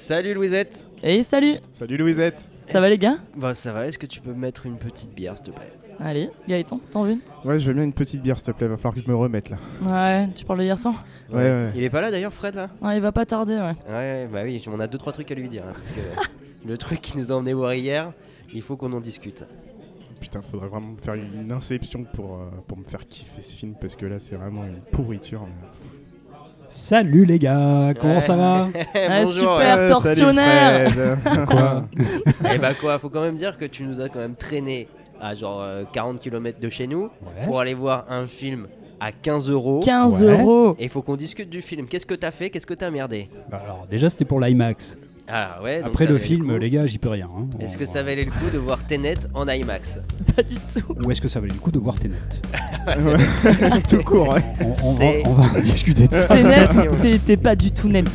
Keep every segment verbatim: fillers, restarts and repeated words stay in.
Salut Louisette. Et salut. Salut Louisette. Ça va les gars? Bah ça va, est-ce que tu peux mettre une petite bière s'il te plaît? Allez, Gaëtan, t'en veux une? Ouais, je veux bien une petite bière s'il te plaît, va falloir que je me remette là. Ouais, tu parles de hier soir? Ouais, ouais. Il est pas là d'ailleurs Fred là? Ouais, il va pas tarder, ouais. Ouais, bah oui, on a deux trois trucs à lui dire hein, parce que le truc qui nous a emmené voir hier, il faut qu'on en discute. Putain, faudrait vraiment faire une inception pour, euh, pour me faire kiffer ce film parce que là c'est vraiment une pourriture. Mais... Salut les gars, comment ouais. ça va? Ah, Bonjour. super ouais, tortionnaire. salut, Quoi? Eh bah quoi, faut quand même dire que tu nous as quand même traîné à genre euh, quarante kilomètres de chez nous Ouais. pour aller voir un film à quinze euros. quinze Ouais. euros. Et il faut qu'on discute du film. Qu'est-ce que t'as fait? Qu'est-ce que t'as merdé? Bah alors déjà c'était pour l'IMAX. Ah ouais. donc Après ça le valait film, coup. les gars, j'y peux rien. Hein. Est-ce On- que ça valait le coup de voir Tenet en IMAX? Pas du tout. Ou est-ce que ça valait le coup de voir Tenet? ouais. Tout court, ouais. on, on va, C'est- on va discuter de ça. T'es net, t'es- t'es pas du tout net.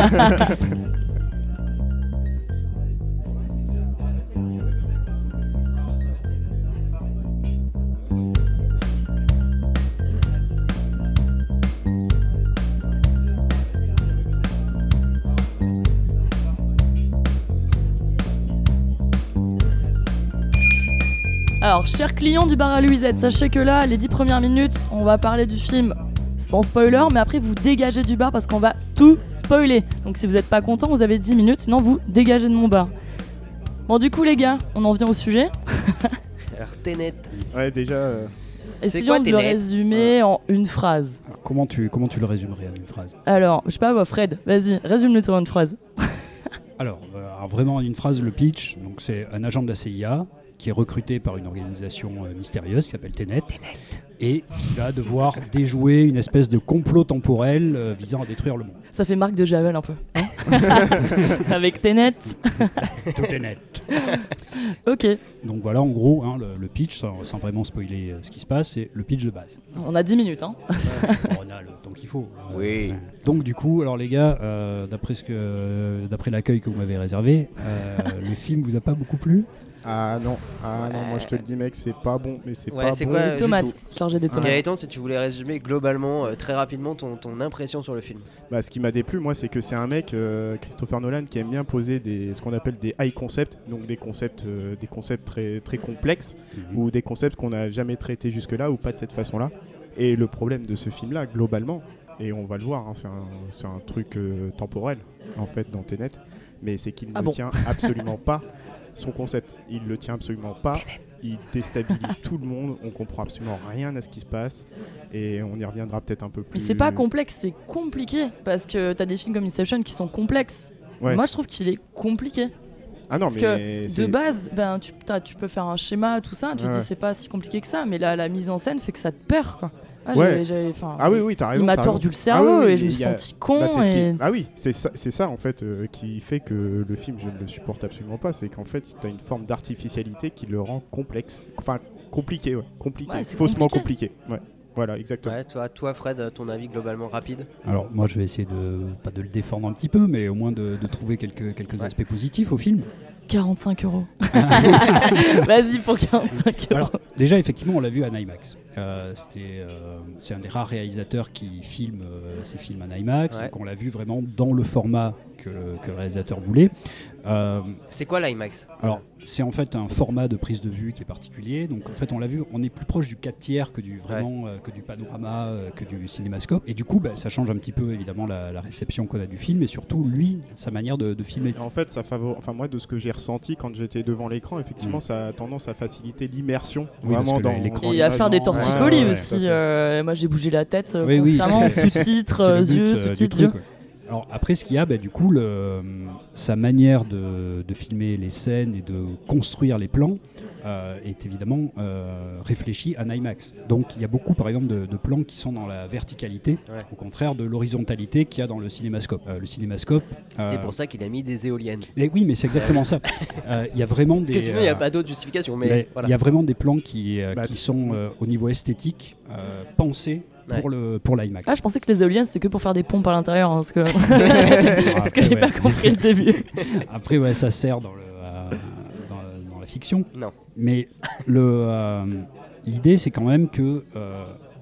Alors, chers clients du bar à Louisette, sachez que là, les dix premières minutes, on va parler du film sans spoiler, mais après vous dégagez du bar parce qu'on va tout spoiler. Donc si vous n'êtes pas content, vous avez dix minutes, sinon vous dégagez de mon bar. Bon, du coup les gars, on en vient au sujet. Alors Tenet. Ouais, déjà. euh, Essayons quoi, de tes le nets résumer en une phrase. Alors, comment, tu, comment tu le résumerais en une phrase? Alors, je sais pas, Fred, vas-y, résume-le toi en une phrase. Alors, euh, alors, vraiment en une phrase, le pitch, donc c'est un agent de la C I A qui est recruté par une organisation euh, mystérieuse qui s'appelle Tenet et qui va devoir déjouer une espèce de complot temporel euh, visant à détruire le monde. Ça fait marque de Javel un peu. Hein avec tes nets. Tout est net. Ok, Donc voilà, en gros, hein, le, le pitch, sans, sans vraiment spoiler euh, ce qui se passe, c'est le pitch de base. on a dix minutes. Hein. Bon, on a le temps qu'il faut. Euh, Oui. Donc du coup, alors les gars, euh, d'après ce que, d'après l'accueil que vous m'avez réservé, euh, le film vous a pas beaucoup plu? Ah non, ah non, moi je te le dis mec, c'est pas bon, mais c'est Ouais, pas c'est bon. quoi, du euh, tout. Tomates, chargé des tomates. Gaëtan, si tu voulais résumer globalement, euh, très rapidement, ton, ton impression sur le film. Bah, ce qui m'a déplu, moi, c'est que c'est un mec, euh, Christopher Nolan, qui aime bien poser des, ce qu'on appelle des high concepts, donc des concepts, euh, des concepts très, très complexes, Mhm. ou des concepts qu'on n'a jamais traités jusque-là, ou pas de cette façon-là. Et le problème de ce film-là, globalement, et on va le voir, hein, c'est un, c'est un truc euh, temporel, en fait, dans Tenet, mais c'est qu'il Ah ne bon tient absolument pas son concept. Il le tient absolument pas. Il déstabilise tout le monde. On comprend absolument rien à ce qui se passe. Et on y reviendra peut-être un peu plus. Mais c'est pas complexe, c'est compliqué. Parce que t'as des films comme Inception qui sont complexes. Ouais. Moi je trouve qu'il est compliqué. Ah non, Parce mais que c'est- de base, ben, tu, t'as- tu peux faire un schéma, tout ça, tu te Ouais. dis c'est pas si compliqué que ça, mais la, la mise en scène fait que ça te perd. Quoi. Ah, Ouais. j'avais- j'avais- 'fin, Ah oui, oui, t'as raison. il m'a t'as raison. tordu le cerveau Ah oui, oui, et je me il suis y a- senti con. Bah, c'est ce qui- et... Ah oui, c'est ça, c'est ça en fait euh, qui fait que le film je ne le supporte absolument pas. C'est qu'en fait, t'as une forme d'artificialité qui le rend complexe. Enfin, compliqué, ouais. Compliqué. Ouais, c'est Faussement compliqué. compliqué. Ouais. Voilà, exactement. Ouais, toi, toi, Fred, ton avis globalement rapide? Alors moi je vais essayer de, pas de le défendre un petit peu, mais au moins de, de trouver quelques, quelques Ouais. aspects positifs au film. quarante-cinq euros. Vas-y pour quarante-cinq euros. Alors déjà effectivement on l'a vu en IMAX. Euh, c'était, euh, c'est un des rares réalisateurs qui filme euh, ses films en IMAX, Ouais. donc on l'a vu vraiment dans le format que le, que le réalisateur voulait. Euh, C'est quoi l'IMAX? alors c'est en fait un format de prise de vue qui est particulier, donc en fait on l'a vu, on est plus proche du quatre tiers que du vraiment euh, que du panorama, euh, que du cinémascope, et du coup bah, ça change un petit peu évidemment la, la réception qu'on a du film et surtout lui sa manière de, de filmer. En fait, ça favor... enfin moi de ce que j'ai ressenti quand j'étais devant l'écran, effectivement, Mm. ça a tendance à faciliter l'immersion Oui, parce vraiment que dans l'écran- dans Et à l'image, faire des dans- torticolis Ouais, ouais, aussi. tout à fait. euh, moi j'ai bougé la tête euh, Oui, oui, constamment, c'est- sous-titres, C'est le euh, but, yeux, euh, du sous-titres, truc, yeux. ouais. Alors après ce qu'il y a, bah, du coup, le, sa manière de, de filmer les scènes et de construire les plans euh, est évidemment euh, réfléchie en IMAX. Donc il y a beaucoup par exemple de, de plans qui sont dans la verticalité, Ouais. au contraire de l'horizontalité qu'il y a dans le cinémascope. Euh, le cinémascope... C'est euh, pour ça qu'il a mis des éoliennes. et oui mais c'est exactement ça. Euh, Il y a vraiment Parce des... que sinon, il n'y a euh, pas d'autre justification. mais Mais il voilà. y a vraiment des plans qui, euh, Bah, qui sont euh, au niveau esthétique euh, pensés pour, le, pour l'IMAX. Ah, je pensais que les éoliennes c'était que pour faire des pompes à l'intérieur, hein, parce que, Après, parce que j'ai ouais. pas compris le début. Après, ouais, ça sert dans, le, euh, dans, dans la fiction. Non. Mais le, euh, l'idée, c'est quand même que, euh,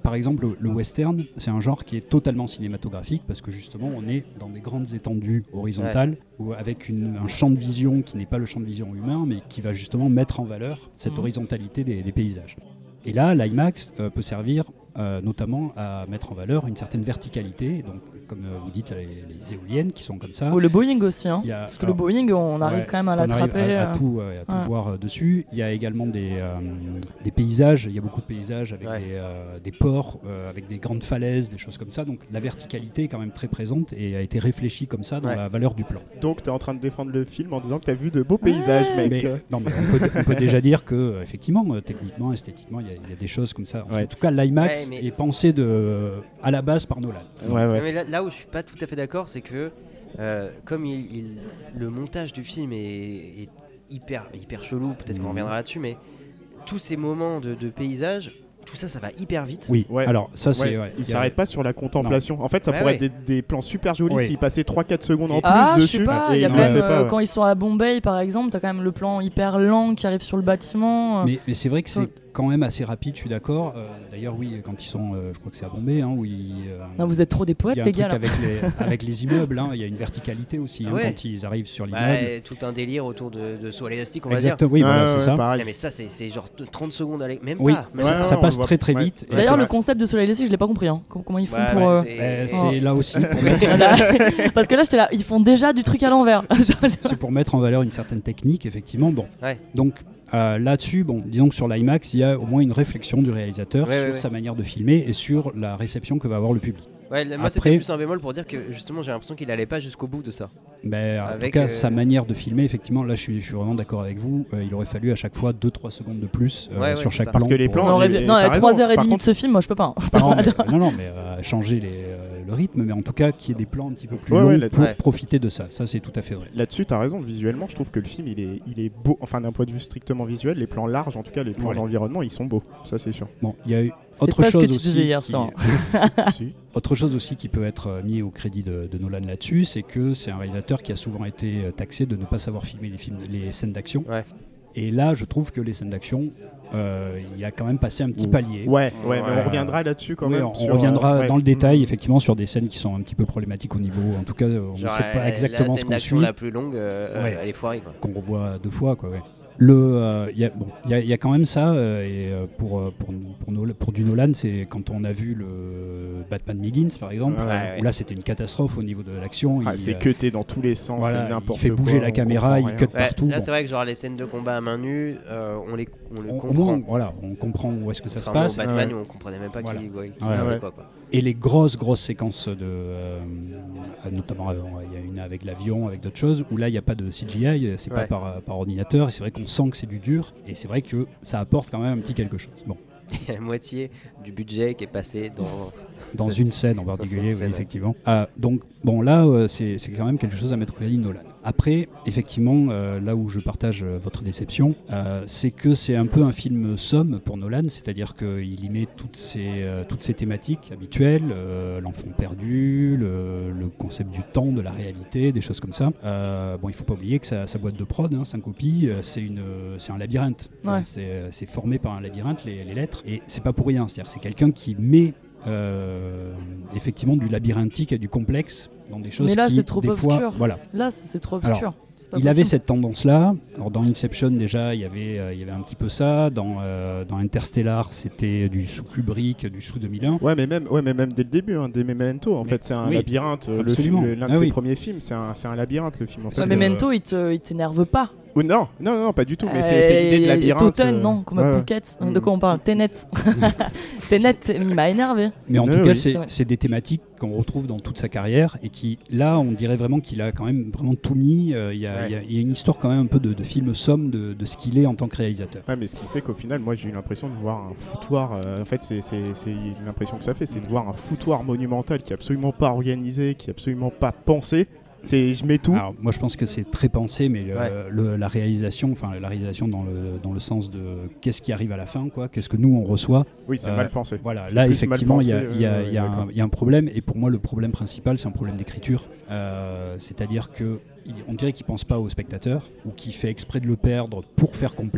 par exemple, le, le western, c'est un genre qui est totalement cinématographique parce que justement, on est dans des grandes étendues horizontales ouais. ou avec une, un champ de vision qui n'est pas le champ de vision humain, mais qui va justement mettre en valeur cette mmh. horizontalité des, des paysages. Et là, l'IMAX euh, peut servir euh, notamment à mettre en valeur une certaine verticalité, donc comme euh, vous dites, les, les éoliennes qui sont comme ça. Ou le Boeing aussi, hein, a, parce que alors, le Boeing, on arrive ouais, quand même à l'attraper. À, à euh... tout, ouais, à tout ouais. voir euh, dessus. Il y a également des, euh, des paysages, il y a beaucoup de paysages avec ouais. des, euh, des ports, euh, avec des grandes falaises, des choses comme ça. Donc la verticalité est quand même très présente et a été réfléchie comme ça dans ouais. la valeur du plan. Donc tu es en train de défendre le film en disant que tu as vu de beaux paysages, ouais. mec. Mais, non, mais on, peut, on peut déjà dire que, euh, effectivement, euh, techniquement, esthétiquement, il y, y a des choses comme ça. En, ouais. fait, en tout cas, l'IMAX ouais, mais... est pensé de, euh, à la base par Nolan. Ouais, ouais. Mais là, là où je suis pas tout à fait d'accord, c'est que euh, comme il, il, le montage du film est, est hyper, hyper chelou, peut-être mmh. qu'on reviendra là-dessus, mais tous ces moments de, de paysage, tout ça, ça va hyper vite. Oui, ouais. alors ça c'est... Ouais. Ouais. Il s'arrête pas sur la contemplation. Non. En fait, ça ouais, pourrait ouais. être des, des plans super jolis ouais. s'ils passaient trois quatre secondes en ah, plus je dessus. sais pas, il y a non, quand même, euh, pas, ouais. quand ils sont à Bombay par exemple, t'as quand même le plan hyper lent qui arrive sur le bâtiment. Mais, mais c'est vrai que c'est ouais. quand même assez rapide, je suis d'accord. Euh, d'ailleurs, oui, quand ils sont, euh, je crois que c'est à Bombay, hein, où ils... Euh, non, vous êtes trop des poètes, les gars. Il y a un truc avec les, avec les immeubles, hein, il y a une verticalité aussi hein, ouais. quand ils arrivent sur l'immeuble. Bah, tout un délire autour de, de saut à l'élastique, on Exactement, va dire. Oui, ah, voilà, ouais, c'est ça. Non, mais ça, c'est, c'est genre trente secondes, avec... même oui, pas. Oui, ça, ça passe très très vite. Ouais. D'ailleurs, le concept de saut à l'élastique, je l'ai pas compris. Hein. Comment ils font bah, pour... bah, euh... c'est, euh, c'est là aussi pour mettre... Parce que là, j'étais là, ils font déjà du truc à l'envers. C'est pour mettre en valeur une certaine technique, effectivement. Bon, ouais. donc... Euh, là-dessus, bon, disons que sur l'IMAX, il y a au moins une réflexion du réalisateur ouais, sur ouais, sa ouais. manière de filmer et sur la réception que va avoir le public. Ouais, moi Après, c'était plus un bémol pour dire que justement j'ai l'impression qu'il allait pas jusqu'au bout de ça. Ben, en tout cas, euh... sa manière de filmer, effectivement, là je suis, je suis vraiment d'accord avec vous, euh, il aurait fallu à chaque fois deux trois secondes de plus euh, ouais, ouais, sur chaque ça. plan. Parce que les plans, aurait... les... non, les trois heures trente contre... de ce film, moi je peux pas. Hein. Non, mais, non, non, mais euh, changer les, euh, le rythme, mais en tout cas qu'il y ait des plans un petit peu plus ouais, longs ouais, pour ouais. profiter de ça. Ça, c'est tout à fait vrai. Là-dessus, tu as raison, visuellement, je trouve que le film il est, il est beau, enfin d'un point de vue strictement visuel, les plans larges, en tout cas les plans ouais. d'environnement, ils sont beaux, ça c'est sûr. Bon, il y a eu c'est autre pas chose ce que tu aussi. disais hier qui... soir. si. Autre chose aussi qui peut être mis au crédit de, de Nolan là-dessus, c'est que c'est un réalisateur qui a souvent été taxé de ne pas savoir filmer les, films, les scènes d'action. Ouais. Et là, je trouve que les scènes d'action, euh, il a quand même passé un petit palier. Ouais, ouais, ouais. mais on reviendra là-dessus quand oui, même. On sur, reviendra euh, ouais. dans le détail, effectivement, sur des scènes qui sont un petit peu problématiques au niveau. En tout cas, on ne sait pas exactement ce qu'on suit. La scène d'action la plus longue, euh, ouais. elle est foirée. Quoi. Qu'on revoit deux fois, quoi. Ouais. Le, euh, y a, bon, y a, y a quand même ça, euh, et euh, pour, pour, pour, Nolan, pour du Nolan, c'est quand on a vu le Batman Begins, par exemple, ouais, où ouais. là c'était une catastrophe au niveau de l'action. Ah, il, c'est cuté dans tous les sens, voilà, c'est n'importe quoi. Il fait bouger quoi, la caméra, il cut ouais, partout. Là, bon. c'est vrai que genre les scènes de combat à main nue, euh, on les, on les on, comprend. Au moins, voilà, on comprend où est-ce que ça enfin, se passe. Au Batman, ouais. où on comprenait même pas voilà. qui, ouais, qui ouais, faisait ouais. quoi, quoi. Et les grosses, grosses séquences de, euh, notamment, il euh, y a une avec l'avion, avec d'autres choses, où là, il n'y a pas de C G I, c'est ouais. pas par, par ordinateur, et c'est vrai qu'on sent que c'est du dur, et c'est vrai que ça apporte quand même un petit quelque chose. Bon. Il y a la moitié du budget qui est passé dans... Dans cette... une scène en particulier, scène, oui, effectivement. Euh, donc, bon, là, euh, c'est, c'est quand même quelque chose à mettre au crédit de Nolan. Après, effectivement, euh, là où je partage euh, votre déception, euh, c'est que c'est un peu un film somme pour Nolan, c'est-à-dire qu'il y met toutes ces, euh, toutes ces thématiques habituelles, euh, l'enfant perdu, le, le concept du temps, de la réalité, des choses comme ça. Euh, bon, il ne faut pas oublier que sa, sa boîte de prod, hein, Syncopie, euh, c'est, une, c'est un labyrinthe. Ouais. C'est, c'est formé par un labyrinthe, les, les lettres, et c'est pas pour rien, c'est-à-dire c'est quelqu'un qui met Euh, effectivement du labyrinthique et du complexe dans des choses mais là qui, c'est trop des obscur fois, voilà. Là c'est trop obscur. Alors, c'est il possible. avait cette tendance là. Alors, dans Inception déjà il y avait, euh, il y avait un petit peu ça, dans, euh, dans Interstellar c'était du sous Kubrick, du sous deux mille un. Ouais mais même, ouais, mais même dès le début, hein, dès Memento en mais, fait c'est un oui, labyrinthe, le film, l'un de ah, ses oui. premiers films c'est un, c'est un labyrinthe le film en fait. Ouais, Memento il, te, il t'énerve pas. Oh, non, non, non, pas du tout, mais euh, c'est, c'est l'idée de labyrinthe. Totten, euh... non, comme ouais. Phuket. De quoi on parle Tenet. Tenet, il m'a énervé. Mais en oui, tout cas, oui. c'est, c'est des thématiques qu'on retrouve dans toute sa carrière et qui, là, on dirait vraiment qu'il a quand même vraiment tout mis. Il euh, y, ouais. y, y a une histoire quand même un peu de, de film somme de, de ce qu'il est en tant que réalisateur. Ouais, mais ce qui fait qu'au final, moi, j'ai eu l'impression de voir un foutoir. Euh, en fait, c'est, c'est, c'est l'impression que ça fait, c'est de voir un foutoir monumental qui est absolument pas organisé, qui est absolument pas pensé. C'est, je mets tout. Alors, moi, je pense que c'est très pensé, mais le, ouais. le, la réalisation, enfin la réalisation dans le dans le sens de qu'est-ce qui arrive à la fin, quoi, qu'est-ce que nous on reçoit. Oui, c'est euh, mal pensé. Voilà, c'est là effectivement, il y a, euh, y, a, y, a un, y a un problème, et pour moi, le problème principal, c'est un problème d'écriture. Euh, c'est-à-dire que on dirait qu'il pense pas au spectateur ou qu'il fait exprès de le perdre pour faire complexe.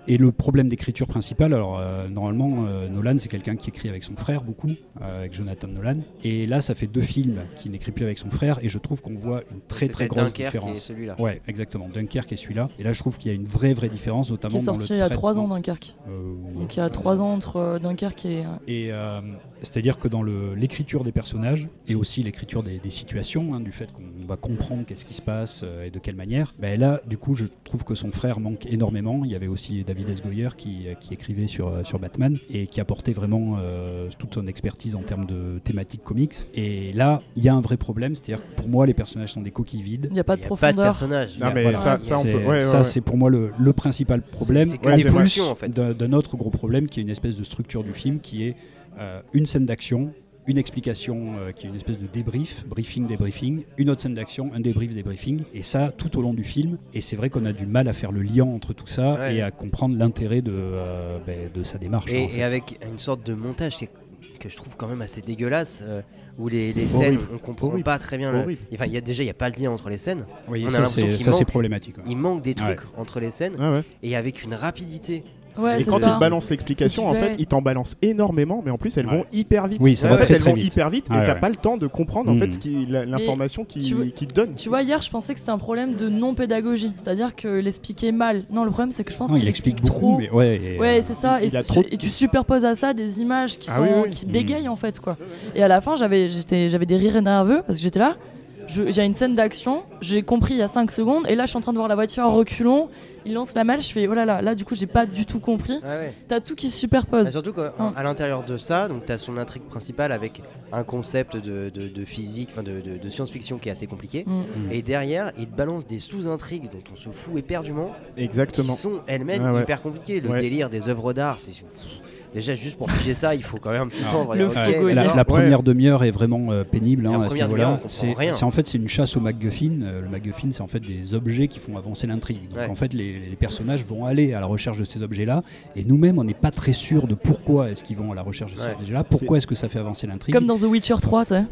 et le problème d'écriture principale, alors euh, normalement euh, Nolan c'est quelqu'un qui écrit avec son frère beaucoup, euh, avec Jonathan Nolan, et là ça fait deux films qu'il n'écrit plus avec son frère, et je trouve qu'on voit une très C'était très grosse Dunkerque différence. et celui-là. Ouais, exactement, Dunkerque et celui-là, et là je trouve qu'il y a une vraie vraie différence, notamment Qui est dans le sorti il y a trois ans traitement. Dunkerque. Euh, Donc il y a trois ans entre euh, Dunkerque et. euh, Et euh, c'est-à-dire que dans le, l'écriture des personnages et aussi l'écriture des, des situations, hein, du fait qu'on va comprendre qu'est-ce qui se passe euh, et de quelle manière, ben là, du coup, je trouve que son frère manque énormément. Il y avait aussi David S. Goyer qui, qui écrivait sur, euh, sur Batman et qui apportait vraiment euh, toute son expertise en termes de thématiques comics. Et là, il y a un vrai problème, c'est-à-dire que pour moi, les personnages sont des coquilles vides. Il n'y a pas Il de y a pas de profondeur. personnage. Non, mais Voilà. ça, ça, on C'est- peut. Ouais, ouais, ça, ouais. c'est pour moi le, le principal problème. C'est que Ouais, des j'ai pas- fonctions en fait. d'un, d'un autre gros problème qui est une espèce de structure du film qui est euh, une scène d'action, une explication euh, qui est une espèce de débrief, briefing, débriefing, une autre scène d'action, un débrief, débriefing, et ça tout au long du film. Et c'est vrai qu'on a du mal à faire le lien entre tout ça Ouais. et à comprendre l'intérêt de, euh, ben, de sa démarche. Et, en fait. et avec une sorte de montage qui est- que je trouve quand même assez dégueulasse, euh, où les, C'est les scènes, horrible. on comprend Horrible. pas très bien. le- Horrible. Enfin, il y a déjà, il y a pas le lien entre les scènes. Oui, on a ça, l'impression c'est, qu'il ça, c'est manque- problématique. ouais. Il manque des trucs Ouais. entre les scènes Ouais, ouais. et avec une rapidité. Ouais, Et c'est quand ça. ils balancent l'explication, C'est en du fait, bait. ils t'en balancent énormément, mais en plus elles Ouais. vont hyper vite. Oui, ça en va fait, très, elles très vont vite. hyper vite Ouais, et t'as ouais. pas le temps de comprendre en Mm. fait ce qui, la- l'information tu qui, vois- qui te donne. Tu vois, hier, je pensais que c'était un problème de non-pédagogie. C'est-à-dire qu'il expliquait mal. Non, le problème, c'est que je pense Non, qu'il il explique explique beaucoup, trop. mais ouais. et, Ouais, euh, c'est ça. il Et, a c'est- trop- et tu superposes à ça des images qui, Ah sont, oui, oui. qui Mm. bégayent en fait, quoi. Et à la fin, j'avais, j'étais, j'avais des rires nerveux parce que j'étais là. Je- J'ai une scène d'action, j'ai compris il y a cinq secondes, et là je suis en train de voir la voiture en reculant. Il lance la malle, je fais oh là là, là du coup j'ai pas du tout compris. Ouais, ouais. T'as tout qui se Bah, superpose. surtout qu'à Hum. à l'intérieur de ça, donc tu as son intrigue principale avec un concept de, de- de physique, enfin de, de- de science-fiction qui est assez compliqué. Mm. mm. Et derrière, il te balance des sous-intrigues dont on se fout éperdument, qui Exactement. sont elles-mêmes Ah ouais. hyper compliquées. Le Ouais. délire des œuvres d'art, c'est pff, déjà juste pour piger ça, il faut quand même un petit Alors, temps. pour le dire, frigo, ok, il La, est- d'accord. la Ouais. première demi-heure est vraiment euh, pénible La hein, à ce première niveau-là. demi-heure, on C'est, comprend rien. c'est en fait c'est une chasse au MacGuffin. Euh, le MacGuffin, c'est en fait des objets qui font avancer l'intrigue. Donc Ouais. en fait, les, les personnages vont aller à la recherche de ces objets-là, et nous-mêmes, on n'est pas très sûr de pourquoi est-ce qu'ils vont à la recherche de ces Ouais. objets-là. Pourquoi est-ce que ça fait avancer l'intrigue Comme dans The Witcher trois, tu sais.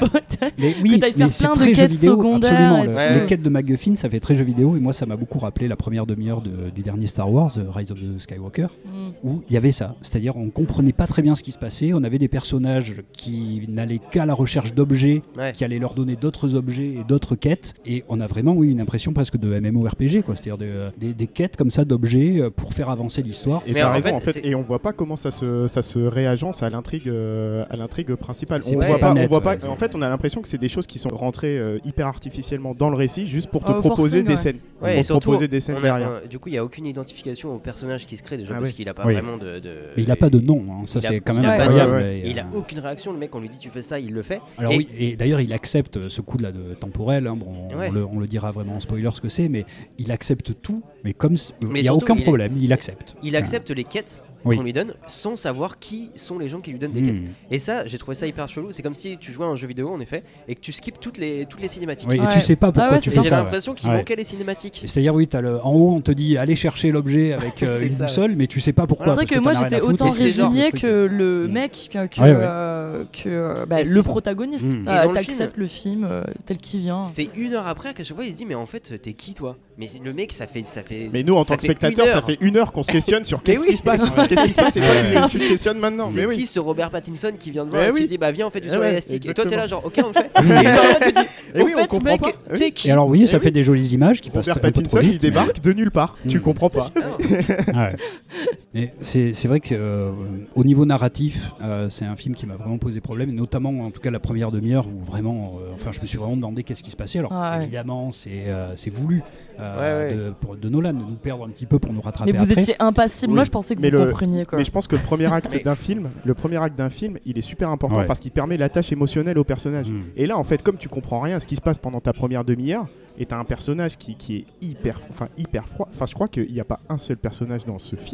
Mais que t'ailles faire c'est plein de très jeu quêtes vidéo, secondaires absolument. et Le- tout. Les Ouais. quêtes de MacGuffin, ça fait très jeu vidéo, et moi, ça m'a beaucoup rappelé la première demi-heure de- du dernier Star Wars, euh, Rise of the Skywalker, Mm. où il y avait ça. C'est-à-dire, on comprenait pas très bien ce qui se passait. On avait des personnages qui n'allaient qu'à la recherche d'objets, Ouais. qui allaient leur donner d'autres objets et d'autres quêtes. Et on a vraiment oui, une impression presque de MMORPG, quoi. C'est-à-dire de- des, des quêtes comme ça d'objets euh, pour faire avancer l'histoire. Et Mais t'as en raison fait, en fait, c'est- et on voit pas comment ça se, ça se réagence à l'intrigue, euh, à l'intrigue principale. C'est On pas- voit c'est pas, pas on net, voit ouais. pas. En fait, on a l'impression que c'est des choses qui sont rentrées euh, hyper artificiellement dans le récit, juste pour te Oh, au proposer forcing, des ouais. scènes, Ouais, pour et te surtout, proposer des scènes on a- derrière. on- du coup, il n'y a aucune identification au personnage qui se crée déjà Ah parce ouais. qu'il n'a pas Oui. vraiment de. de- Mais il n'a pas de nom, hein. Ça Il a- c'est quand il même a pas de- incroyable. ouais, ouais. Et, Et il a euh, aucune réaction. Le mec, on lui dit tu fais ça, il le fait. Alors Et- oui, et d'ailleurs il accepte ce coup de, là, de temporel, hein. Bon, on, Ouais. le, on le dira vraiment en spoiler ce que c'est, mais il accepte tout, mais comme c- il Mais n'y a surtout, aucun il est- problème, il accepte. Il accepte les quêtes Oui. qu'on lui donne sans savoir qui sont les gens qui lui donnent des Mmh. quêtes. Et ça, j'ai trouvé ça hyper chelou. C'est comme si tu jouais à un jeu vidéo en effet et que tu skippes toutes les, toutes les cinématiques. Oui, et Ouais. tu sais pas pourquoi Ah ouais, tu c'est Et fais j'ai ça. ouais. l'impression qu'il Ouais. manquait les cinématiques. Et C'est-à-dire oui, t'as le, en haut on te dit allez chercher l'objet avec euh, C'est une ça. boussole, mais tu sais pas pourquoi. C'est vrai parce que moi t'en as j'étais rien à foutre. autant Et c'est genre résigné le truc. que le Mm. mec que, que, Ouais, ouais. euh, que, euh, bah, Et le si- protagoniste. Mm. Ah, Et dans le T'acceptes le film euh, tel qu'il vient. C'est une heure après qu'à chaque fois il se dit mais en fait t'es qui toi? Mais c'est- le mec ça fait ça fait. Mais nous, en ça tant que fait spectateurs, une ça heure. fait une heure qu'on se questionne sur qu'est-ce oui. qui se passe. Qu'est-ce qui se passe et toi, Ouais. tu, tu te questionnes maintenant. C'est Mais qui oui. ce Robert Pattinson qui vient de voir Mais et qui oui. dit bah viens on fait du Eh soleil ouais, élastique et toi t'es exactement. là genre ok on le fait et parfois tu dis Et en oui, on fait comprend mec pas. t'es qui Et alors oui, ça Eh fait oui. des jolies images qui passent Robert un peu trop Pattinson, vite, il débarque de nulle part. Tu Mm. comprends pas. Ah, Ouais. Et c'est c'est vrai que euh, au niveau narratif, euh, c'est un film qui m'a vraiment posé problème, et notamment en tout cas la première demi-heure où vraiment, euh, enfin, je me suis vraiment demandé qu'est-ce qui se passait. Alors Ah ouais. évidemment, c'est euh, c'est voulu euh, Ouais, ouais. De, pour, de Nolan de nous perdre un petit peu pour nous rattraper Mais vous après. étiez impassible. Oui. Moi je pensais que Mais vous le- compreniez quoi. Mais je pense que le premier acte Mais- d'un film, le premier acte d'un film, il est super important Ouais. parce qu'il permet l'attache émotionnelle au personnage. Mm. Et là, en fait, comme tu comprends rien à ce qui se passe pendant ta première demi-heure, et t'as un personnage qui, qui est hyper, enfin hyper froid. Enfin, je crois qu'il n'y a pas un seul personnage dans ce film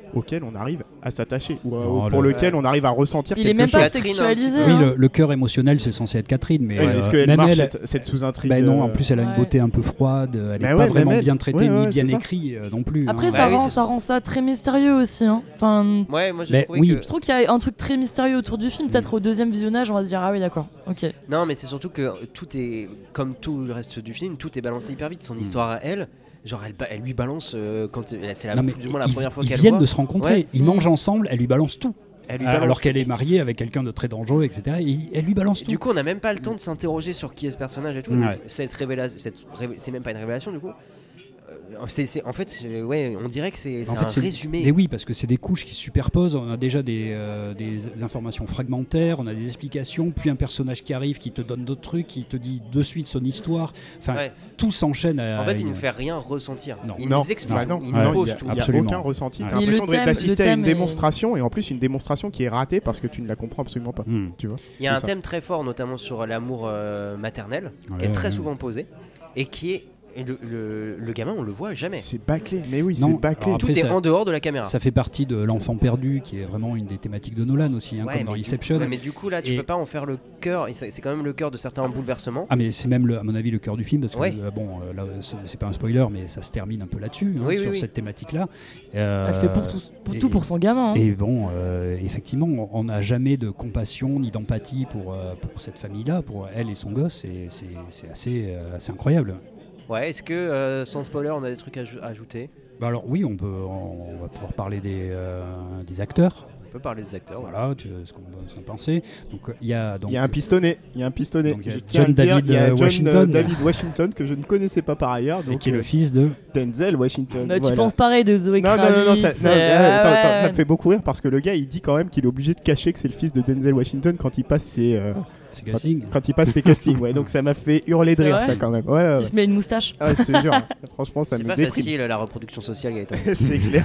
auquel on arrive à s'attacher ou euh, Non, pour le- lequel on arrive à ressentir Il quelque est même chose. pas Catherine, sexualisé. Oui, hein. le, le cœur émotionnel, c'est censé être Catherine, mais Oui, euh, est-ce qu'elle même marche elle, cette, cette sous-intrigue ben non, en euh, plus elle a une Ouais. beauté un peu froide, elle Bah n'est ouais, pas même vraiment elle. bien traitée Ouais, ni ouais, bien c'est ça. écrit euh, non plus. Après, hein. ça, Bah oui, rend, c'est- ça rend ça très mystérieux aussi. Hein. Enfin, Ouais, moi j'ai Mais trouvé oui. que. je trouve qu'il y a un truc très mystérieux autour du film. Peut-être au deuxième visionnage, on va se dire ah oui, d'accord, ok. Non, mais c'est surtout que tout est comme tout le reste du film, tout est balancé hyper vite. Son Mm. histoire à elle, genre elle, ba- elle lui balance euh, quand euh, c'est la, Non, mais plus ou moins la ils, première fois ils qu'elle viennent voit. de se rencontrer, Ouais. ils Mm. mangent ensemble, elle lui balance tout. Elle lui Alors balance qu'elle tout. est mariée avec quelqu'un de très dangereux, et cetera. Et elle lui balance Et tout. du coup, on n'a même pas le temps de s'interroger sur qui est ce personnage et tout. Ouais. Donc, cette révélation, cette révé- c'est même pas une révélation du coup. Euh, c'est, c'est- en fait, c'est- ouais, on dirait que c'est, c'est En un fait, résumé. Mais oui, parce que c'est des couches qui se superposent. On a déjà des, euh, des informations fragmentaires, on a des explications, puis un personnage qui arrive, qui te donne d'autres trucs, qui te dit de suite son histoire. Enfin, Ouais. tout s'enchaîne. À En fait, il une- nous fait rien ressentir. Non. Il non, nous explique bah tout. non, Il Ouais. nous non, il pose n'y a, tout. il y a Absolument. aucun ressenti. Ouais. T'as Mais l'impression le de- thème- d'assister le à une thème est- démonstration et en plus une démonstration qui est ratée parce que tu ne la comprends absolument pas. Hmm. Tu vois Il y a C'est un ça. thème très fort, notamment sur l'amour euh, maternel, qui Ouais, est très ouais. souvent posé et qui est et le, le- le gamin, on le voit jamais. C'est bâclé, mais oui, Non, c'est bâclé. alors Tout après, est ça- en dehors de la caméra. Ça fait partie de L'Enfant perdu, qui est vraiment une des thématiques de Nolan aussi, hein, Ouais, comme dans mais du- Inception. ouais, mais du coup là, tu Et- peux pas en faire le cœur. et C'est c'est quand même le cœur de certains bouleversements. Ah mais c'est même le- à mon avis le cœur du film parce que Ouais. euh, bon euh, là c'est- c'est pas un spoiler mais ça se termine un peu là-dessus hein, Oui, oui, sur oui. cette thématique-là. Elle Euh, fait pour tout, pour, et- tout pour son gamin. hein. Et bon, euh, effectivement, on n'a jamais de compassion ni d'empathie pour, euh, pour cette famille-là, pour elle et son gosse, et c'est c'est assez, euh, assez incroyable. Ouais, est-ce que euh, sans spoiler, on a des trucs à aj- à ajouter? Bah alors oui, on, peut, on, on va pouvoir parler des, euh, des acteurs, On peut parler des acteurs. Voilà. voilà, tu- ce qu'on s'en pensait. Donc il y a donc Il y a un pistonné, il y a un pistonné. Donc, il y a Je tiens à John le dire, David, il y a euh, John, Washington. euh, David Washington que je ne connaissais pas par ailleurs, et donc qui est euh, le fils de. Denzel Washington. Bah, tu voilà. penses pareil de Zoé Non, non, Kravitz. non, non, ça, non, euh, attends, ouais. attends, ça me fait beaucoup rire parce que le gars il dit quand même qu'il est obligé de cacher que c'est le fils de Denzel Washington quand il passe ses, euh, C'est quand, casting. quand il passe ses castings. Ouais, donc ça m'a fait hurler de C'est rire vrai ça quand même. Ouais, ouais, ouais. Il se met une moustache. Ah, je te jure, franchement ça C'est me pas déprime. facile la reproduction sociale, Gaëtan. C'est clair.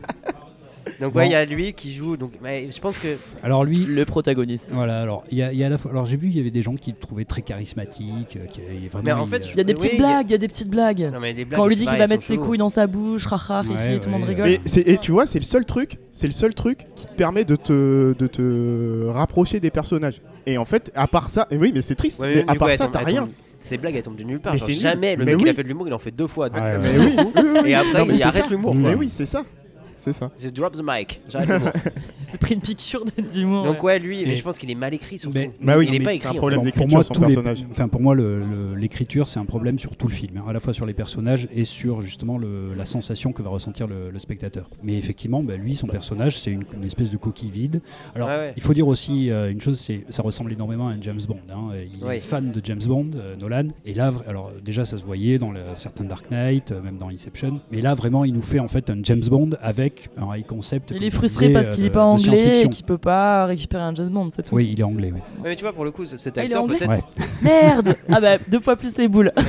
Donc Bon. ouais, il y a lui qui joue. Donc, mais je pense que Alors lui, Le protagoniste. voilà. Alors il y a, il y a à la fois. Alors j'ai vu, il y avait des gens qui le trouvaient très charismatique, euh, qui il est vraiment. Mais en il, fait, euh, Il y a des Oui, petites il y a- blagues, il y a des petites blagues. non mais les blagues. Quand on lui c'est dit qu'il pareil, va elles mettre sont ses cheloues. couilles dans sa bouche, raha, rifi, Ouais, tout le monde ouais. rigole. Mais c'est- et tu vois, c'est le seul truc, c'est le seul truc qui te permet de te, de te rapprocher des personnages. Et en fait, à part ça, et oui, mais c'est triste. Ouais, mais mais à du coup, part elles ça, tombent- t'as elles rien. tombent- Ces blagues elles tombent de nulle part. Mais Genre, c'est nul. jamais le Mais mec il oui. a fait de l'humour, il en fait deux fois. Ouais, ouais. Mais oui, oui, oui, oui. Et après Non, mais il c'est arrête ça. l'humour. Mm. quoi. Mais oui, c'est ça. C'est ça. C'est drop the mic. J'arrête l'humour. C'est pris une piqûre de- d'humour. Donc ouais. ouais, lui, Et- mais je pense qu'il est mal écrit surtout. Mais- Bah oui, il est mais pas c'est écrit. un en problème fait. Donc, pour d'écriture, moi, son tous les- personnage. enfin, pour moi, le- le- l'écriture, c'est un problème sur tout le film, hein, à la fois sur les personnages et sur justement le- la sensation que va ressentir le, le spectateur. Mais effectivement, bah, lui, son personnage, c'est une, une espèce de coquille vide. Alors, Ouais, ouais. il faut dire aussi euh, une chose, c'est ça ressemble énormément à un James Bond. hein. Il Ouais. est fan de James Bond, euh, Nolan. Et là, vra- alors déjà, ça se voyait dans le- certains Dark Knight, euh, même dans Inception. Mais là, vraiment, il nous fait en fait un James Bond avec un high concept. Il comme est tu frustré disais, parce euh, qu'il de- est pas de anglais et science-fiction. qu'il peut pas récupérer un James Bond, c'est tout. Oui, il est anglais. oui. Ouais, mais tu vois, pour le coup, ce- cet Ah, il est acteur anglais peut-être, Ouais. Merde. Ah bah deux fois plus les boules.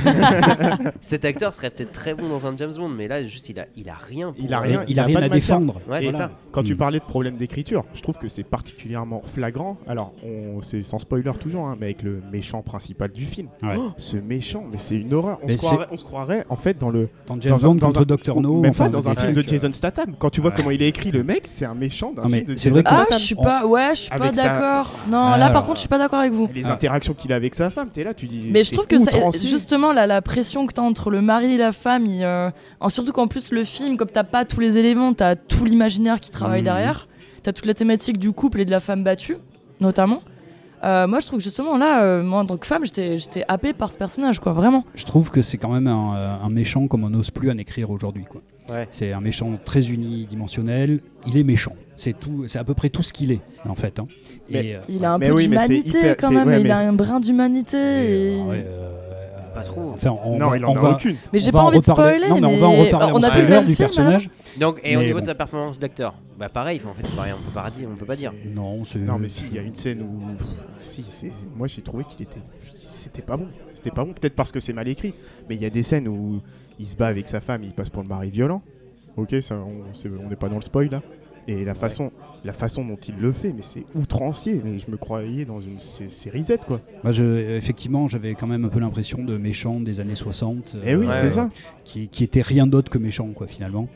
cet acteur serait peut-être très bon dans un James Bond, mais là, juste, il a, il a rien. Pour, Il a euh, rien. Il a a rien pas de à matière. défendre. Ouais, Et c'est là, ça. quand tu Mm. parlais de problème d'écriture, je trouve que c'est particulièrement flagrant. Alors, on, c'est sans spoiler toujours, hein, mais avec le méchant principal du film. Ouais. Oh, ce méchant, mais c'est une horreur. On Mais se, croirait, on se croirait en fait dans le Dans James dans Bond un, dans contre un- Doctor No, même enfin, pas dans un des film de trucs, euh, Jason Statham. Quand tu vois ouais. comment il est écrit, le mec, c'est un méchant d'un Non, mais film de c'est Jason vrai que- Ah, Statham. je suis pas. Ouais, je suis pas Avec sa- d'accord. Non, Ah, là par alors- contre, je suis pas d'accord avec vous. Les Ah. interactions qu'il a avec sa femme, t'es là, tu dis. Mais je c'est trouve que ça, outrancier. justement la, la pression que t'as entre le mari et la femme, il, euh, en- surtout qu'en plus le film, comme t'as pas tous les éléments, t'as tout l'imaginaire qui travaille Mhm. derrière, t'as toute la thématique du couple et de la femme battue, notamment. Euh, moi je trouve que justement là, euh, moi en tant que femme, j'étais j'étais happée par ce personnage, quoi, vraiment. Je trouve que c'est quand même un, euh, un méchant comme on n'ose plus en écrire aujourd'hui. Quoi. Ouais. C'est un méchant très unidimensionnel. Il est méchant. C'est tout. C'est à peu près tout ce qu'il est en fait. hein. Mais- Et, euh, Il a un Mais peu oui, mais c'est d'humanité hyper- quand c'est- même, ouais, il mais- a un brin d'humanité. et, et- euh, ouais, euh, Pas trop. Enfin, on Non, va, il en on a va- aucune. Mais j'ai on pas va en envie de reparler- spoiler. Non, mais on va en mais- reparler on en a pas vu le spoiler même du film, personnage. Donc, et au Mais niveau bon. de sa performance d'acteur, bah pareil, en fait, on peut rien- on peut pas dire, on peut pas dire. Non, c'est. Non, mais si, il y a une scène où. pff, Si, c'est- moi j'ai trouvé qu'il était. C'était pas bon. C'était pas bon. Peut-être parce que c'est mal écrit. Mais il y a des scènes où il se bat avec sa femme, il passe pour le mari violent. Ok, ça, on c'est- on n'est pas dans le spoil là. Et la façon, la façon dont il le fait, mais c'est outrancier. Mais je me croyais dans une sé- série Z quoi. Moi, je, effectivement, j'avais quand même un peu l'impression de méchant des années soixante. Eh oui, euh, c'est ça. Qui, qui était rien d'autre que méchant, quoi, finalement.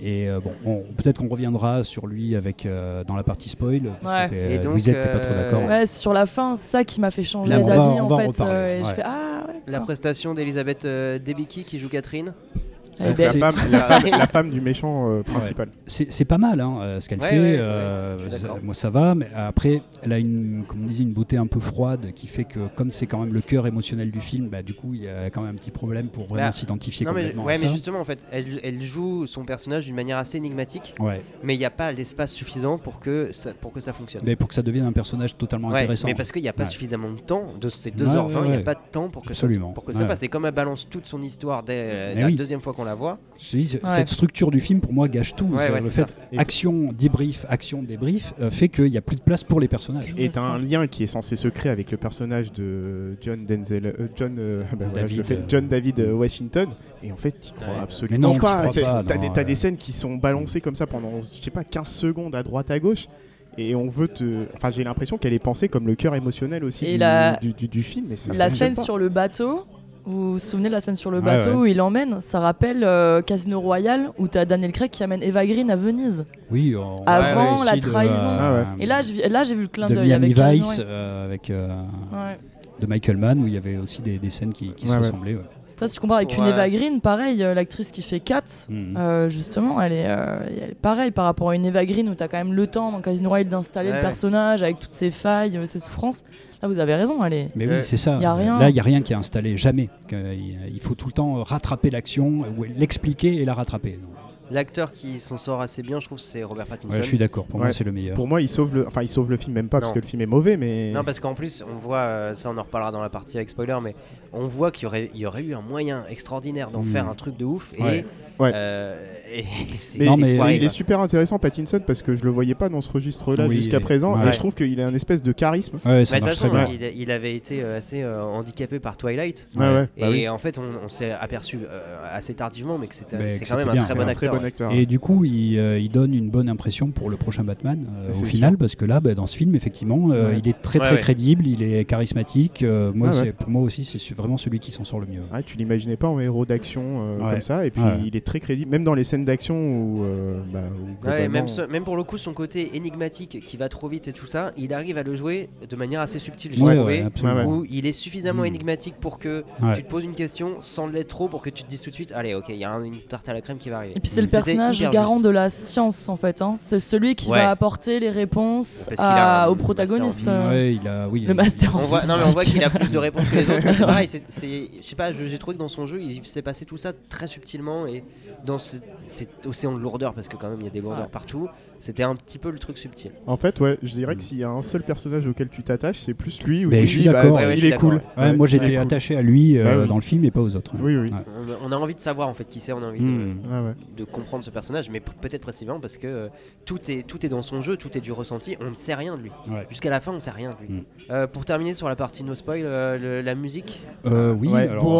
Et euh, bon, on- peut-être qu'on reviendra sur lui avec euh, dans la partie spoil. parce Ouais. que t'es- Et donc, Louisette, t'es pas trop euh, d'accord. Ouais, c'est sur la fin, c'est ça qui m'a fait changer Là, on va- d'avis on en va en fait. reparler, euh, et je ouais. fais ah ouais. La d'accord. prestation d'Elisabeth euh, Debicki qui joue Catherine. Elle est La belle. C'est- femme, la, femme, la femme du méchant euh, principal. C'est c'est pas mal hein, euh, ce qu'elle Ouais, fait. ouais, c'est euh, vrai, je suis ça- d'accord. moi ça va, mais après elle a une, comme on disait, une beauté un peu froide qui fait que comme c'est quand même le cœur émotionnel du film, bah, du coup il y a quand même un petit problème pour vraiment Bah, s'identifier Non mais, complètement ouais, à mais ça. justement en fait, elle, elle joue son personnage d'une manière assez énigmatique, Ouais. mais il n'y a pas l'espace suffisant pour que ça, pour que ça fonctionne. Mais pour que ça devienne un personnage totalement Ouais, intéressant. mais parce qu'il n'y a pas Ouais. suffisamment de temps, de ces deux Ouais, heures vingt, il ouais, n'y a ouais. pas de temps pour que Absolument. ça, pour que ça Ouais. passe. Et comme elle balance toute son histoire dès euh, Mais la oui. deuxième fois qu'on la voit, Je te dis, c- Ouais. cette structure du film pour moi gâche tout. Ouais, C'est ouais, le c'est fait ça. action débrief, action débrief euh, fait qu'il n'y a plus de place pour les personnages. Et Ouais, t'as ça. un lien qui est censé se créer avec le personnage de John Denzel, euh, John, euh, bah voilà, je le David, fais, euh, John David euh, Washington. Et en fait, t'y crois Ouais. absolument Mais non, t'y pas. crois T'as- pas, T'as non, des, t'as ouais. des scènes qui sont balancées comme ça pendant, je sais pas, quinze secondes à droite à gauche. Et on veut te. Enfin, j'ai l'impression qu'elle est pensée comme le cœur émotionnel aussi Et du, la- du, du- du film. Et ça La fonctionne scène pas. sur le bateau, vous vous souvenez de la scène sur le Ouais, bateau ouais. où il emmène, ça rappelle euh, Casino Royale où t'as Daniel Craig qui amène Eva Green à Venise. Oui, on Avant va la essayer de, trahison. Ah ouais. Et là, je, vis- là j'ai vu le clin de d'œil Miami avec Casino Vice Royale. euh, avec euh, Ouais. de Michael Mann où il y avait aussi des, des scènes qui, qui se Ouais, ouais. ressemblaient. ouais. Ça, si tu compares avec Ouais. une Eva Green, pareil, euh, l'actrice qui fait Kat, Mhm. euh, justement, elle est, euh, elle est pareille par rapport à une Eva Green où t'as quand même le temps dans Casino Royale d'installer Ouais, le ouais. personnage avec toutes ses failles, euh, ses souffrances. Là, vous avez raison, elle est. Mais Ouais. oui, c'est ça. Y a rien. Là, il n'y a rien qui est installé, jamais. Que- Il il faut tout le temps rattraper l'action, ou l'expliquer et la rattraper. l'acteur qui s'en sort assez bien, je trouve, c'est Robert Pattinson. Ouais, je suis d'accord, pour Ouais. moi c'est le meilleur. Pour moi, il sauve le, enfin, il sauve le film même pas parce Non. que le film est mauvais, mais. Non, parce qu'en plus, on voit, euh, ça on en reparlera dans la partie avec spoiler, mais on voit qu'il y aurait, il y aurait eu un moyen extraordinaire d'en Mm. faire un truc de ouf. Ouais. Et, Ouais. euh, et c'est Mais Non, c'est mais foiré, il est quoi. super intéressant, Pattinson, parce que je le voyais pas dans ce registre-là Oui, jusqu'à il est- présent, ouais. et je trouve qu'il a un espèce de charisme. Ouais, ça Bah, de marche toute très façon, bien. il, il avait été euh, assez euh, handicapé par Twilight. Ouais, ouais. Et Bah oui. en fait, on, on s'est aperçu euh, assez tardivement, mais que c'était, Mais c'est que quand même c'était un bien. très C'est bon un acteur. très bon ouais. acteur. Et du coup, il, euh, il donne une bonne impression pour le prochain Batman euh, au C'est final, sûr. parce que là, bah, dans ce film, effectivement, euh, Ouais. il est très Ouais, très ouais. crédible, il est charismatique. euh, moi, Ouais, c'est- ouais. pour moi aussi, c'est su- vraiment celui qui s'en sort le mieux. Ouais, tu l'imaginais pas en héros d'action euh, Ouais. comme ça, et puis Ouais. il est très crédible, même dans les scènes d'action où, euh, bah, où Ouais, globalement- même, ce- même pour le coup, son côté énigmatique qui va trop vite et tout ça, il arrive à le jouer de manière assez subtile, j'ai Ouais, trouvé. ouais, absolument. Ouais, ouais. Où il est suffisamment Mm. énigmatique pour que Ouais. tu te poses une question sans l'être trop, pour que tu te dises tout de suite, allez, ok, il y a un- une tarte à la crème qui va arriver. Et puis c'est le C'était personnage hyper garant juste. de la science en fait. Hein. C'est celui qui Ouais. va apporter les réponses Parce qu'il a à- un aux protagonistes. master en euh. Ouais, il a, oui, Le il- master On en voit, non mais on voit physique. qu'il a plus de réponses que les autres. mais C'est pareil, c'est, c'est- je sais pas, je- j'ai trouvé que dans son jeu, il s'est passé tout ça très subtilement et dans ce- cet océan de lourdeur, parce que quand même il y a des lourdeurs Ouais. partout, c'était un petit peu le truc subtil. En fait, ouais, je dirais que s'il y a un seul personnage auquel tu t'attaches, c'est plus lui, où Mais tu je suis dis, bah, d'accord. il Ouais, ouais, je est suis d'accord, cool. ouais. Ouais, moi, il j'étais est cool. attaché à lui euh, Bah oui. dans le film et pas aux autres. Oui, oui. Ouais. On, on a envie de savoir en fait qui c'est, on a envie Mm. de, Ouais, ouais. de comprendre ce personnage, mais p- peut-être précisément parce que euh, tout, est, tout est dans son jeu, tout est du ressenti, on ne sait rien de lui. Ouais. Jusqu'à la fin, on ne sait rien de lui. Mm. Euh, pour terminer sur la partie no spoil, euh, le- la musique, Euh, oui, Ouais. alors,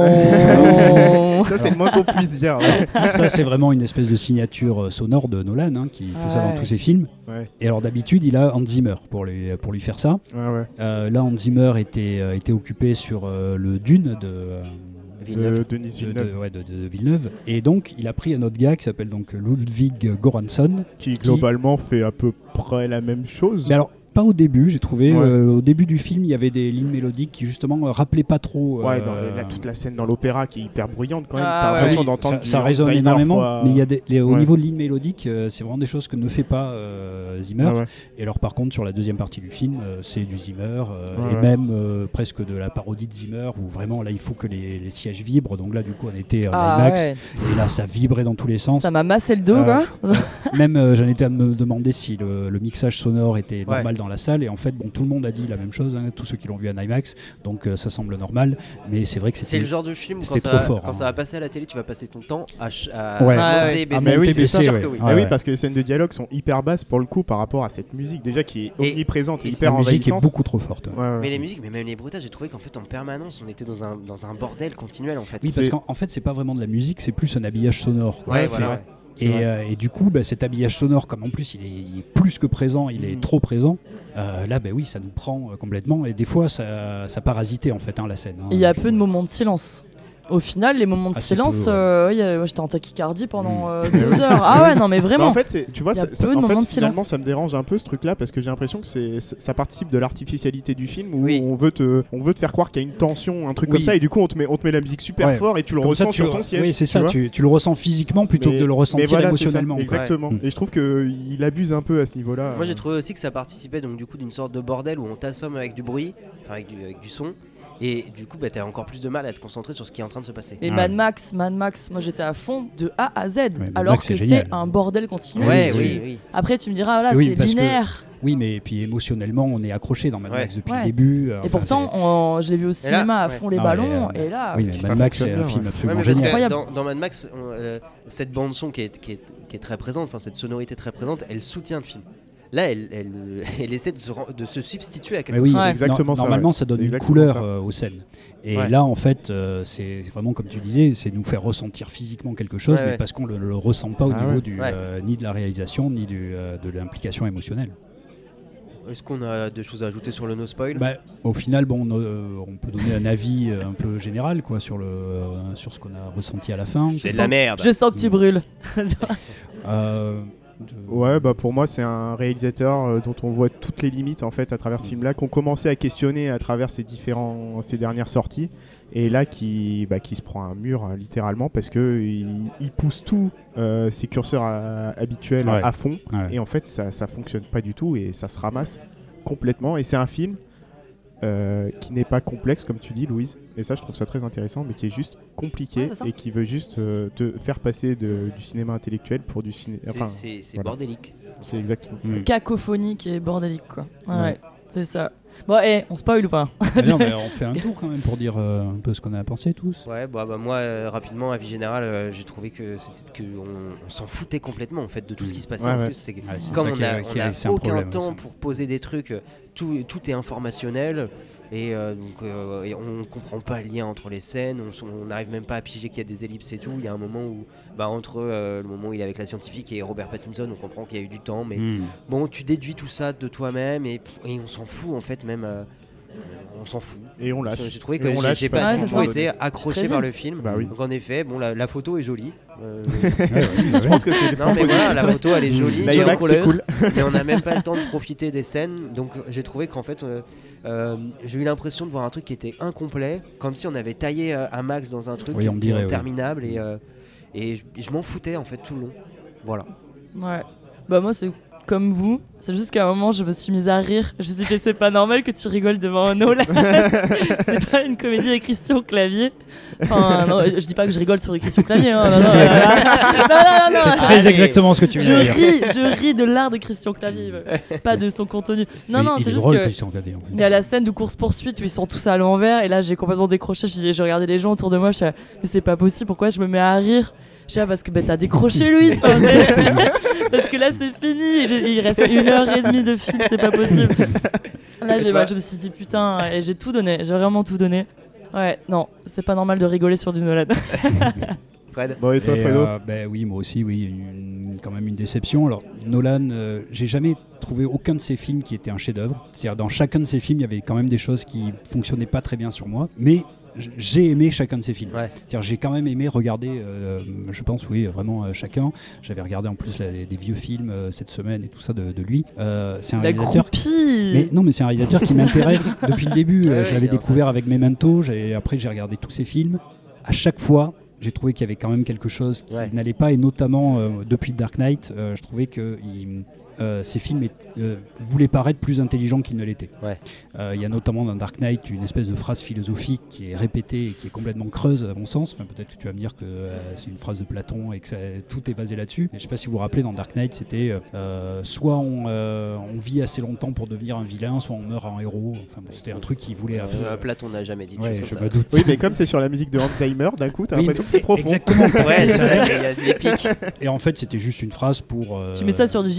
Bon. Ça, c'est le moins qu'on puisse dire. Ouais. euh, ça c'est vraiment une espèce de signature euh, sonore de Nolan hein, qui fait ça dans Ouais. tous ses films. Ouais, Et alors d'habitude, il a Hans Zimmer pour lui, pour lui faire ça. ouais, ouais. Euh, là, Hans Zimmer était, euh, était occupé sur euh, le Dune de, euh, Villeneuve. De Denis de, Villeneuve, de- ouais, de- de Villeneuve. Et donc, il a pris un autre gars qui s'appelle donc Ludwig Göransson. qui globalement fait à peu près la même chose. Mais alors, pas au début, j'ai trouvé. Ouais. euh, au début du film, il y avait des lignes mélodiques qui justement euh, rappelaient pas trop. Ouais, euh, dans le- la- toute la scène dans l'opéra qui est hyper bruyante quand même. Ah, T'as ouais. l'impression oui, d'entendre ça, du ça Hans résonne Zimmer énormément, fois- mais il y a des, les- au Ouais. niveau de lignes mélodiques, euh, c'est vraiment des choses que ne fait pas euh, Zimmer. Ouais, ouais. Et alors par contre sur la deuxième partie du film, euh, c'est du Zimmer euh, Ouais, et ouais. même euh, presque de la parodie de Zimmer où vraiment là il faut que les, les sièges vibrent. Donc là du coup on était en Ah IMAX ouais. et là ça vibrait dans tous les sens. Ça m'a massé le dos, Euh, quoi. Même euh, j'en étais à me demander si le, le mixage sonore était Ouais. normal dans la salle et en fait bon tout le monde a dit la même chose, hein, tous ceux qui l'ont vu en IMAX, donc euh, ça semble normal, mais c'est vrai que C'est c'était le genre de film où quand, c'était ça, trop va- fort, quand hein. ça va passer à la télé, tu vas passer ton temps à, ch- à Ouais. monter, Ah baisser. Ah, mais oui, c'est c'est sûr ça, que ouais. oui. Ouais, Ah oui, ouais. parce que les scènes de dialogue sont hyper basses pour le coup par rapport à cette musique déjà qui est Et- omniprésente et et hyper la musique est envahissante. beaucoup trop forte. Ouais, ouais. Mais les musiques, mais même les bruitages, j'ai trouvé qu'en fait en permanence on était dans un, dans un bordel continuel en fait. Oui, parce C'est- qu'en en fait, c'est pas vraiment de la musique, c'est plus un habillage sonore. quoi. Ouais, Ouais, voilà. c'est ouais. vrai. C'est Et, vrai. euh, et du coup, bah, cet habillage sonore, comme en plus il est, il est plus que présent, il est Mm. trop présent, euh, là, bah, oui, ça nous prend euh, complètement. Et des fois, ça, ça parasitait en fait hein, la scène. hein. Il y a peu de moments de silence. Au final, les moments de Ah, c'est silence, peu, ouais. euh, oui, euh, moi, j'étais en tachycardie pendant Mm. euh, deux heures. Ah ouais, non mais Bah, vraiment. en fait, c'est- tu vois, Il y a ça, ça- peu de en moments fait, de finalement, silence. ça me dérange un peu ce truc-là parce que j'ai l'impression que c'est, c'est- ça participe de l'artificialité du film où Oui. on veut te, on veut te faire croire qu'il y a une tension, un truc Oui. comme ça, et du coup on te met, on te met la musique super Ouais. fort et tu le Comme ressens ça, tu sur le- ton siège. Oui, c'est tu ça, vois. tu, tu le ressens physiquement plutôt Mais- que de le mais ressentir voilà, c'est ça, émotionnellement. quoi. exactement. Ouais. Et je trouve qu'il abuse un peu à ce niveau-là. Moi j'ai trouvé aussi que ça participait donc du coup d'une sorte de bordel où on t'assomme avec du bruit, enfin avec du, avec du son, et du coup bah, t'as encore plus de mal à te concentrer sur ce qui est en train de se passer. Et Ouais. Mad Max, Mad Max, moi j'étais à fond de A à Z, Mad alors Max, que c'est c'est génial. un bordel continu. Ouais, oui, oui, oui. Après tu me diras, là Oui, c'est parce que- linéaire. Oui, mais puis émotionnellement, on est accroché dans Mad Ouais. Max depuis Ouais. le début. euh, Et enfin, pourtant, on- je l'ai vu au cinéma à ouais. fond les Ah, ballons, ouais, et là, c'est- oui, mais ça Mad Max, c'est fonctionne un bien, film ouais. Ouais, absolument mais parce génial. que Incroyable. dans, dans Mad Max, on, euh, cette bande son qui est, qui, est, qui est très présente, enfin cette sonorité très présente, elle soutient le film. Là, elle, elle, elle essaie de se, ren- de se substituer à quelque Mais oui, chose. Ouais. exactement no- ça, Normalement, ouais. ça donne C'est une exactement couleur ça. euh, aux scènes. Et Ouais. là, en fait, euh, c'est vraiment comme tu disais, c'est nous faire ressentir physiquement quelque chose, Ouais, mais ouais. parce qu'on le, le ressent pas au Ah niveau ouais. du, Ouais. euh, ni de la réalisation, ni du, euh, de l'implication émotionnelle. Est-ce qu'on a des choses à ajouter sur le no spoil? Bah, au final, bon, euh, on peut donner un avis euh, un peu général quoi, sur, le, euh, sur ce qu'on a ressenti à la fin. C'est de sens- la merde. je sens que tu brûles. Euh, de- Ouais, bah pour moi c'est un réalisateur euh, dont on voit toutes les limites en fait à travers ce film-là, qu'on commençait à questionner à travers ses différents, ses dernières sorties, et là qui, bah, qui se prend un mur euh, littéralement parce que il, il pousse tous euh, ses curseurs à- habituels Ouais. à fond, Ouais. et en fait ça, ça fonctionne pas du tout et ça se ramasse complètement. Et c'est un film euh, qui n'est pas complexe comme tu dis, Louise, et ça je trouve ça très intéressant, mais qui est juste compliqué Ouais, c'est ça. et qui veut juste euh, te faire passer de- du cinéma intellectuel pour du cinéma. C'est- Enfin, c'est c'est voilà. bordélique. c'est exactement. Mm. Cacophonique et bordélique, quoi. Ouais, Ouais. ouais, c'est ça. Bon, et on spoil ou pas? Ah non, mais on fait un tour quand même pour dire euh, un peu ce qu'on a pensé tous. Ouais, bah, bah moi euh, rapidement, avis général, euh, j'ai trouvé que c'était que on, on s'en foutait complètement en fait de tout ce qui se passait. Ouais, en ouais. plus, c'est que Ouais, c'est comme ça on qui est- a, qui on est- a c'est un aucun problème, temps ça. pour poser des trucs, euh, tout, tout est informationnel. Et euh, donc euh, et on comprend pas le lien entre les scènes, on s- on n'arrive même pas à piger qu'il y a des ellipses et tout. Il y a un moment où, bah, entre euh, le moment où il est avec la scientifique et Robert Pattinson, on comprend qu'il y a eu du temps, mais Mm. bon, tu déduis tout ça de toi-même et, pff, et on s'en fout en fait, même euh, on s'en fout. Et on lâche. J'ai trouvé Et que on j'ai lâche j'ai parce pas Ouais, du c'est tout ça. été accroché Très par zen. le film. Bah oui. Donc en effet, bon, la, la photo est jolie. Euh, Je pense que c'est les non points mais voilà, la positifs. photo elle est jolie. L'IMAX, donc, c'est cool. mais on n'a même pas le temps de profiter des scènes, donc j'ai trouvé qu'en fait euh, euh, j'ai eu l'impression de voir un truc qui était incomplet, comme si on avait taillé euh, un max dans un truc Oui, on qui était dirait, oui. interminable et, euh, et je, je m'en foutais en fait tout le long. Voilà. Ouais. Bah, moi, c'est comme vous. C'est juste qu'à un moment, je me suis mise à rire. Je me suis dit, c'est pas normal que tu rigoles devant un Nolan. C'est pas une comédie avec Christian Clavier. Enfin, non, je dis pas que je rigole sur Christian Clavier. Hein, non, Si, non, c'est- non, non, non, non, C'est non. très allez. exactement ce que tu Je viens de dire. ris, je ris de l'art de Christian Clavier, pas de son contenu. Non, Il- non, il c'est est juste drôle, que Christian Clavier, en plus. il y a la scène de course-poursuite où ils sont tous à l'envers et là j'ai complètement décroché. Je, je regardais les gens autour de moi, je suis là, mais c'est pas possible, pourquoi je me mets à rire? Je sais pas, parce que bah, t'as décroché, Louise. Enfin, c'est- parce que là c'est fini, J'ai- il reste une heure et demie de film, c'est pas possible. Là Et j'ai- toi bah, je me suis dit putain, et j'ai tout donné, j'ai vraiment tout donné. Ouais, non, c'est pas normal de rigoler sur du Nolan. Fred. Bon, et toi, Et, Fredo euh, ben oui, moi aussi, oui, une- quand même une déception. Alors, Nolan, euh, j'ai jamais trouvé aucun de ses films qui était un chef-d'œuvre. C'est-à-dire, dans chacun de ses films, il y avait quand même des choses qui fonctionnaient pas très bien sur moi, mais j- j'ai aimé chacun de ses films. Ouais. C'est-à-dire, j'ai quand même aimé regarder, euh, je pense, oui, vraiment euh, chacun. J'avais regardé en plus là, des, des vieux films euh, cette semaine et tout ça de, de lui. Euh, c'est un La réalisateur. groupie. Mais non, mais c'est un réalisateur qui m'intéresse depuis le début. Ouais, Euh, ouais, je il l'avais est découvert avec Memento. j'ai- Après, j'ai regardé tous ses films. À chaque fois, j'ai trouvé qu'il y avait quand même quelque chose qui Ouais. n'allait pas. Et notamment, euh, depuis Dark Knight, euh, je trouvais que il- euh, ces films est- euh, voulaient paraître plus intelligents qu'ils ne l'étaient. Ouais. Euh, Il y a notamment dans Dark Knight une espèce de phrase philosophique qui est répétée et qui est complètement creuse à mon sens. Enfin, peut-être que tu vas me dire que euh, c'est une phrase de Platon et que ça- tout est basé là-dessus. Mais je ne sais pas si vous vous rappelez, dans Dark Knight, c'était euh, soit on, euh, on vit assez longtemps pour devenir un vilain, soit on meurt en héros. Enfin, bon, c'était un truc qui voulait un peu... Euh, Platon n'a jamais dit de Ouais, choses je comme me ça. doute. Oui, mais comme c'est sur la musique de Alzheimer, d'un coup, t'as Oui, l'impression mais- que c'est profond. Exactement. Ouais, c'est vrai, il y a de l'épique. Et en fait, c'était juste une phrase pour. euh, Tu mets ça sur du Gilbert Montagnier,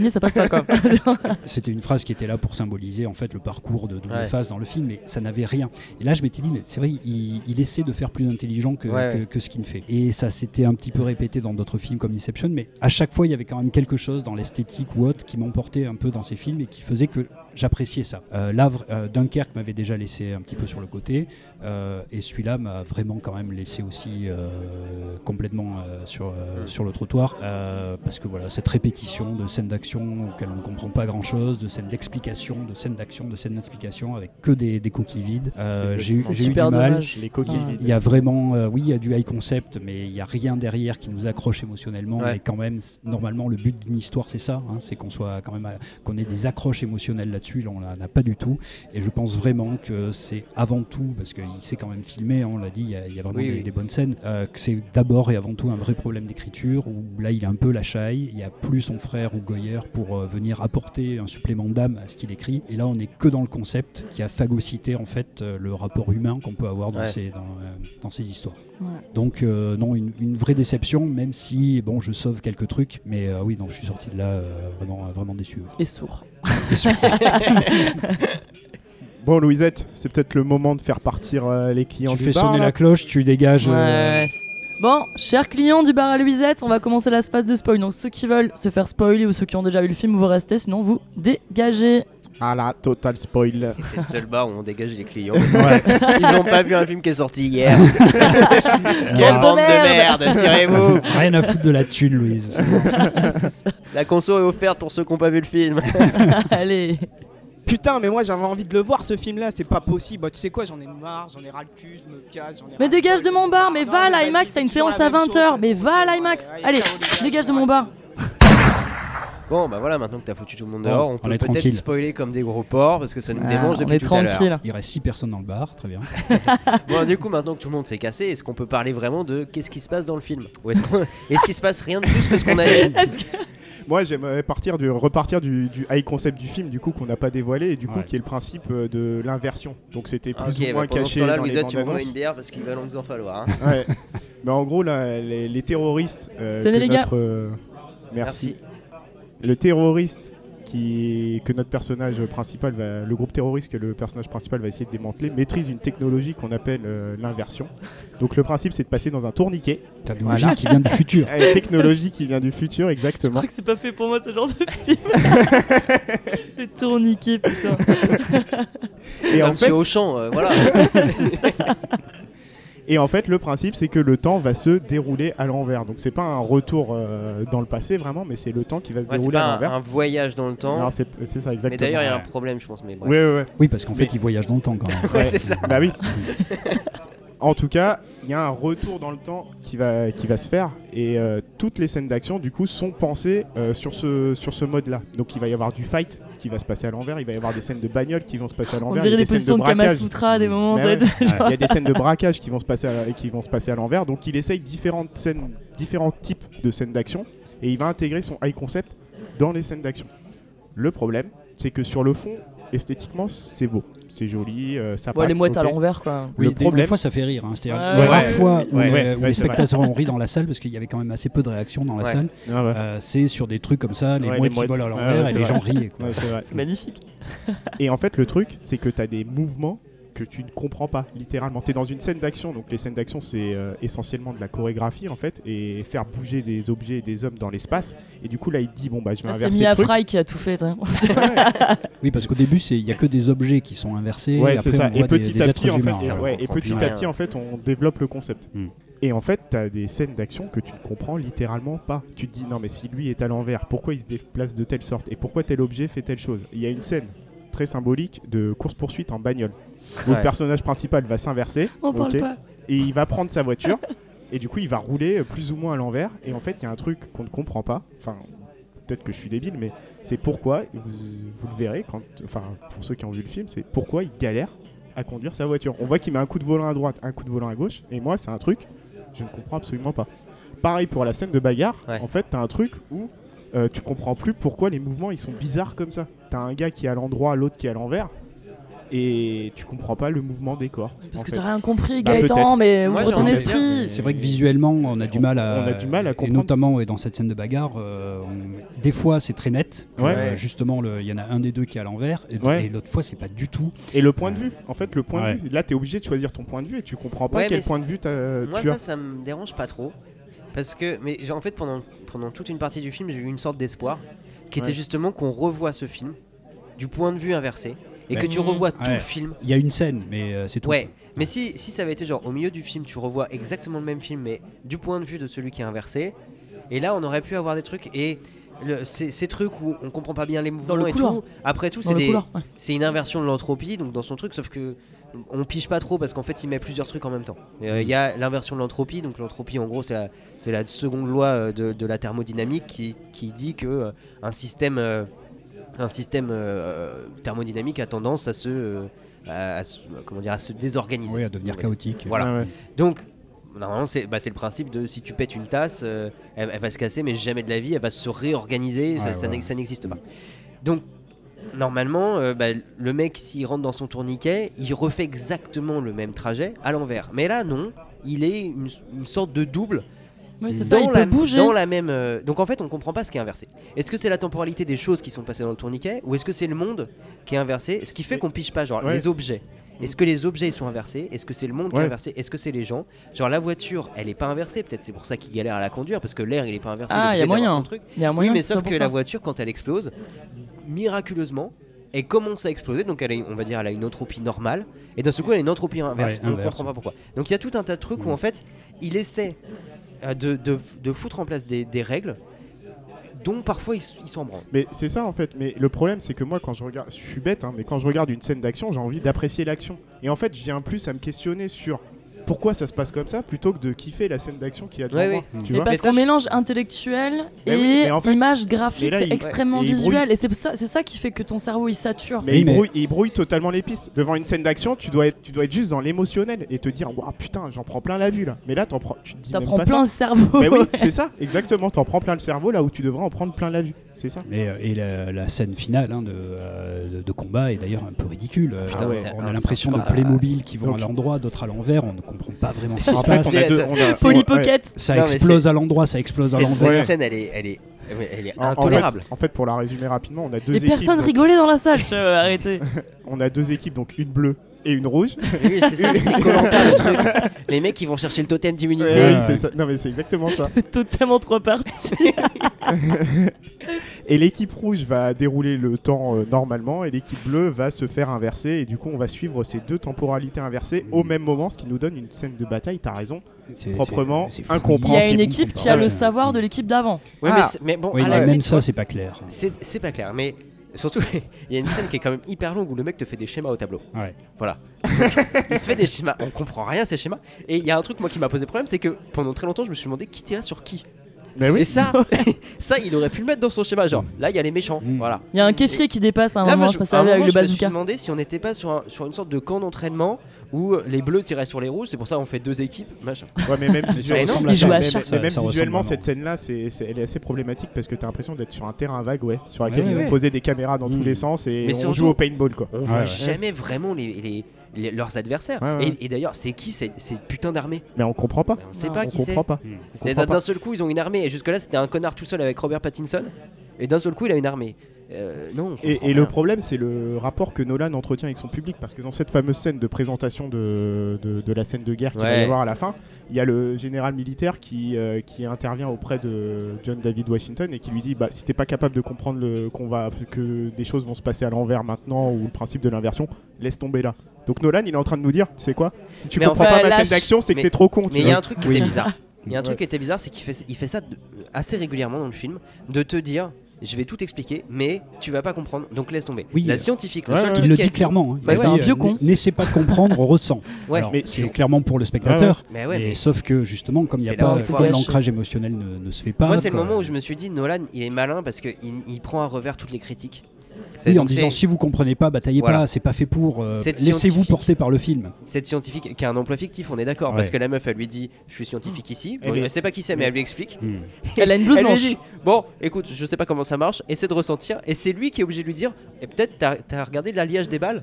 gagner, ça passe pas quoi. C'était une phrase qui était là pour symboliser en fait le parcours de Double Ouais. Face dans le film, mais ça n'avait rien. Et là, je m'étais dit, mais c'est vrai, il, il essaie de faire plus intelligent que, Ouais. que, que ce qu'il fait. Et ça s'était un petit peu répété dans d'autres films comme Inception, mais à chaque fois, il y avait quand même quelque chose dans l'esthétique ou autre qui m'emportait un peu dans ces films et qui faisait que j'appréciais ça. Euh, là, euh, Dunkerque m'avait déjà laissé un petit peu sur le côté, euh, et celui-là m'a vraiment quand même laissé aussi euh, complètement euh, sur, euh, sur le trottoir, euh, parce que voilà, cette répétition de scènes d'action auxquelles on ne comprend pas grand-chose, de scènes d'explication, de scènes d'action, de scènes d'explication, avec que des, des coquilles vides. Euh, C'est j'ai eu, c'est j'ai eu du super mal. dommage. Les coquilles Ah. vides. Il y a vraiment, euh, oui, il y a du high concept, mais il n'y a rien derrière qui nous accroche émotionnellement. Ouais. Et quand même, c- normalement, le but d'une histoire, c'est ça, hein, c'est qu'on soit quand même, à- qu'on ait des accroches émotionnelles là-dessus. Là, on n'en a pas du tout. Et je pense vraiment que c'est avant tout, parce qu'il s'est quand même filmé, hein, on l'a dit, il y, a- il y a vraiment Oui, des, oui. des bonnes scènes, euh, que c'est d'abord et avant tout un vrai problème d'écriture, où là, il est un peu la chaille. Il n'y a plus son frère ou Goyer pour euh, venir apporter un supplément d'âme à ce qu'il écrit. Et là, on n'est que dans le concept qui a phagocyté en fait euh, le rapport humain qu'on peut avoir dans, Ouais. ces, dans, euh, dans ces histoires. Ouais. Donc euh, non, une, une vraie déception, même si bon, je sauve quelques trucs, mais euh, oui, non, je suis sorti de là euh, vraiment, vraiment déçu. ouais. Et sourd. Bon, Louisette, c'est peut-être le moment de faire partir euh, les clients Tu du fais bar. sonner là. la cloche, tu dégages. Ouais, euh, ouais. Bon, chers clients du bar à Louisette, on va commencer la phase de spoil. Donc ceux qui veulent se faire spoiler ou ceux qui ont déjà vu le film, vous restez, sinon vous dégagez. Ah là, total spoil. C'est le seul bar où on dégage les clients. Ils n'ont pas vu un film qui est sorti hier. Quelle de bande de merde. merde, tirez-vous. Rien à foutre de la thune, Louise. La conso est offerte pour ceux qui n'ont pas vu le film. Allez. Putain, mais moi j'avais envie de le voir ce film là, c'est pas possible. Bah, tu sais quoi, j'en ai marre, j'en ai ras le cul, je me casse. j'en ai Mais ras le dégage cul. de mon bar, mais Non, va à mais l'IMAX, vas-y, t'as une c'est toujours séance la à même vingt heures, chose, mais vas-y, va à ouais, l'IMAX. ouais, Allez, ciao, les gars, dégage de j'en ai mon ras bar. le cul. Bon, bah voilà, maintenant que t'as foutu tout le monde Bon, dehors, on on peut est peut-être tranquille. spoiler comme des gros porcs parce que ça nous Ah, démange on depuis est tout à l'heure. tranquille. Il reste six personnes dans le bar, très bien. Bon, du coup, maintenant que tout le monde s'est cassé, est-ce qu'on peut parler vraiment de qu'est-ce qui se passe dans le film? Ou est-ce qu'on- est-ce qu'il se passe rien de plus que ce qu'on a dit? Est-ce que- Moi, j'aimerais partir du, repartir du, du high concept du film, du coup, qu'on n'a pas dévoilé, et du coup, Ouais. qui est le principe euh, de l'inversion. Donc, c'était plus Ok, ou bah moins pendant ce caché temps-là, dans les Louisa, bandes tu me prends annonces. une bière parce qu'il va nous en falloir. hein. Ouais. Mais en gros, là, les, les terroristes. euh, Tenez, que les gars. notre, euh, merci. Le terroriste qui, que notre personnage principal, va, le groupe terroriste que le personnage principal va essayer de démanteler, maîtrise une technologie qu'on appelle euh, l'inversion. Donc le principe, c'est de passer dans un tourniquet. Technologie Voilà. qui vient du futur. Une technologie qui vient du futur, Je exactement. crois que c'est pas fait pour moi ce genre de film. Le tourniquet, putain. Et Comme en chez fait, Auchan, euh, voilà. Et en fait, le principe, c'est que le temps va se dérouler à l'envers. Donc, c'est pas un retour euh, dans le passé vraiment, mais c'est le temps qui va se Ouais, c'est dérouler à pas un, l'envers. un voyage dans le temps. Non, c'est c'est ça, Mais exactement. d'ailleurs, il y a un Ouais. problème, je pense. Mais bref. Ouais, ouais, ouais. Oui, parce qu'en fait, Mais- il voyage dans le temps quand même. Ouais, c'est ça. Bah oui. En tout cas, il y a un retour dans le temps qui va, qui va se faire. Et euh, toutes les scènes d'action, du coup, sont pensées euh, sur ce, sur ce mode-là. Donc, il va y avoir du fight qui va se passer à l'envers. Il va y avoir des scènes de bagnole qui vont se passer à On l'envers. dirait il y a des scènes positions de braquage. Kamasutra à des moments. Mais ça va ouais. être- Il y a des scènes de braquage qui vont se passer à, qui vont se passer à l'envers. Donc il essaye différentes scènes, différents types de scènes d'action et il va intégrer son high concept dans les scènes d'action. Le problème, c'est que sur le fond, esthétiquement, c'est beau, c'est joli, euh, ça Ouais, passe. les mouettes à ok. l'envers, quoi. Oui, Le des, problème- des fois ça fait rire. Hein. C'est-à-dire Ouais, les ouais, rares ouais, fois où, ouais, euh, ouais, où ouais, les c'est vrai. spectateurs ont ri dans la salle parce qu'il y avait quand même assez peu de réactions dans la Ouais. salle. Ah ouais. Euh, c'est sur des trucs comme ça, les Ouais, les mouettes qui mouettes. volent à Ouais, l'envers ouais, et c'est les vrai. gens riaient. Quoi. Ouais, c'est vrai. C'est magnifique. Et en fait, le truc, c'est que tu as des mouvements que tu ne comprends pas, littéralement. Tu es dans une scène d'action, donc les scènes d'action, c'est euh, essentiellement de la chorégraphie, en fait, et faire bouger des objets et des hommes dans l'espace. Et du coup, là, il te dit, bon, bah, je vais Là, c'est inverser Mia le truc. Fry qui a tout fait. hein. Ouais, Oui, parce qu'au début, c'est- il n'y a que des objets qui sont inversés. Ouais, et c'est après, ça. on Et voit des- petit des à êtres petit, en humains, fait, et, hein. ouais, et comprend petit plus à rien. petit, en fait, on développe le concept. Hmm. Et en fait, tu as des scènes d'action que tu ne comprends littéralement pas. Tu te dis, non, mais si lui est à l'envers, pourquoi il se déplace de telle sorte? Et pourquoi tel objet fait telle chose? Il y a une scène très symbolique de course-poursuite en bagnole. Où Ouais. le personnage principal va s'inverser. On parle ok, pas. et il va prendre sa voiture. Et du coup, il va rouler euh, plus ou moins à l'envers. Et en fait, il y a un truc qu'on ne comprend pas. Enfin, peut-être que je suis débile, mais c'est pourquoi, et vous, vous le verrez, quand, enfin, pour ceux qui ont vu le film, c'est pourquoi il galère à conduire sa voiture. On voit qu'il met un coup de volant à droite, un coup de volant à gauche. Et moi, c'est un truc, je ne comprends absolument pas. Pareil pour la scène de bagarre. Ouais. En fait, tu as un truc où euh, tu comprends plus pourquoi les mouvements ils sont bizarres comme ça. Tu as un gars qui est à l'endroit, l'autre qui est à l'envers. et tu comprends pas le mouvement des corps. Parce en que fait. t'as rien compris, Bah, Gaëtan, peut-être. mais Moi, ouvre j'ai ton envie de esprit. dire, C'est vrai que visuellement, on a du mal à, on a du mal à et comprendre. notamment ouais, dans cette scène de bagarre, euh, on- des fois c'est très net. que, Ouais. euh, justement, le- il y en a un des deux qui est à l'envers, et, Ouais. et l'autre fois c'est pas du tout. Et le point de vue, en fait, le point Ouais. de vue. Là, t'es obligé de choisir ton point de vue et tu comprends pas Ouais, quel mais point c'est- de vue t'as- Moi, tu ça, as. ça me dérange pas trop. Parce que, mais j'ai- en fait, pendant, pendant toute une partie du film, j'ai eu une sorte d'espoir qui Ouais. était justement qu'on revoie ce film du point de vue inversé et que Ouais. tu revois tout Ouais. le film. Il y a une scène, mais euh, c'est tout. Ouais, mais si, si ça avait été genre au milieu du film, tu revois exactement le même film, mais du point de vue de celui qui est inversé, et là on aurait pu avoir des trucs et. Le, ces, ces trucs où on comprend pas bien les mouvements le et couloir. tout. Après tout, Dans c'est le des, couloir, ouais. c'est une inversion de l'entropie, donc dans son truc, sauf que on pige pas trop parce qu'en fait il met plusieurs trucs en même temps. Euh, Il y a l'inversion de l'entropie, donc l'entropie en gros c'est la, c'est la seconde loi euh, de, de la thermodynamique qui, qui dit que euh, un système, euh, un système euh, thermodynamique a tendance à se, euh, à, à se- comment dire, à se désorganiser. Oui, à devenir Ouais. chaotique. Voilà. Ouais, ouais. Donc normalement c'est, bah, c'est le principe de si tu pètes une tasse, euh, elle, elle va se casser, mais jamais de la vie elle va se réorganiser, ça, Ouais, ça ouais. n'ex- ça n'existe pas. Donc normalement, euh, bah, le mec, s'il rentre dans son tourniquet, il refait exactement le même trajet à l'envers. Mais là, non, il est une, une sorte de double. Oui, c'est ça, dans il la, peut bouger. dans la même. euh, Donc en fait, on comprend pas ce qui est inversé. Est-ce que c'est la temporalité des choses qui sont passées dans le tourniquet, ou est-ce que c'est le monde qui est inversé, ce qui fait Mais- qu'on pige pas, genre Ouais. les objets. Est-ce que les objets ils sont inversés? Est-ce que c'est le monde qui Ouais. est inversé? Est-ce que c'est les gens? Genre la voiture, elle est pas inversée. Peut-être c'est pour ça qu'il galère à la conduire, parce que l'air il est pas inversé. Ah, il est y a obligé d'avoir moyen. son truc. Il y a un Oui, moyen mais que ce soit sauf pour que ça. la voiture, quand elle explose, miraculeusement, elle commence à exploser. Donc elle a, on va dire, elle a une entropie normale. Et d'un seul coup, elle a une entropie inverse. Ouais, on ne inverse. comprend pas pourquoi. Donc il y a tout un tas de trucs où en fait, il essaie euh, de, de, de foutre en place des, des règles dont parfois ils s- ils s'en branlent. Mais c'est ça en fait. Mais le problème, c'est que moi, quand je regarde, je suis bête, hein, mais quand je regarde une scène d'action, j'ai envie d'apprécier l'action. Et en fait, je viens plus à me questionner sur pourquoi ça se passe comme ça, plutôt que de kiffer la scène d'action qu'il y a devant Ouais, moi. oui. Tu Et vois parce Mais ça, qu'on je- mélange intellectuel Mais et oui, mais en fait- image graphique, mais là, c'est il- extrêmement et il visuel. Et c'est ça, c'est ça qui fait que ton cerveau il sature. Mais, Oui, il, mais- Brouille, il brouille totalement les pistes. Devant une scène d'action, tu dois être, tu dois être juste dans l'émotionnel et te dire, waouh putain, j'en prends plein la vue là. Mais là, t'en prends, tu te dis même T'apprends pas plein le ça. cerveau. Mais oui, ouais. c'est ça, exactement. T'en prends plein le cerveau là où tu devrais en prendre plein la vue. C'est ça. Mais, euh, et la, la scène finale hein, de, euh, de, de combat est d'ailleurs un peu ridicule. Euh, Putain, on- c'est on un- a l'impression c'est de un- Playmobil qui vont Donc- à l'endroit, d'autres à l'envers. On ne comprend pas vraiment ce qui En se fait, passe. on a deux. On a, Polly ouais. Pocket. Ça Non, mais explose c'est- à l'endroit, ça explose à Cette, l'endroit. cette scène, elle est, elle est, elle est En- en intolérable. fait, en fait, pour la résumer rapidement, on a deux Et équipes. personne donc- rigolait dans la salle. Je- euh, Arrêtez. On a deux équipes, donc une bleue et une rouge. Oui, c'est ça, c'est Koh-Lanta, le truc. Les mecs qui vont chercher le totem d'immunité. Ouais, ouais. c'est ça. Non mais c'est exactement ça. Totalement trois parties. Et l'équipe rouge va dérouler le temps euh, normalement et l'équipe bleue va se faire inverser et du coup on va suivre ces deux temporalités inversées au même moment, ce qui nous donne une scène de bataille, t'as raison, C'est- proprement c'est- c'est Il y a incompréhensible. une équipe qui a le savoir de l'équipe d'avant. Ouais, Ah. mais, c'est- mais bon, Oui, à la mais limite, même tu ça, vois, c'est pas clair. c'est c'est pas clair. Mais surtout, il y a une scène qui est quand même hyper longue où le mec te fait des schémas au tableau. Ouais. Voilà. Il te fait des schémas, on comprend rien ces schémas. Et il y a un truc moi qui m'a posé problème, c'est que pendant très longtemps je me suis demandé qui tirait sur qui. Mais oui. Et ça, ça il aurait pu le mettre dans son schéma. Genre là il y a les méchants, Mm. voilà. Il y a un keffier qui dépasse à un Là, moment, moi, je passe à un avec moment, le je me suis bazooka. demandé si on n'était pas sur, un- sur une sorte de camp d'entraînement où les bleus tiraient sur les rouges. C'est pour ça qu'on fait deux équipes, machin. Ouais, mais même Ça visuellement, ressemble à ça. mais- Ils jouent à mais- chat. mais Ça- même ça ressemble visuellement vraiment. cette scène là c'est, c'est- elle est assez problématique parce que t'as l'impression d'être sur un terrain vague ouais, sur lequel Ouais, ils ouais. ont posé des caméras dans tous Mm. les sens et Mais on surtout- joue au paintball quoi. On Ouais, voit ouais. jamais vraiment les, les- les- leurs adversaires. Ouais, ouais. Et, et d'ailleurs c'est qui ces ces putains d'armées? Mais on comprend pas. On sait Non. pas On qui c'est. comprend pas. Mm. C'est comprend d'un pas. seul coup ils ont une armée et jusque là c'était un connard tout seul avec Robert Pattinson et d'un seul coup il a une armée. Euh, non. on Et, comprend et le rien. problème, c'est le rapport que Nolan entretient avec son public, parce que dans cette fameuse scène de présentation de, de, de la scène de guerre qu'il va Ouais. y avoir à la fin, il y a le général militaire qui, euh, qui intervient auprès de John David Washington et qui lui dit bah, si t'es pas capable de comprendre le, qu'on va, que des choses vont se passer à l'envers maintenant ou le principe de l'inversion, laisse tomber là. Donc Nolan, il est en train de nous dire c'est quoi? Si tu Mais en comprends fait, pas ma lâche. scène d'action, c'est que Mais- t'es trop con. tu Mais il y a vois. un truc qui Oui. était bizarre. Il y a un truc Ouais. qui était bizarre, c'est qu'il fait, il fait ça de- assez régulièrement dans le film, de te dire, je vais tout expliquer, mais tu vas pas comprendre, donc laisse tomber. Oui, la euh, scientifique, le ouais, seul ouais. truc Il le qui a dit clairement. hein. Bah, Il c'est dit, un euh, vieux con. N'essaie pas de comprendre, ressens. Ouais, Alors, mais- c'est clairement pour le spectateur. mais ouais, Et mais sauf que justement, comme il y a C'est là pas, où c'est comme gâché. l'ancrage émotionnel ne, ne se fait pas. moi c'est le quoi. moment où je me suis dit, Nolan, il est malin parce qu'il il prend à revers toutes les critiques. C'est- Oui, en donc disant c'est- si vous comprenez pas, bataillez Voilà. pas, c'est pas fait pour. euh, Cette Laissez-vous scientifique- porter par le film. Cette scientifique qui a un emploi fictif, on est d'accord, Ouais. parce que la meuf elle lui dit, je suis scientifique ici, Eh bon, bien- elle sait pas qui c'est, mais elle lui explique. Hmm. Elle a une blouse Elle lui blanche. dit, bon, écoute, je sais pas comment ça marche, essaie de ressentir, et c'est lui qui est obligé de lui dire, et peut-être t'as as regardé l'alliage des balles.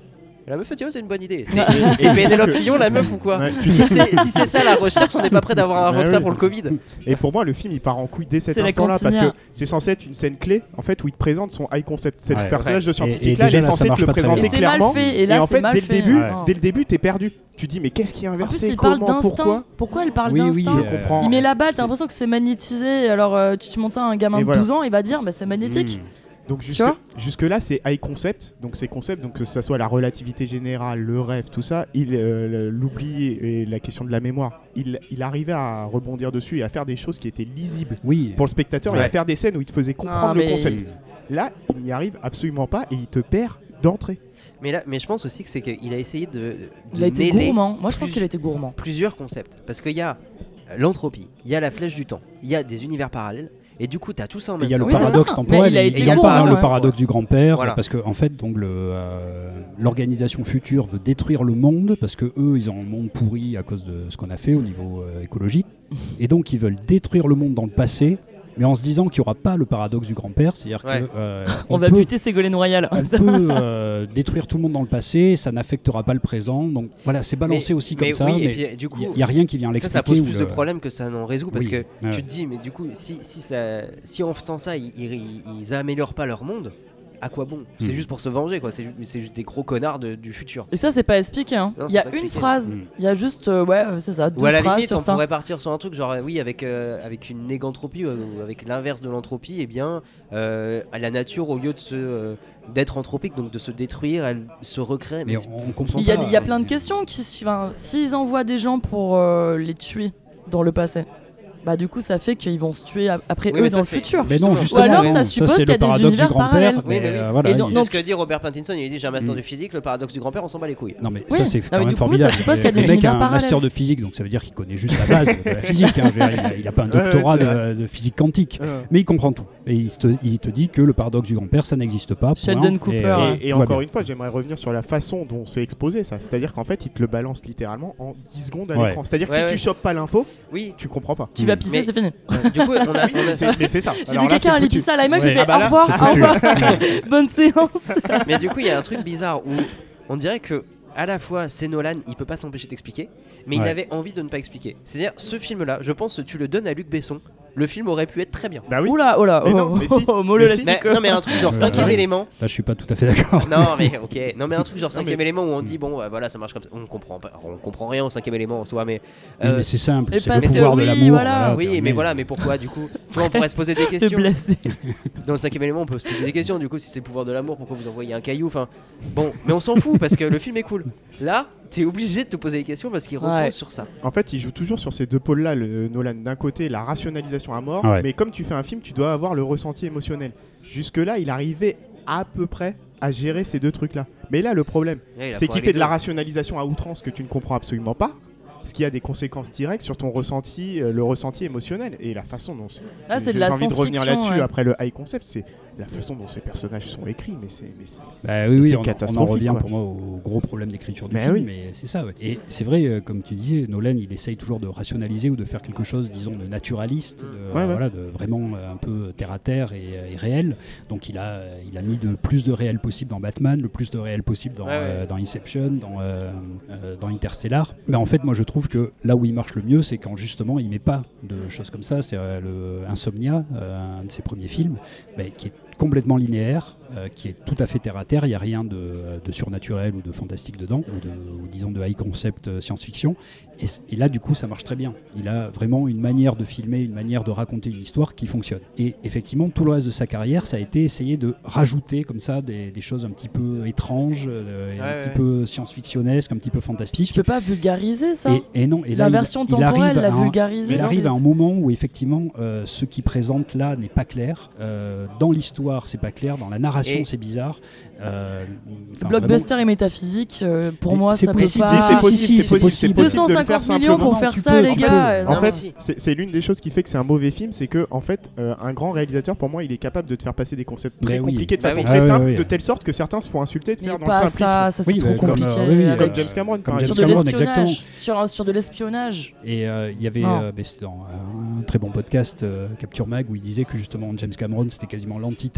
Et la meuf dit oh, c'est une bonne idée. Et- C'est et- Pénélope Fillon la meuf ou quoi? Ouais, tu Si c'est si c'est ça la recherche, on n'est pas prêt d'avoir un Ouais, vaccin oui. pour le Covid. Et pour moi, le film il part en couille dès cet C'est la instant-là parce cantinia. que c'est censé être une scène clé en fait où il te présente son high concept. C'est Ouais, le personnage de Et- et scientifique là, il déjà, est là, ça censé te marche le pas très présenter Et bien. c'est mal clairement. fait. Et là, en c'est fait, mal dès le fait. début, Ouais. dès le début, t'es perdu. Tu dis mais qu'est-ce qui est En plus, inversé? il parle Comment? d'instinct. Pourquoi? Pourquoi il parle Oui, oui, d'instinct Je comprends. Il met la balle, C'est- t'as l'impression que c'est magnétisé. Alors euh, tu tu montes ça à un gamin Et de voilà. douze ans, il va dire bah, c'est magnétique. Donc Tu jusque, vois jusque là c'est high concept, donc c'est concept, donc que ce soit la relativité générale, le rêve, tout ça, il euh, l'oubli et la question de la mémoire, il, il arrivait à rebondir dessus et à faire des choses qui étaient lisibles Oui. pour le spectateur et Ouais. à faire des scènes où il te faisait comprendre Non, le mais- concept. Là, il n'y arrive absolument pas et il te perd d'entrée. Mais là, mais je pense aussi que c'est qu'il a essayé de, de Il a été mêler gourmand. Moi, je pense plus- qu'il a été gourmand. plusieurs concepts. Parce qu'il y a euh, l'entropie, il y a la flèche du temps, il y a des univers parallèles, et du coup, tu as tout ça en Et même il y a temps. le Oui, c'est paradoxe ça. temporel, Mais il a et été il y a le, gourmand, par- ouais. le paradoxe du grand-père, Voilà. parce que en fait, donc le, euh, l'organisation future veut détruire le monde parce que eux, ils ont un monde pourri à cause de ce qu'on a fait au niveau euh, écologique, et donc ils veulent détruire le monde dans le passé, mais en se disant qu'il n'y aura pas le paradoxe du grand-père, c'est-à-dire Ouais. que euh, On, va peut, buter Ségolène Royal. on peut euh, détruire tout le monde dans le passé, ça n'affectera pas le présent, donc voilà, c'est balancé Mais- aussi comme mais ça, oui, et mais puis, du coup, il n'y a rien qui vient ça, l'expliquer. ça pose ou plus le- de problèmes que ça n'en résout parce Oui, que ouais. tu te dis, mais du coup, si, si, ça, si en faisant ça, ils, ils, ils améliorent pas leur monde, à quoi bon? C'est Mm. juste pour se venger, quoi. C'est ju- c'est juste des gros connards de- du futur. Et ça, c'est pas expliqué. Hein. Non, Il y a c'est pas une expliqué. phrase. Mm. Il y a juste, euh, ouais, c'est ça, deux Ou à la phrases limite, sur on ça. pourrait partir sur un truc genre, euh, oui, avec, euh, avec une négantropie ou ou avec l'inverse de l'entropie, et bien, euh, la nature, au lieu de se, euh, d'être anthropique, donc de se détruire, elle se recrée. Mais Mais c'est- on, on comprend Il y a, pas, il y a mais- plein de questions qui, se- enfin, s'ils envoient des gens pour euh, les tuer dans le passé, bah du coup ça fait qu'ils vont se tuer ap- après Oui, eux mais dans ça, le c'est- futur. Mais non, Ou justement, alors, non, ça suppose c'est qu'il y a le des paradoxe du univers grand-père, parallèles. mais Oui, bah oui. euh, voilà, Et donc- il- c'est ce que dit Robert Pattinson, il dit j'ai un master Mm. de physique, le paradoxe du grand-père, on s'en bat les couilles. Non mais Oui. ça c'est Non, quand mais même du coup, formidable. ça suppose qu'il y a Le des mec a univers un master parallèles. de physique, donc ça veut dire qu'il connaît juste la base de la physique. hein. Je veux dire, il, a, il a pas un Ouais, doctorat c'est de, vrai. de physique quantique, Euh, mais il comprend tout. Et il te, il te dit que le paradoxe du grand-père, ça n'existe pas. point. Sheldon Et, Cooper, euh, ouais. Et, et tout va encore bien. une fois, j'aimerais revenir sur la façon dont c'est exposé ça. C'est-à-dire qu'en fait, il te le balance littéralement en dix secondes à Ouais. l'écran. C'est-à-dire que Ouais, si ouais. tu chopes pas l'info, Oui, tu comprends pas. Tu vas Mm. pisser, Mais- c'est fini. euh, du coup, on a, on a- Mais c'est- mais c'est ça. J'ai Alors vu là, quelqu'un c'est aller foutu. pisser à l'IMAX, j'ai Ouais. fait Ah bah au là, revoir, c'est au foutu. revoir, bonne séance. mais du coup, il y a un truc bizarre où on dirait que à la fois c'est Nolan, il peut pas s'empêcher d'expliquer, mais il Ouais. avait envie de ne pas expliquer. C'est-à-dire, ce film-là, je pense que tu le donnes à Luc Besson, le film aurait pu être très bien. Bah oui. Oula, oula, Mais oh, non, mais oh, si. oh, mollo Mais si. élastique. Mais- non, mais un truc genre Ouais, cinquième ouais. élément. Là, je suis pas tout à fait d'accord. Non, mais ok. Non, mais un truc genre Non, cinquième mais- élément où on dit bon, bah, voilà, ça marche comme ça. On comprend pas, on comprend rien au cinquième élément en soi, mais. Oui, euh, mais c'est simple, et c'est parce le que pouvoir de oui, l'amour. voilà. oui, terminé. mais voilà, mais pourquoi du coup Toi, on pourrait se poser des T'es questions. blessé. Dans le cinquième élément, on peut se poser des questions. Du coup, si c'est le pouvoir de l'amour, pourquoi vous envoyez un caillou? Enfin, bon, mais on s'en fout parce que le film est cool. Là, t'es obligé de te poser des questions parce qu'il repose Ouais. sur ça. En fait, il joue toujours sur ces deux pôles-là, le Nolan. D'un côté, la rationalisation à mort, Ouais. mais comme tu fais un film, tu dois avoir le ressenti émotionnel. Jusque-là, il arrivait à peu près à gérer ces deux trucs-là. Mais là, le problème, Ouais, il a c'est foiré qu'il les fait de la deux. rationalisation à outrance que tu ne comprends absolument pas, ce qui a des conséquences directes sur ton ressenti, euh, le ressenti émotionnel et la façon dont c'est. Là, c'est de j'ai la envie de revenir science-fiction. là-dessus ouais. après le high concept, c'est la façon dont ces personnages sont écrits, mais c'est. Mais c'est... Bah oui, oui, C'est on, on en catastrophique, revient quoi. pour moi au gros problème d'écriture du Mais film, oui. mais c'est ça. Ouais. Et c'est vrai, euh, comme tu disais, Nolan, il essaye toujours de rationaliser ou de faire quelque chose, disons, de naturaliste, de, Ouais, euh, ouais. voilà, de vraiment euh, un peu terre à terre et, euh, et réel. Donc il a, euh, il a mis de plus de réel possible dans Batman, le plus de réel possible dans, Ouais, ouais. euh, dans Inception, dans, euh, euh, dans Interstellar. Mais en fait, moi, je trouve que là où il marche le mieux, c'est quand justement il met pas de choses comme ça. C'est euh, le Insomnia, euh, un de ses premiers films, bah, qui est complètement linéaire, euh, qui est tout à fait terre à terre. Il n'y a rien de, de surnaturel ou de fantastique dedans, ou, de, ou disons de high concept euh, science-fiction. Et, c- et là, du coup, ça marche très bien. Il a vraiment une manière de filmer, une manière de raconter une histoire qui fonctionne. Et effectivement, tout le reste de sa carrière, ça a été essayer de rajouter comme ça des, des choses un petit peu étranges, euh, et Ouais, un ouais. petit peu science-fictionnesques, un petit peu Tu fantastiques. peux pas vulgariser ça. Et, et non, et La là, il- version il arrive temporelle, la à un- vulgariser. il arrive c'est- à un moment où effectivement euh, ce qui présente là n'est pas clair. Euh, dans l'histoire, c'est pas clair. Dans la narration, Et- c'est bizarre. Euh, enfin, Blockbuster et métaphysique, euh, pour Mais moi, c'est ça possible, peut Si, pas. c'est possible, si, c'est c'est possible, possible. c'est possible de le faire deux cent cinquante millions simplement. pour faire tu ça, peux, les tu gars. peux. euh, En Non, fait, mais si. c'est c'est l'une des choses qui fait que c'est un mauvais film, c'est que en fait, euh, un grand réalisateur, pour moi, il est capable de te faire passer des concepts très Mais oui. compliqués de Bah façon oui. très Ah, simple, oui, oui. de telle sorte que certains se font insulter de mais faire dans le pas simplisme. ça, ça c'est Oui, trop bah, comme, compliqué. euh, oui, oui, avec- Comme Euh, James Cameron, comme par James sur exemple. de Cameron, l'espionnage, exactement. sur, sur de l'espionnage. Et euh, il y avait, Non. euh, ben, c'était dans un très bon podcast, euh, Capture Mag, où il disait que justement James Cameron c'était quasiment l'antithèse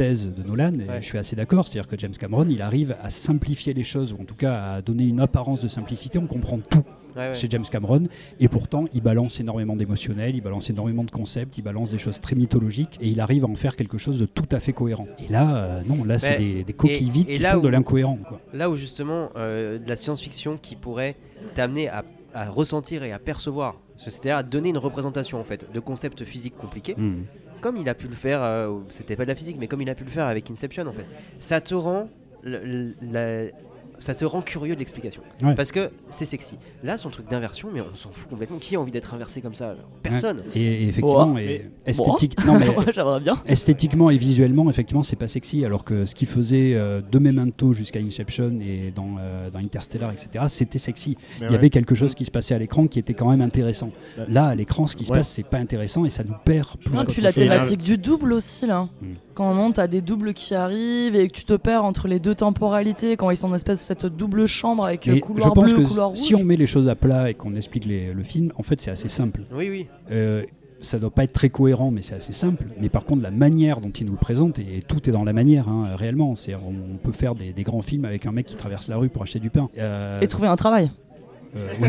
thèse de Nolan, et Ouais. je suis assez d'accord, c'est-à-dire que James Cameron, il arrive à simplifier les choses, ou en tout cas à donner une apparence de simplicité, on comprend tout Ouais, ouais. chez James Cameron, et pourtant il balance énormément d'émotionnel, il balance énormément de concepts, il balance des choses très mythologiques, et il arrive à en faire quelque chose de tout à fait cohérent. Et là, euh, non, là c'est Mais- des, des coquilles et- vides et qui là font de où- l'incohérent, quoi. Là où justement euh, de la science-fiction qui pourrait t'amener à, à ressentir et à percevoir, c'est-à-dire à donner une représentation en fait de concepts physiques compliqués, Mm. comme il a pu le faire, euh, c'était pas de la physique, mais comme il a pu le faire avec Inception en fait. Ça te rend, le- le- la- ça te rend curieux de l'explication, Ouais. parce que c'est sexy. Là, son truc d'inversion, mais on s'en fout complètement. Qui a envie d'être inversé comme ça? Personne. Et, et effectivement, Oh. et Mais- esthétique, non, mais Ouais, j'aimerais bien. esthétiquement et visuellement, effectivement, c'est pas sexy, alors que ce qu'il faisait euh, de Memento jusqu'à Inception et dans, euh, dans Interstellar, et cetera, c'était sexy. Mais Il y ouais. avait quelque chose qui se passait à l'écran qui était quand même intéressant. Ouais. Là, à l'écran, ce qui se Ouais. passe, c'est pas intéressant et ça nous perd plus Non, qu'autre puis la chose. thématique du double aussi là. Mm. Quand on monte à des doubles qui arrivent et que tu te perds entre les deux temporalités, quand ils sont en espèce de cette double chambre avec euh, Mais couloir je pense bleu, que couloir rouge. si on met les choses à plat et qu'on explique les- le film, en fait, c'est assez simple. Oui, oui. Euh, ça doit pas être très cohérent, mais c'est assez simple. Mais par contre, la manière dont il nous le présente, et tout est dans la manière, hein, réellement. C'est, on, on peut faire des, des grands films avec un mec qui traverse la rue pour acheter du pain. Euh, Et trouver un travail. euh, oui.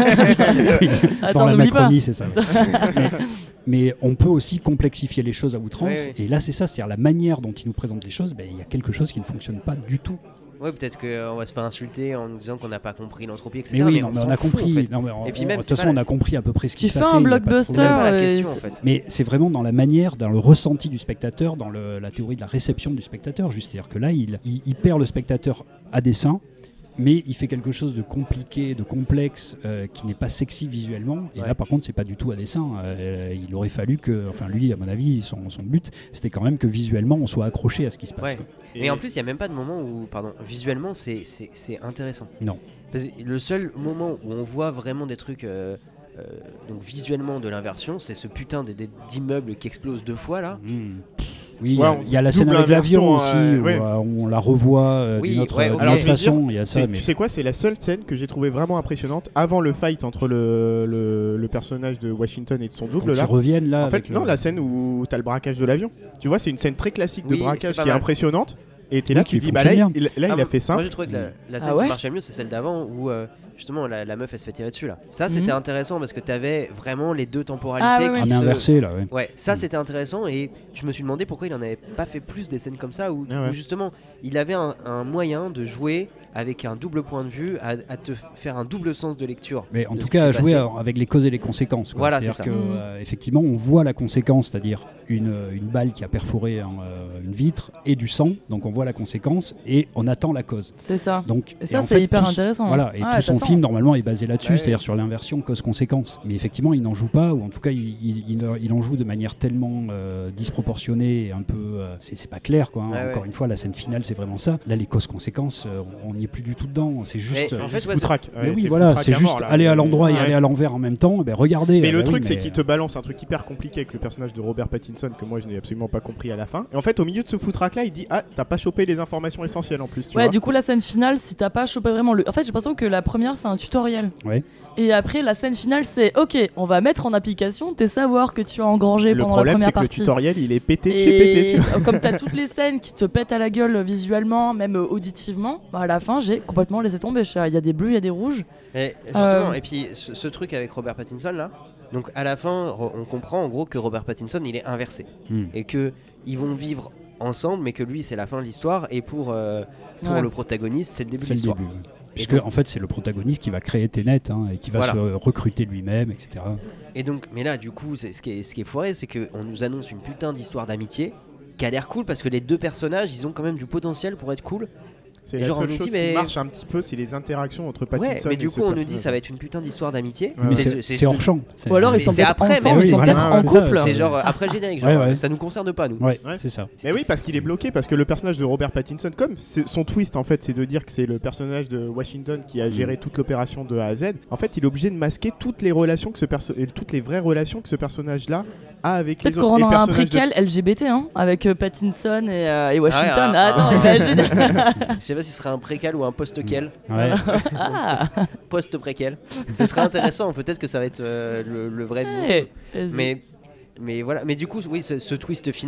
Oui. Dans Attends, la n'oublie pas. Macronie, c'est ça. ouais. mais, mais on peut aussi complexifier les choses à outrance. Oui, oui. Et là, c'est ça, c'est-à-dire la manière dont il nous présente les choses, ben, il y a quelque chose qui ne fonctionne pas du tout. Ouais, peut-être qu'on va se faire insulter en nous disant qu'on n'a pas compris l'entropie, et cetera. Mais oui, non, mais s'en on a fout, compris. en fait. Non, mais on- Et puis on- même, de toute c'est façon, pas on la- a compris à peu près ce qui Tu se fais passait. un il y a pas de blockbuster, C'est problème. pas la euh, question c'est- en fait. Mais c'est vraiment dans la manière, dans le ressenti du spectateur, dans le- la théorie de la réception du spectateur. Juste, c'est-à-dire que là, il, il, il perd le spectateur à dessein, mais il fait quelque chose de compliqué, de complexe, euh, qui n'est pas sexy visuellement. Et Ouais. là, par contre, c'est pas du tout à dessein. Euh, il aurait fallu que, enfin, lui, à mon avis, son, son but, c'était quand même que visuellement, on soit accroché à ce qui se passe. Ouais. quoi. Et en plus, il n'y a même pas de moment où, pardon, visuellement, c'est, c'est, c'est intéressant. Non. Parce que le seul moment où on voit vraiment des trucs, euh, euh, donc visuellement de l'inversion, c'est ce putain de- de- d'immeuble qui explose deux fois là. Mm. Oui, il y Ouais, a- on- il y, a la scène double avec l'avion inversion, aussi, euh, où ouais. euh, on la revoit euh, Oui, d'une autre, ouais, d'une ok. autre Alors, je vais façon. dire, Il y a ça, C'est- mais Tu sais quoi, c'est la seule scène que j'ai trouvé vraiment impressionnante avant le fight entre le, le, le personnage de Washington et de son quand double ils là. reviennent là. En fait, avec non, le- la scène où t'as le braquage de l'avion. Tu vois, c'est une scène très classique de Oui, braquage c'est pas qui est mal. impressionnante. Et t'es là, Oui, tu qui dis, bah là, fonctionne il, là, il Ah, a fait ça. Moi, j'ai trouvé que la, la scène Ah ouais qui marchait mieux, c'est celle d'avant où euh, justement la, la meuf elle se fait tirer dessus là. Ça, c'était Mhm. intéressant parce que t'avais vraiment les deux Ah, temporalités oui, qui oui. On est se. inversé là, ouais. Ouais, ça Mm. c'était intéressant et je me suis demandé pourquoi il en avait pas fait plus des scènes comme ça où, Ah ouais. où justement il avait un, un moyen de jouer avec un double point de vue, à, à te faire un double sens de lecture. Mais en de tout ce qui cas, à s'est jouer passé. à- avec les causes et les conséquences. quoi. Voilà, c'est C'est-à-dire ça. que, Mm. euh, effectivement, on voit la conséquence, c'est-à-dire une, une balle qui a perforé un, euh, une vitre et du sang. Donc on voit la conséquence et on attend la cause. C'est ça. Donc, Et ça, en c'est fait, hyper tout- intéressant. Voilà, et Ah, tout son t'attends. film normalement est basé là-dessus, Ouais, c'est-à-dire ouais. sur l'inversion cause-conséquence. Mais effectivement, il n'en joue pas, ou en tout cas, il, il- il- il en joue de manière tellement euh, disproportionnée et un peu. euh, c'est c'est pas clair, quoi. hein. Ouais, Encore ouais. une fois, la scène finale, c'est vraiment ça. Là, les causes-conséquences, euh, on n'y est plus du tout dedans. C'est juste. Mais euh, en fait, ouais, Foutraque. mais Ouais, oui, c'est voilà, foutraque c'est à juste mort, là. aller à l'endroit et Ouais. aller à l'envers en même temps. Ben regardez. Mais ah le bah oui, truc, c'est mais- qu'il te balance un truc hyper compliqué avec le personnage de Robert Pattinson que moi je n'ai absolument pas compris à la fin. Et en fait, au milieu de ce foutraque là, il dit, ah, t'as pas chopé les informations essentielles en plus, tu Ouais, vois. du coup, la scène finale, si t'as pas chopé vraiment le. En fait, j'ai l'impression que la première, c'est un tutoriel. Ouais. Et après, la scène finale, c'est ok, on va mettre en application tes savoirs que tu as engrangés Le pendant la problème, première c'est que le partie. tutoriel, il est pété de chez pété, Et tu vois. comme t'as toutes les scènes qui te pètent à la gueule visuellement, même euh, auditivement, bah à la fin, j'ai complètement laissé tomber. Je sais, il y a des bleus, il y a des rouges. Et, justement, Euh. et puis ce, ce truc avec Robert Pattinson là, donc à la fin, re- on comprend en gros que Robert Pattinson il est inversé Hmm. et que ils vont vivre ensemble, mais que lui c'est la fin de l'histoire et pour euh, pour Ouais. le protagoniste c'est le début de C'est le l'histoire. début. ouais. Puisque donc- en fait, c'est le protagoniste qui va créer Tenet hein, et qui va Voilà. se recruter lui-même, et cetera. Et donc, mais là du coup, c'est, ce qui est ce qui est foiré, c'est que on nous annonce une putain d'histoire d'amitié qui a l'air cool parce que les deux personnages ils ont quand même du potentiel pour être cool. C'est Et la genre, seule on nous chose dit, qui mais- marche un petit peu, c'est les interactions entre Pattinson Ouais, mais et du ce coup on nous dit personnage. ça va être une putain d'histoire d'amitié. Ouais, Mais ouais. c'est c'est hors champ. C'est- Ou alors mais ils sont c'est peut-être après, mais ensemble, oui, ils sont voilà, peut-être en c'est ça, couple. C'est genre euh, après le générique, genre Ouais, ouais. euh, ça nous concerne pas nous. Ouais, Ouais. c'est ça. Mais oui, parce qu'il est bloqué, parce que le personnage de Robert Pattinson, comme c'est- son twist en fait, c'est de dire que c'est le personnage de Washington qui a géré toute l'opération de A à Z. En fait, il est obligé de masquer toutes les relations que ce perso et toutes les vraies relations que ce personnage-là a avec les Peut-être autres. qu'on Et le aura un personnage de- préquel L G B T hein, avec euh, Pattinson et, euh, et Washington. Ah, Attends, ah, imagine. Je sais pas si ce serait un préquel ou un post-quel. Ouais. Ah, Post-préquel. Ce serait intéressant, peut-être que ça va être euh, le, le vrai. ouais, vas-y. Mais, mais voilà. Mais du coup, oui, ce, ce twist final,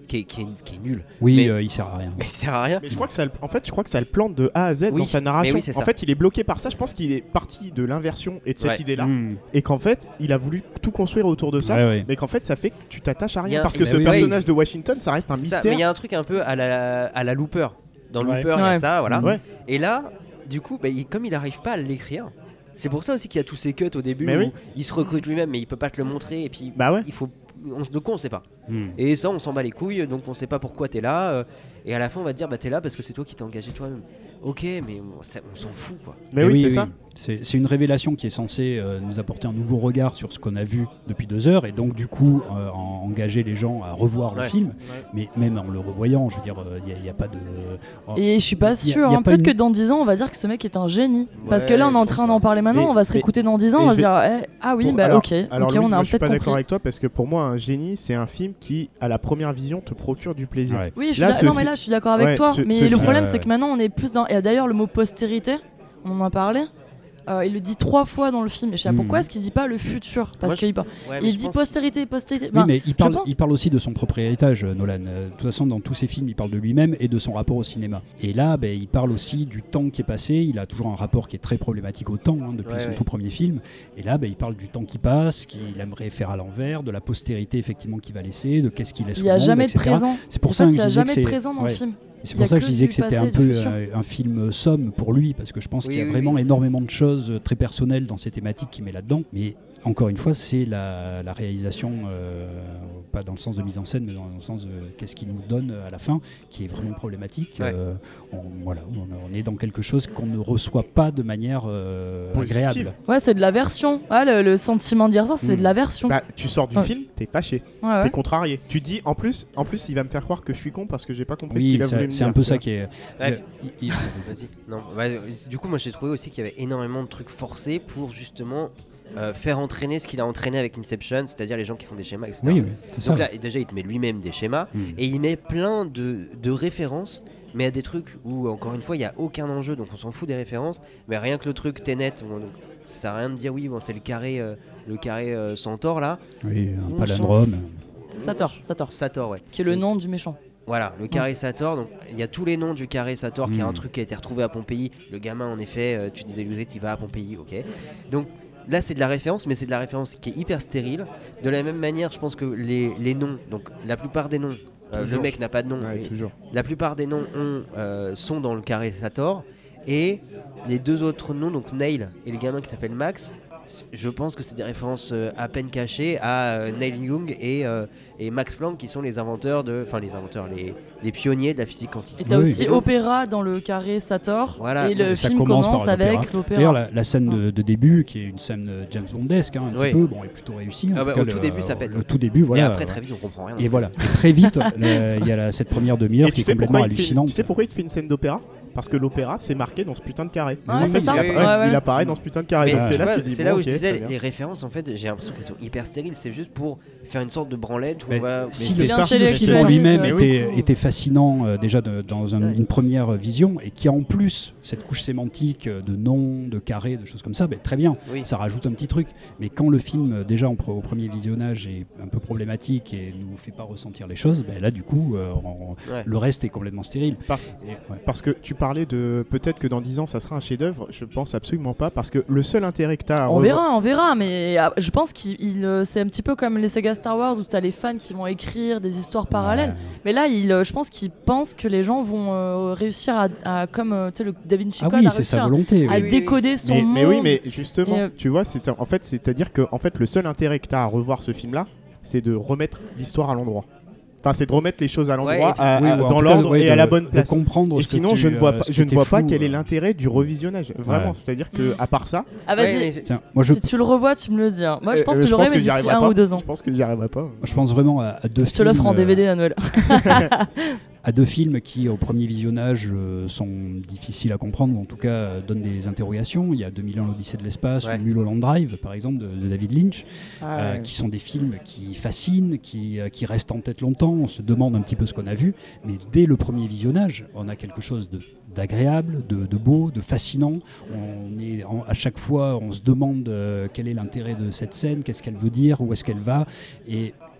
qui est, qui est, qui est nul. Oui, mais, euh, il sert à rien. mais il sert à rien. Mais je crois que ça, le- en fait, je crois que ça le plante de A à Z Oui, dans sa mais narration. oui, c'est en ça. fait, il est bloqué par ça. Je pense qu'il est parti de l'inversion et de cette Ouais. idée-là, Mmh. et qu'en fait, il a voulu tout construire autour de ça. Ouais, ouais. Mais qu'en fait, ça fait que tu t'attaches à Il y rien a un- parce que bah ce oui, personnage de Washington, ça reste un C'est ça, mystère. mais il y a un truc un peu à la, à la Looper. Dans Ouais. Looper, il y a Ouais. ça, voilà. Ouais. Et là, du coup, bah, il- comme il n'arrive pas à l'écrire, c'est pour ça aussi qu'il y a tous ces cuts au début Mais où oui. il se recrute lui-même, mais il peut pas te le montrer. Et puis, Bah ouais. il faut. On, de quoi on sait pas. Mmh. Et ça, on s'en bat les couilles, donc on sait pas pourquoi t'es là. euh, et à la fin, on va te dire, bah t'es là parce que c'est toi qui t'es engagé toi-même. Ok, mais on, ça- on s'en fout quoi. Mais oui, c'est ça. C'est c'est une révélation qui est censée euh, nous apporter un nouveau regard sur ce qu'on a vu depuis deux heures et donc du coup euh, en- engager les gens à revoir le Ouais. film. Mais même en le revoyant, je veux dire, il n'y a, a pas de... oh, Et je suis pas y a- sûre. y a hein. pas Peut-être une- que dans dix ans, on va dire que ce mec est un génie. Parce que Ouais, là, on est en je train sais d'en pas. parler maintenant, Mais- on va se mais- réécouter dans dix ans, mais on va je se dire eh, ah oui, Pour- bah alors, ok, alors ok, Louise, on a moi, je suis peut-être pas d'accord compris. avec toi parce que pour moi, un génie, c'est un film qui, à la première vision, te procure du plaisir. Ouais. Oui, je suis Là, d'a- ce non, mais fi- là, je suis d'accord avec Ouais, toi. ce- mais ce le film- problème, Ouais, c'est ouais. que maintenant, on est plus dans. Et d'ailleurs, le mot postérité, on en a parlé. euh, il le dit trois fois dans le film. Et je sais pas Mhm. pourquoi est-ce qu'il dit pas le futur. Parce Moi, je- qu'il par- Ouais, mais il je dit pense postérité, postérité. Oui, Enfin, mais il parle, pense- il parle aussi de son propre héritage, euh, Nolan. Euh, De toute façon, dans tous ses films, il parle de lui-même et de son rapport au cinéma. Et là, ben, il parle aussi du temps qui est passé. Il a toujours un rapport qui est très problématique au temps, hein, depuis Ouais, son ouais. tout premier film. Et là, ben, il parle du temps qui passe, qu'il aimerait faire à l'envers, de la postérité effectivement qu'il va laisser, de qu'est-ce qu'il laisse il au n'y a monde, jamais de et cetera. présent. C'est pour En ça fait, que il n'y je a disais que jamais de c'est- présent dans ouais. le film. Et c'est Il y a pour ça que que je disais du que c'était passé un et du peu futur. euh, un film somme pour lui, parce que je pense Oui, qu'il y a oui, vraiment oui. énormément de choses euh, très personnelles dans ces thématiques qu'il met là-dedans. Mais encore une fois, c'est la, la réalisation, euh, pas dans le sens de mise en scène, mais dans le sens de qu'est-ce qu'il nous donne à la fin, qui est vraiment problématique. Ouais. Euh, on, voilà, on, on est dans quelque chose qu'on ne reçoit pas de manière euh, Positive. agréable. Ouais, c'est de l'aversion. Ouais, le, le sentiment d'hier soir, c'est Mm. de l'aversion. Bah, tu sors du Ouais. film, t'es fâché, Ouais, ouais. t'es contrarié. Tu dis, en plus, en plus, il va me faire croire que je suis con parce que j'ai pas compris ce Oui, qu'il a voulu c'est me c'est dire. un peu tu ça vois. qui est. Ouais. le- il- il- Vas-y. Non. Bah, euh, du coup, moi, j'ai trouvé aussi qu'il y avait énormément de trucs forcés pour justement euh, faire entraîner ce qu'il a entraîné avec Inception, c'est-à-dire les gens qui font des schémas, et cetera. oui, oui, c'est ça. Donc là, déjà, il te met lui-même des schémas Mm. et il met plein de, de références, mais à des trucs où, encore une fois, il n'y a aucun enjeu, donc on s'en fout des références. Mais rien que le truc Tenet, bon, donc, ça sert à rien de dire oui, bon, c'est le carré, euh, le carré euh, Centaure là. Oui, un On palindrome. Sator, Sator, Sator, ouais. qui est le nom du méchant. Voilà, le carré Sator, donc il y a tous les noms du carré Sator, qui est un Mm. truc qui a été retrouvé à Pompéi. Le gamin, en effet, euh, tu disais, Louisette, il va à Pompéi, ok. Donc là, c'est de la référence, mais c'est de la référence qui est hyper stérile. De la même manière, je pense que les, les noms, donc la plupart des noms, euh, le Toujours. mec n'a pas de nom, Ouais, mais toujours. la plupart des noms ont, euh, sont dans le carré Sator. Et les deux autres noms, donc Neil et le gamin qui s'appelle Max, je pense que c'est des références euh, à peine cachées à euh, Neil Young et, euh, et Max Planck, qui sont les inventeurs de, enfin les inventeurs, les, les pionniers de la physique quantique. Et t'as Oui, aussi et donc- Opéra dans le carré Sator. Voilà. Et le Et ça film commence commence, par l'opéra. avec l'opéra. D'ailleurs, la, la scène de, de début, qui est une scène euh, James Bondesque, hein, un Oui. petit peu, bon, est plutôt réussie. en Ah bah, tout au cas, tout le- début, ça pète. Au tout début, voilà. Et après, très vite, on comprend rien. Et voilà. Et très vite, le- il y a la- cette première demi-heure Et qui tu est sais, complètement pourquoi il te fait, hallucinante. tu sais pourquoi il te fait une scène d'opéra? Parce que l'opéra, c'est marqué dans ce putain de carré. Ouais, En c'est fait, ça. il, appa- Ouais, ouais. il apparaît dans ce putain de carré. Mais Donc tu t'es là, vois, tu dis, c'est bon, là où ok, je disais, très bien. les références, en fait, j'ai l'impression qu'elles sont hyper stériles. C'est juste pour faire une sorte de branlette où Mais on va. si c'est le, bien ça. si le intellectuel, film en lui-même ouais. était, Oui. était fascinant euh, déjà de- dans un- Ouais. une première vision et qui a en plus cette couche sémantique euh, de noms, de carrés, de choses comme ça, ben, très bien, Oui. ça rajoute un petit truc. Mais quand le film euh, déjà en pre- au premier visionnage est un peu problématique et nous fait pas ressentir les choses, ben, là du coup euh, on- Ouais. le reste est complètement stérile. Par- Et, ouais. Parce que tu parlais de peut-être que dans dix ans ça sera un chef-d'œuvre, je pense absolument pas. Parce que le seul intérêt que tu as à On revoir- verra, on verra, mais ah, je pense qu'il, il, euh, c'est un petit peu comme les Sega Star Wars où t'as les fans qui vont écrire des histoires parallèles. Ouais. Mais là, il, euh, je pense qu'il pense que les gens vont euh, réussir à, à- comme euh, tu sais, le Da Vinci Ah Code oui, a c'est réussi sa à, volonté. à oui. oui, décoder son Mais, monde. mais oui, mais justement, Et, euh, tu vois, c'est en fait, c'est-à-dire que en fait, le seul intérêt que tu as à revoir ce film-là, c'est de remettre l'histoire à l'endroit. Enfin, c'est de remettre les choses à l'endroit, Ouais, et puis- à- Oui, à- ou en dans tout cas, l'ordre ouais, et de- à la bonne de place. comprendre Et ce que sinon, tu, je ne vois euh, pas, ce je qui ne était vois pas flou, quel est euh. l'intérêt du revisionnage. Vraiment, Ouais. c'est-à-dire que Mm. à part ça, Ah vas-y, Ouais, mais- Tiens, moi je, si tu le revois, tu me le dis. hein. Moi, je euh, pense euh, que j'aurais aimé j'y d'ici arriverai un pas. ou deux ans. Je pense que j'y arriverai pas. je pense vraiment à, à deux Je te l'offre en films, D V D euh, à Noël. à deux films qui, au premier visionnage, euh, sont difficiles à comprendre, ou en tout cas euh, donnent des interrogations. Il y a deux mille un l'Odyssée de l'espace, Ouais. ou Mulholland Drive, par exemple, de, de David Lynch, Ah, euh, ouais. qui sont des films qui fascinent, qui, euh, qui restent en tête longtemps. On se demande un petit peu ce qu'on a vu, mais dès le premier visionnage, on a quelque chose de d'agréable, de, de beau, de fascinant. On est en- à chaque fois, on se demande euh, quel est l'intérêt de cette scène, qu'est-ce qu'elle veut dire, où est-ce qu'elle va, et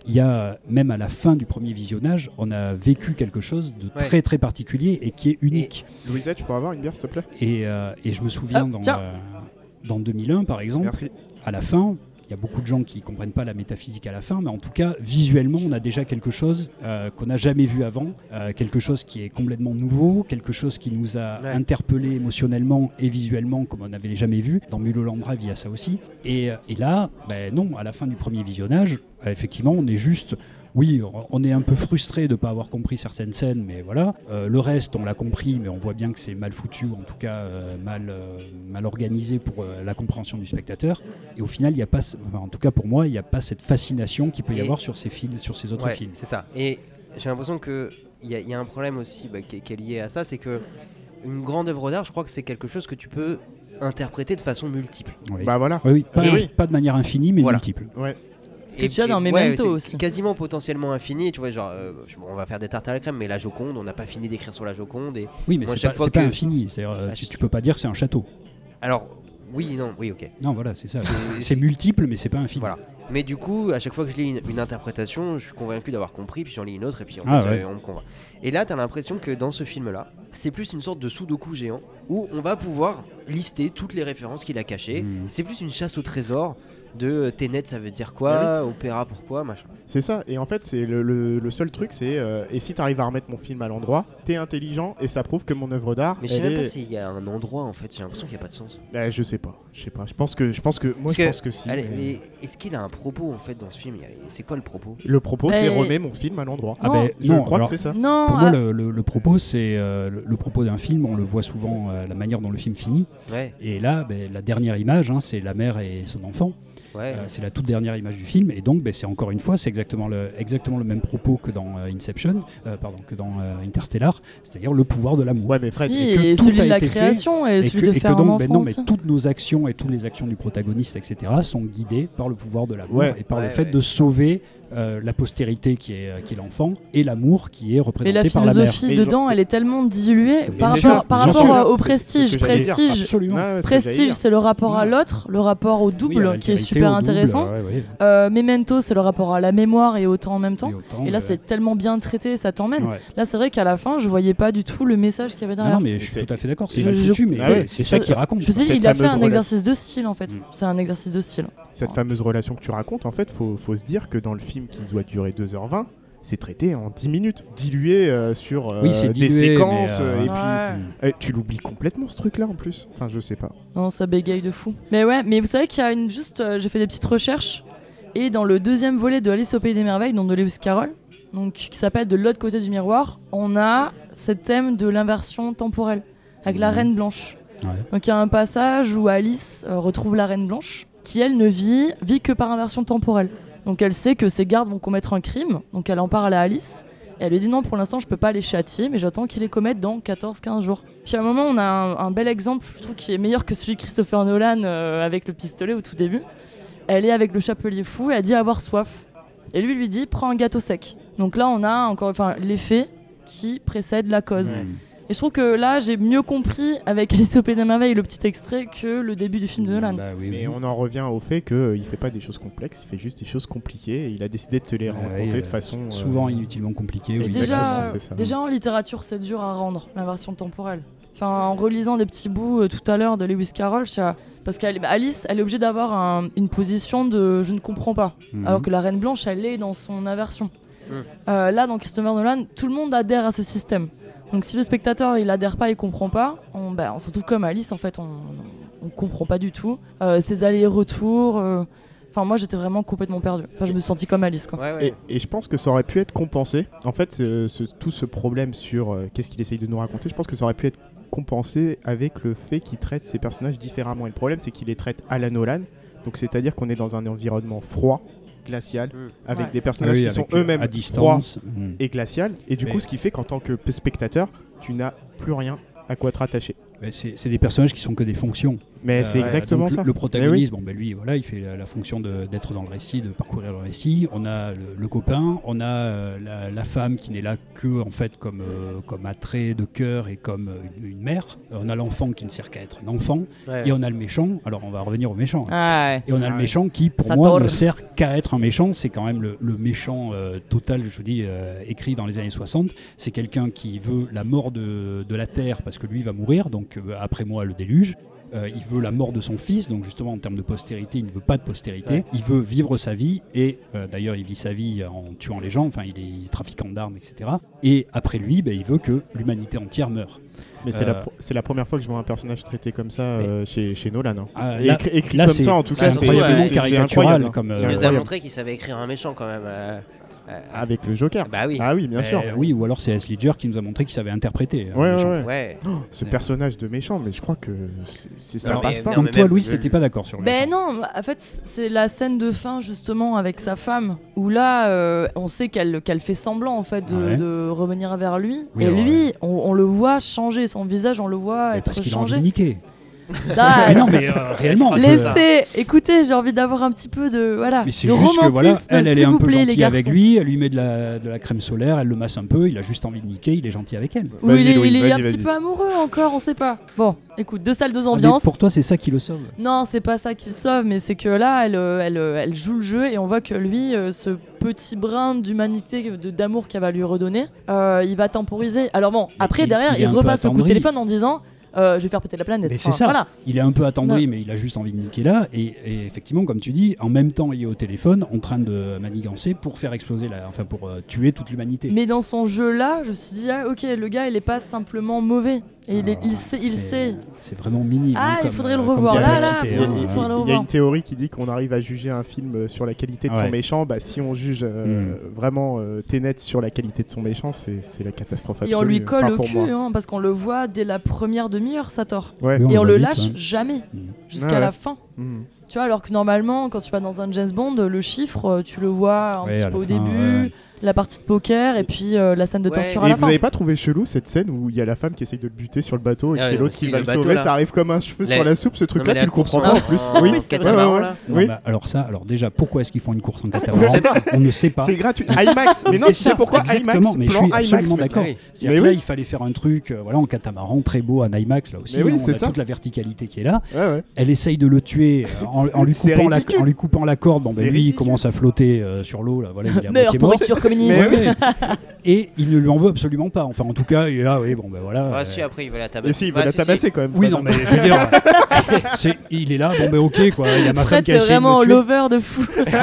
il y a, même à la fin du premier visionnage, on a vécu quelque chose de Ouais. très très particulier et qui est unique. Louisette, je pourrais avoir une bière, s'il te plaît? Et, euh, et je me souviens Ah, dans, tiens. euh, dans deux mille un, par exemple, Merci. à la fin, il y a beaucoup de gens qui ne comprennent pas la métaphysique à la fin, mais en tout cas, visuellement, on a déjà quelque chose euh, qu'on n'a jamais vu avant, euh, quelque chose qui est complètement nouveau, quelque chose qui nous a Ouais. interpellés émotionnellement et visuellement comme on n'avait jamais vu. Dans Mulholland Drive, il y a ça aussi. Et, et là, ben non, à la fin du premier visionnage, euh, effectivement, on est juste... Oui, on est un peu frustré de ne pas avoir compris certaines scènes, mais voilà. Euh, le reste, on l'a compris, mais on voit bien que c'est mal foutu, en tout cas euh, mal, euh, mal organisé pour euh, la compréhension du spectateur. Et au final, il y a pas, enfin, en tout cas pour moi, il n'y a pas cette fascination qu'il peut y Et- avoir sur ces films, sur ces autres Ouais, films. c'est ça. Et j'ai l'impression qu'il y, a- y a un problème aussi bah, qui, est, qui est lié à ça, c'est que une grande œuvre d'art, je crois que c'est quelque chose que tu peux interpréter de façon multiple. Oui. Bah voilà. Oui, oui, pas, Et- oui, pas de manière infinie, mais Voilà. multiple. Ouais. Ce que tu as dans ouais, Memento c'est aussi. quasiment potentiellement infini, tu vois, genre, euh, bon, on va faire des tartes à la crème, mais la Joconde, on n'a pas fini d'écrire sur la Joconde. Et... Oui, mais Moi, c'est chaque pas, fois c'est pas que- infini. C'est-à-dire, euh, Ah, tu, je- tu peux pas dire que c'est un château. Alors, oui, non, oui, ok. Non, voilà, c'est ça. C'est- C'est- c'est- C'est multiple, mais c'est pas infini. Voilà. Mais du coup, à chaque fois que je lis une, une interprétation, je suis convaincu d'avoir compris, puis j'en lis une autre, et puis en Ah fait, ouais. euh, on me convainc. Et là, t'as l'impression que dans ce film-là, c'est plus une sorte de sudoku géant, où on va pouvoir lister toutes les références qu'il a cachées. Mm. C'est plus une chasse au trésor de euh, Tenet, ça veut dire quoi, Ah opéra pourquoi, machin. C'est ça, et en fait, c'est le, le- le seul truc, c'est euh, et si t'arrives à remettre mon film à l'endroit, t'es intelligent et ça prouve que mon œuvre d'art. Mais je sais elle même pas est- s'il y a un endroit en fait, j'ai l'impression qu'il n'y a pas de sens. Bah, je sais pas, je sais pas. Je pense que, je pense que, moi, Parce je que- pense que si. Allez, mais- mais est-ce qu'il a un propos en fait dans ce film? Il y a- C'est quoi le propos? Le propos, Mais- c'est remets mon film à l'endroit. Ah Non, ben, Je non, crois alors, que c'est ça. Non, Pour moi, ah, le, le- le propos, c'est euh, le, le propos d'un film. On le voit souvent, euh, la manière dont le film finit. Ouais, Et là, ben, la dernière image, hein, c'est la mère et son enfant. ouais. Euh, c'est la toute dernière image du film. Et donc, ben, c'est encore une fois, c'est exactement le, exactement le même propos que dans euh, Inception, euh, pardon, que dans euh, Interstellar, c'est-à-dire le pouvoir de l'amour. Ouais, mais Fred, oui, et que et tout celui a de la été fait, création et, Et celui que, de et que faire un donc, enfant ben non, mais aussi. toutes nos actions et toutes les actions du protagoniste, et cetera, sont guidées par le pouvoir de l'amour Ouais. et par Ouais, le fait ouais. de sauver euh, la postérité qui est, euh, qui est l'enfant et l'amour qui est Mais représenté la par la mère. philosophie Et dedans, elle est tellement diluée Mais par c'est rapport, ça, par bien rapport sûr. à- au C'est- c'est prestige. ce que j'allais dire. Prestige, Absolument. Ouais, ouais, c'est ce que j'allais prestige dire. c'est le rapport à Ouais. l'autre, le rapport au double Oui, à la qui est vérité, super au double, intéressant. ouais, ouais. Euh, Memento, c'est le rapport à la mémoire et au temps en même temps. Et autant, Et là, euh, c'est tellement bien traité, ça t'emmène. ouais. Là, c'est vrai qu'à la fin, je voyais pas du tout le message qu'il y avait Non, derrière. non, mais je suis C'est- tout à fait d'accord. C'est Je- mal je- foutu, mais Ah c'est- ouais, c'est c'est ça qu'il ça. raconte. Je me suis dit, Cette il a fait fameuse un relation. exercice de style en fait. Mm. C'est un exercice de style. Cette fameuse relation que tu racontes, en fait, faut, faut se dire que dans le film qui doit durer deux heures vingt, c'est traité en dix minutes, dilué euh, sur euh, Oui, c'est des dilué, séquences, mais, euh, et Ouais. puis euh, tu l'oublies complètement ce truc-là en plus. Enfin, je sais pas. Non, ça bégaye de fou. Mais ouais, mais vous savez qu'il y a une juste, euh, j'ai fait des petites recherches et dans le deuxième volet de Alice au pays des merveilles, donc de Lewis Carroll, donc qui s'appelle De l'autre côté du miroir, on a ce thème de l'inversion temporelle avec la Mhm. Reine Blanche. Ouais. Donc il y a un passage où Alice euh, retrouve la Reine Blanche, qui elle ne vit vit que par inversion temporelle. Donc elle sait que ses gardes vont commettre un crime, donc elle en parle à Alice. Et elle lui dit non, pour l'instant je peux pas les châtier, mais j'attends qu'ils les commettent dans quatorze quinze jours. Puis à un moment on a un, un bel exemple, je trouve qui est meilleur que celui de Christopher Nolan euh, avec le pistolet au tout début. Elle est avec le chapelier fou et elle dit avoir soif. Et lui lui dit prends un gâteau sec. Donc là on a encore enfin, l'effet qui précède la cause. Ouais. Et je trouve que là j'ai mieux compris avec Alice au pays des merveilles le petit extrait que le début du film de Nolan. Bah oui, Mais oui. on en revient au fait qu'il ne fait pas des choses complexes, il fait juste des choses compliquées et il a décidé de te les Ah ouais, raconter de euh, façon. euh, souvent inutilement compliqué. Et oui, déjà, exactement, c'est ça. déjà en littérature, c'est dur à rendre, l'inversion temporelle. Enfin, en relisant des petits bouts euh, tout à l'heure de Lewis Carroll, je- parce qu'Alice, elle est obligée d'avoir un- une position de je ne comprends pas, Mhm. alors que la Reine Blanche, elle est dans son inversion. Mhm. Euh, là, dans Christopher Nolan, tout le monde adhère à ce système. Donc si le spectateur il adhère pas, il comprend pas, on, bah, on se retrouve comme Alice en fait, on, on comprend pas du tout. Euh, ses allers-retours. euh, Enfin, moi j'étais vraiment complètement perdu. Enfin, je me sentis comme Alice quoi. Ouais, ouais. Et, et je pense que ça aurait pu être compensé. En fait, ce- ce- tout ce problème sur euh, qu'est-ce qu'il essaye de nous raconter, je pense que ça aurait pu être compensé avec le fait qu'il traite ces personnages différemment. Et le problème, c'est qu'il les traite à la Nolan. Donc, c'est-à-dire qu'on est dans un environnement froid, glacial, Mm. avec Ouais. des Ah personnages oui, qui avec, sont euh, eux-mêmes à froids distance. Mhm. et glacial. Et du Mais- coup, ce qui fait qu'en tant que p- spectateur, tu n'as plus rien à quoi te rattacher. Mais C'est c'est des personnages qui sont que des fonctions. Mais c'est exactement donc, ça. Le, le protagoniste, bon, ben lui, voilà, il fait la, la fonction de, d'être dans le récit, de parcourir le récit. On a le, le copain, on a euh, la, la femme qui n'est là que en fait comme euh, comme attrait de cœur et comme euh, une, une mère. On a l'enfant qui ne sert qu'à être un enfant, Ouais. et on a le méchant. Alors on va revenir au méchant. Ah ouais. Et on a Ah le ouais. méchant qui, pour Ça moi, tord. ne sert qu'à être un méchant. C'est quand même le, le méchant euh, total, je vous dis, euh, écrit dans les années soixante. C'est quelqu'un qui veut la mort de, de la Terre parce que lui va mourir, donc euh, après moi le déluge. Euh, il veut la mort de son fils, donc justement en termes de postérité, il ne veut pas de postérité. Ouais. Il veut vivre sa vie, et euh, d'ailleurs il vit sa vie en tuant les gens, enfin il est trafiquant d'armes, et cetera. Et après lui, ben, il veut que l'humanité entière meure. Mais c'est Euh, la, pro- c'est la première fois que je vois un personnage traité comme ça euh, chez, chez Nolan. Hein. Ah, Et là- écrit écrit là, comme c'est- ça, en tout c'est cas, c'est incroyable, c'est- c'est caricatural, incroyable. comme, C'est euh, Il nous a incroyable. montré qu'il savait écrire un méchant quand même. euh, euh, Avec le Joker. Bah oui. Ah oui, bien Euh, sûr. Oui, ou alors c'est Heath Ledger qui nous a montré qu'il savait interpréter. un Ouais, ouais, méchant. ouais. Ouais. Oh, ce Ouais. personnage de méchant, mais je crois que c'est- c'est- ça Non, passe mais- pas. non, Donc mais toi, même Louis, le- t'étais pas d'accord sur le Ben méchant. non, en fait, c'est la scène de fin justement avec sa femme où là, euh, on sait qu'elle qu'elle fait semblant en fait de, Ouais. de revenir vers lui. Oui, et alors, lui, on, on le voit changer, son visage, on le voit Mais être parce qu'il a envie changé. de niquer. Ah, Mais non, mais euh, réellement. je- Laissez, écoutez, j'ai envie d'avoir un petit peu de voilà, Mais c'est de juste que voilà, romantisme, elle, elle est s'il un vous peu plaît, les gentille avec garçons. lui, elle lui met de la, de la crème solaire, elle le masse un peu, il a juste envie de niquer, il est gentil avec elle. Ou Vas-y, il est, Louise, il est vas-y, un petit vas-y. peu amoureux encore, on sait pas. Bon, écoute, deux salles, deux Ah, mais ambiances. pour toi, c'est ça qui le sauve. Non, c'est pas ça qui sauve, mais c'est que là, elle, euh, elle, euh, elle joue le jeu et on voit que lui, euh, ce petit brin d'humanité, de- d'amour qu'elle va lui redonner, euh, il va temporiser. Alors bon, après, il- derrière, il est il, un peu repasse le coup de attendri. téléphone en disant euh, je vais faire péter la planète. Mais c'est Enfin, ça. Voilà. Il est un peu attendri, Non. mais il a juste envie de niquer là. Et, et effectivement, comme tu dis, en même temps, il est au téléphone en train de manigancer pour faire exploser, la, enfin pour euh, tuer toute l'humanité. Mais dans son jeu-là, je me suis dit, ah, ok, le gars, il est pas simplement mauvais. Et il, est- il Alors, sait, il c'est- sait. C'est vraiment minime. Ah, hein, il comme, faudrait le euh, comme revoir. Là, là, complexité, Il y a- hein. il y a- il faudra le il y a revoir. une théorie qui dit qu'on arrive à juger un film euh, sur la qualité de Ouais. son méchant. Bah, si on juge euh, Mm. vraiment euh, Tenet sur la qualité de son méchant, c'est c'est la catastrophe Et absolue. on lui colle Enfin, au pour cul, moi. hein, parce qu'on le voit dès la première demi-heure, ça tord. Ouais. Oui, Et on, va le vite, lâche hein. jamais, Mm. jusqu'à Ouais, ouais. la fin. Mm. Tu vois, alors que normalement, quand tu vas dans un James Bond, le chiffre, euh, tu le vois un Ouais, petit à peu la au fin, début, ouais. la partie de poker, et puis euh, la scène de Ouais. torture à Et la vous fin. avez pas trouvé chelou cette scène où il y a la femme qui essaye de le buter sur le bateau et que Ah c'est ouais, l'autre si, qui va le le bateau, sauver, là. ça arrive comme un cheveu La- sur la soupe, ce Non, truc-là, mais tu la le comprends course pas en- en plus. en Oui, catamaran, ouais, là. ouais, Non, oui. bah, alors ça, alors déjà, pourquoi est-ce qu'ils font une course en catamaran On ne sait pas. C'est gratuit. IMAX. Mais non, C'est tu sais ça, pourquoi exactement, IMAX mais je plan suis IMAX, absolument mec. d'accord. Oui. C'est-à-dire Mais que là, oui. il fallait faire un truc euh, voilà, en catamaran très beau en IMAX, là aussi. Mais oui, on c'est a ça. toute la verticalité qui est là. Ouais, ouais. Elle essaye de le tuer euh, en, en lui, C'est coupant la, ridicule. en lui coupant la corde. Bon, ben C'est lui, il ridicule. commence à flotter euh, sur l'eau. Là, voilà, il est à Meurs, moitié mort. pourriture communiste. Mais oui. Et il ne lui en veut absolument pas. Enfin, en tout cas, il est là, oui, bon, ben voilà. Ah euh, si, après il va la tabasser. Mais si, il Bah, veut la si, si. tabasser quand même. Oui, Fred. non, mais je veux dire, c'est- il est là, bon, ben ok, quoi. Il y a ma femme Fred, qui a t'es essayé de vraiment me tuer. lover de fou.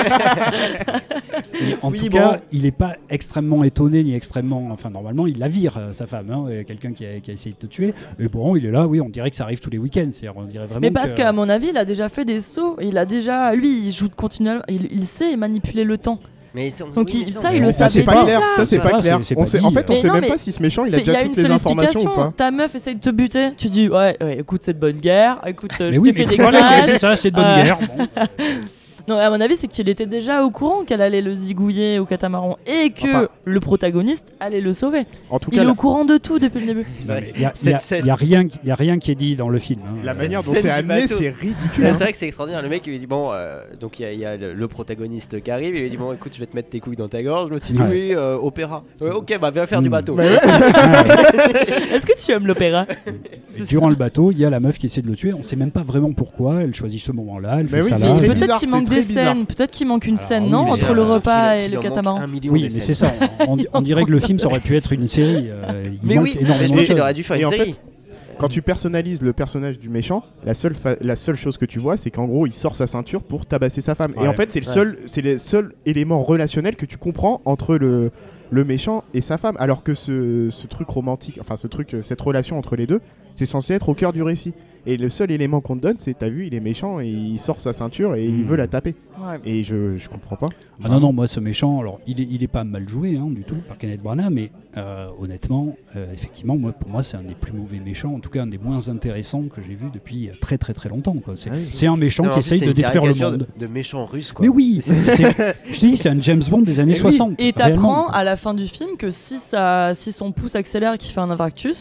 Et en Oui, tout bon. cas, il n'est pas extrêmement étonné ni extrêmement. Enfin, normalement, il la vire, euh, sa femme, hein, euh, quelqu'un qui a, qui a essayé de te tuer. Et bon, il est là, oui, on dirait que ça arrive tous les week-ends. C'est-à-dire, on dirait vraiment. Mais parce que- qu'à mon avis, il a déjà fait des sauts. Il a déjà, lui, il joue continuellement. Il, il sait manipuler le temps. Mais c'est- Donc, oui, il- mais ça, on- il le Ça, c'est savait pas déjà. clair. Ça, c'est Ça, pas c'est- clair. c'est On pas sait- dit, En fait, on Mais sait non, même mais pas si ce méchant il a C'est- déjà y a une toutes les seule informations ou explication. pas. Ta meuf essaye de te buter. Tu dis ouais, ouais, écoute, c'est de bonne guerre. Écoute, euh, Mais je oui, t'ai mais fait des voilà, crashs. c'est ça, c'est de bonne Euh, guerre. Bon. Non, à mon avis, c'est qu'il était déjà au courant qu'elle allait le zigouiller au catamaran et que Enfin- le protagoniste allait le sauver. En tout Il cas, est la- au courant de tout depuis le début. C'est vrai Il que n'y a, cette y a- scène- y a rien qui- y a rien qui est dit dans le film. hein. la Euh, manière dont scène c'est du amené, bateau. c'est ridicule. Là, hein. c'est vrai que c'est extraordinaire. Le mec, il lui dit bon, euh, donc il y a, il y a le, le protagoniste qui arrive. Il lui dit bon, écoute, je vais te mettre tes couilles dans ta gorge. L'autre il dit Ouais. oui, euh, opéra. Euh, ok, bah viens faire du Mm. bateau. Bah ouais. Est-ce que tu aimes l'opéra Et durant le bateau, il y a la meuf qui essaie de le tuer. On ne sait même pas vraiment pourquoi. Elle choisit ce moment-là. Elle Mais fait oui, ça c'est là. très Peut-être bizarre, qu'il c'est manque très des bizarre. scènes. Peut-être qu'il manque une Alors, scène, oui, non, mais entre j'ai le l'impression repas qu'il- et qu'il le en manque catamaran. un million Oui, des mais scènes. c'est ça. On, on- on dirait que le film, ça aurait pu être une série. euh, il Mais manque oui, mais je énormément de pense qu'il choses. aurait dû faire Et une en série. Quand tu personnalises le personnage du méchant, la seule, fa- la seule chose que tu vois, c'est qu'en gros, il sort sa ceinture pour tabasser sa femme. Et Ouais. en fait, c'est le Ouais. seul, c'est le seul élément relationnel que tu comprends entre le, le méchant et sa femme. Alors que ce, ce truc romantique, enfin ce truc, euh, cette relation entre les deux, c'est censé être au cœur du récit. Et le seul élément qu'on te donne, c'est t'as vu, il est méchant et il sort sa ceinture et il Mm. veut la taper. Ouais. Et je, je comprends pas. Ah non, non, moi ce méchant, alors il est, il est pas mal joué hein, du tout par Kenneth Branagh, mais euh, honnêtement, euh, effectivement, moi, pour moi c'est un des plus mauvais méchants, en tout cas un des moins intéressants que j'ai vu depuis euh, très très très longtemps. quoi. C'est Ah oui. c'est un méchant Non, en qui plus, essaye c'est de une détruire le caricature monde. De, de méchant russe, quoi. Mais oui, c'est- c'est- je te dis, c'est un James Bond des années Et oui. soixante. Et réellement, t'apprends quoi. à la fin du film que si, ça, si son pouce accélère et qu'il fait un infarctus,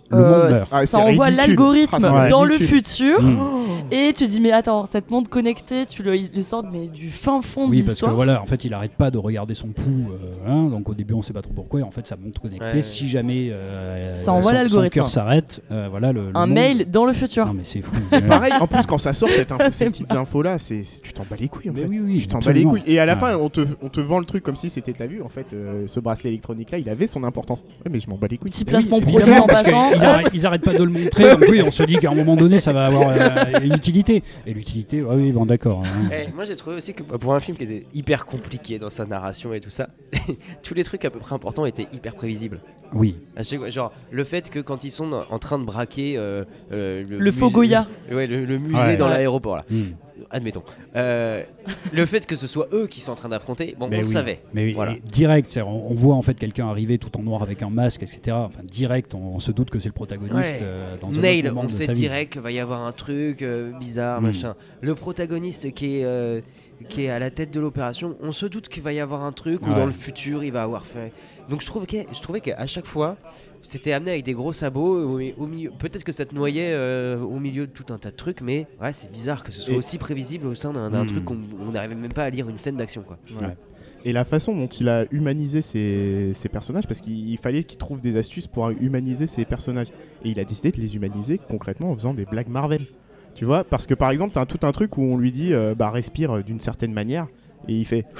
Le monde euh, meurt. Ah, c'est ça envoie ridicule. l'algorithme Ah, c'est dans ridicule. le futur. Mm. Et tu dis mais attends, cette montre connectée, tu le, le sors mais du fin fond de Oui, parce que l'histoire. voilà, en fait, il arrête pas de regarder son pouls. euh, hein, donc au début, on sait pas trop pourquoi. Et en fait, sa montre connectée, Ouais. si jamais euh, Ça envoie son, l'algorithme. son cœur s'arrête, euh, voilà le. le Un monde- mail dans le futur. Non mais c'est fou. Pareil, en plus, quand ça sort, cette info, ces petites infos-là, c'est, c'est- tu t'en bats les couilles en Mais fait. oui, oui, tu t'en bats les absolument. couilles. Et à la Ah. fin, on te, on te vend le truc comme si c'était ta vue. En fait, euh, ce bracelet électronique là, il avait son importance. Ouais, mais je m'en bats les couilles. Petit Mais oui, placement produit évidemment, en parce qu'ils passant. arrêtent, ils arrêtent pas de le montrer. Donc oui, on se dit qu'à un moment donné, ça va avoir euh, une utilité. Et l'utilité, ouais, oui, bon, d'accord. hein. Eh, moi j'ai trouvé aussi que pour un film qui était hyper compliqué dans sa narration et tout ça, tous les trucs à peu près importants étaient hyper prévisibles. Oui. À chaque fois, genre le fait que quand ils sont en train de braquer euh, euh, le, Le faux musée- Goya. ouais, le, le musée Ouais. dans Ouais. l'aéroport là, Mm. admettons. Euh, le fait que ce soit eux qui sont en train d'affronter, bon, Mais on le oui. savait. Mais oui, Voilà. et direct, c'est-à-dire, on, on voit en fait quelqu'un arriver tout en noir avec un masque, et cetera. Enfin, direct, on, on se doute que c'est le protagoniste Ouais. euh, dans un Nail, autre moment on de sait sa vie. direct qu'il va y avoir un truc euh, bizarre, Mm. machin. Le protagoniste qui est, euh, qui est à la tête de l'opération, on se doute qu'il va y avoir un truc ou Ouais. dans le futur il va avoir fait. Donc je, trouve que, je trouvais qu'à chaque fois, c'était amené avec des gros sabots. Au, au milieu, peut-être que ça te noyait euh, au milieu de tout un tas de trucs, mais ouais, c'est bizarre que ce soit Et- aussi prévisible au sein d'un d'un Mm. truc qu'on on n'arrivait même pas à lire une scène d'action, quoi. Ouais. Et la façon dont il a humanisé ses, ses personnages, parce qu'il il fallait qu'il trouve des astuces pour humaniser ses personnages. Et il a décidé de les humaniser concrètement en faisant des blagues Marvel. Tu vois, parce que par exemple, t'as tout un truc où on lui dit euh, bah respire euh, d'une certaine manière, et il fait.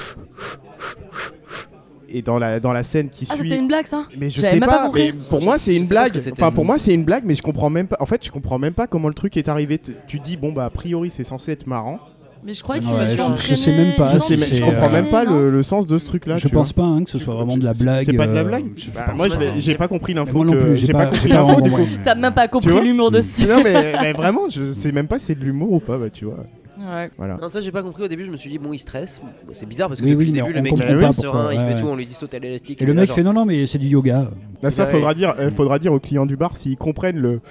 Et dans la, dans la scène qui Ah, suit. c'était une blague ça. Mais je J'avais sais même pas pas, compris. mais pour moi c'est Je une sais pas ce blague. que c'était. Enfin pour moi c'est une blague, mais je comprends même pas. En fait, je comprends même pas comment le truc est arrivé. T- Tu dis bon bah a priori c'est censé être marrant. Mais je crois qu'ils Ouais, me je- sont je sais même pas, Je, Ah, sais, c'est- mais je c'est, comprends euh, même pas le, le sens de ce truc là. Je pense pas hein, que ce soit vraiment de la blague. C'est pas de la euh, blague. je Bah, pense moi pas. je l'ai- j'ai pas compris l'info. Moi non que- plus, j'ai pas, compris j'ai pas l'info du vraiment coup. compris. T'as même pas Tu compris vois l'humour de ce Non mais, mais vraiment, je sais même pas si c'est de l'humour ou pas, bah tu vois. Ouais. Voilà. Non, ça j'ai pas compris au début, je me suis dit bon, il stresse. Bon, c'est bizarre parce que Oui, depuis oui, le mais début, on le mec comprend il est pas serein, pourquoi, il fait ouais. tout, on lui dit saute à l'élastique. Et il le est là, mec genre, fait non non mais c'est du yoga. Là ça Ouais. faudra dire, euh, faudra dire aux clients du bar s'ils comprennent le.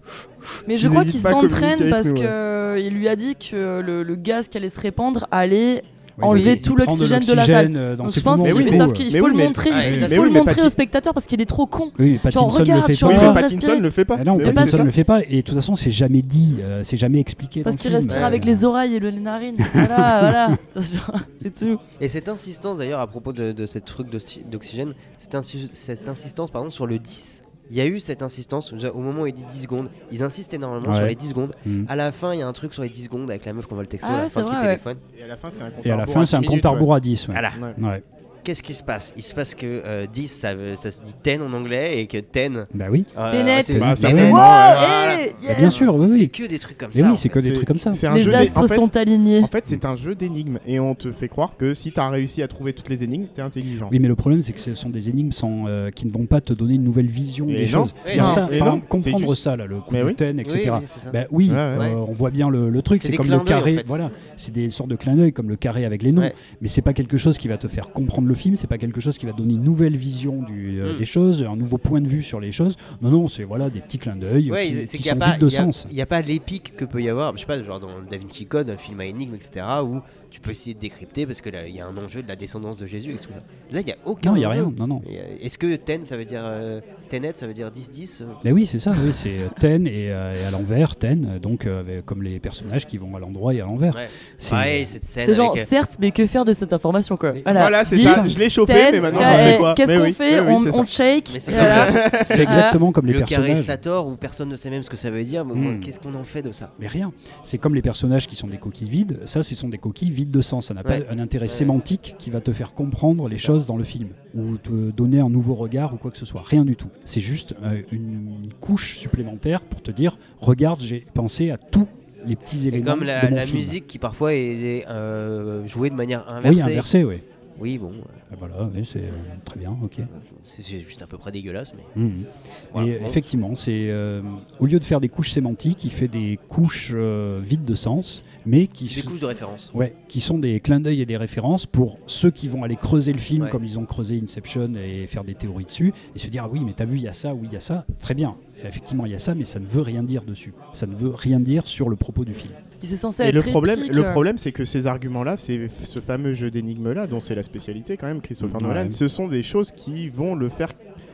Mais je Ils crois hésitent qu'il pas à communiquer s'entraîne avec parce nous, que il lui a dit que le, le gaz qui allait se répandre allait Ouais, enlever mais il tout prend de l'oxygène de la salle. l'oxygène, euh, dans Donc ses je pense poumons, qu'il Mais oui, c'est sauf tout. qu'il mais faut oui, le mais- montrer, Ah, il mais faut oui, le mais montrer Patti- au spectateur parce qu'il est trop con. Oui, mais Genre, Pattinson regarde, le fait je suis en Oui, train mais de pas. Pattinson respirer. le fait pas. Ah non, Mais oui, Pattinson c'est ça. ne le fait pas et de toute façon c'est jamais dit, euh, c'est jamais expliqué. Parce dans qu'il le film. respire Ouais. avec les oreilles et les narines. Voilà, voilà. C'est tout. Et cette insistance d'ailleurs à propos de, de cette truc d'oxy- d'oxygène, cette, insu- cette insistance pardon sur le dix. Il y a eu cette insistance au moment où il dit dix secondes. Ils insistent énormément Ouais. sur les dix secondes. Mm. À la fin, il y a un truc sur les dix secondes avec la meuf qu'on va le texto Ah à la ouais, fin c'est qui vrai, ouais. téléphone. Et à la fin c'est un compte Et à à la rebours fin à c'est un dix compte minutes, à ouais. rebours à dix. ouais. Voilà. Ouais. Ouais. Qu'est-ce qui se passe? Il se passe que euh, dix ça, veut- ça se dit ten en anglais et que ten. Bah oui. euh, Tenet. c'est- Bah, ça Tenet. va. Wow, Voilà. hey, Bah, bien sûr, oui, C'est oui. que des trucs comme Et ça. oui, en c'est fait. que des trucs comme ça. C'est un Les jeu d'é- astres en fait, sont alignés. En fait, c'est un jeu d'énigmes et on te fait croire que si t'as réussi à trouver toutes les énigmes, t'es intelligent. Oui, mais le problème, c'est que ce sont des énigmes sans, euh, qui ne vont pas te donner une nouvelle vision Et des non. choses. Et C'est-à-dire non. ça, Et par non. exemple, comprendre C'est juste- ça, là, le coup Mais du oui. ten, et Oui, cetera. oui, c'est ça. Bah oui, Ouais, euh, ouais. on voit bien le, le truc. C'est C'est des comme clins le d'œil, en carré. fait. Voilà, c'est des sortes de clins d'œil, comme le carré avec les noms. Ouais. Mais c'est pas quelque chose qui va te faire comprendre le film. C'est pas quelque chose qui va te donner une nouvelle vision du, euh, Mm. des choses, un nouveau point de vue sur les choses. Non, non, c'est voilà des petits clins d'œil Ouais, qui, c'est qui qu'il y a sont pas, vides de il y a- sens. il y a pas l'épique que peut y avoir, je sais pas, genre dans Da Vinci Code, un film à énigme, et cetera, où tu peux essayer de décrypter parce que là, il y a un enjeu de la descendance de Jésus, et cetera. Là, il y a aucun. Non, il y a enjeu. rien. Non, non. Et, euh, Est-ce que ten, ça veut dire euh, Tenet, ça veut dire dix dix euh, Mais oui, c'est ça, oui, c'est euh, ten et, euh, et à l'envers, ten, euh, donc euh, avec- comme les personnages qui vont à l'endroit et à l'envers. Ouais. C'est- Ouais, cette scène. C'est genre, avec, euh, certes, mais que faire de cette information quoi. Voilà, c'est dix, ça. Je l'ai chopé, ten, mais maintenant K- j'en fais eh, quoi Qu'est-ce Mais qu'on oui, fait mais oui, On c'est ça. on shake. Mais c'est voilà. C'est exactement comme les le carré personnages. Sator où personne ne sait même ce que ça veut dire. Mais Mm. moi, qu'est-ce qu'on en fait de ça? Mais rien. C'est comme les personnages qui sont des coquilles vides. Ça, ce sont des coquilles vides de sens. Ça n'a Ouais. pas un intérêt Ouais. sémantique qui va te faire comprendre les C'est ça. choses dans le film ou te donner un nouveau regard ou quoi que ce soit. Rien du tout. C'est juste euh, une, une couche supplémentaire pour te dire regarde, j'ai pensé à tous les petits Et éléments comme la, de mon la film. musique qui parfois est euh, jouée de manière inversée. Oui, inversé, oui. Oui, bon, Ah, voilà, oui, c'est euh, très bien, ok. euh, c'est c'est juste à peu près dégueulasse, mais. Mhm. Voilà, Et bon. effectivement, c'est euh, au lieu de faire des couches sémantiques, il fait des couches euh, vides de sens, mais qui C'est des s- couches de référence. Ouais, qui sont des clins d'œil et des références pour ceux qui vont aller creuser le film Ouais. comme ils ont creusé Inception et faire des théories dessus et se dire ah oui mais t'as vu il y a ça, oui il y a ça, très bien. Et effectivement il y a ça mais ça ne veut rien dire dessus. Ça ne veut rien dire sur le propos du film. Il s'est censé Et être le problème, épique, le euh. problème, c'est que ces arguments-là, c'est ce fameux jeu d'énigmes-là, dont c'est la spécialité quand même, Christopher Ouais. Nolan, ce sont des choses qui vont le faire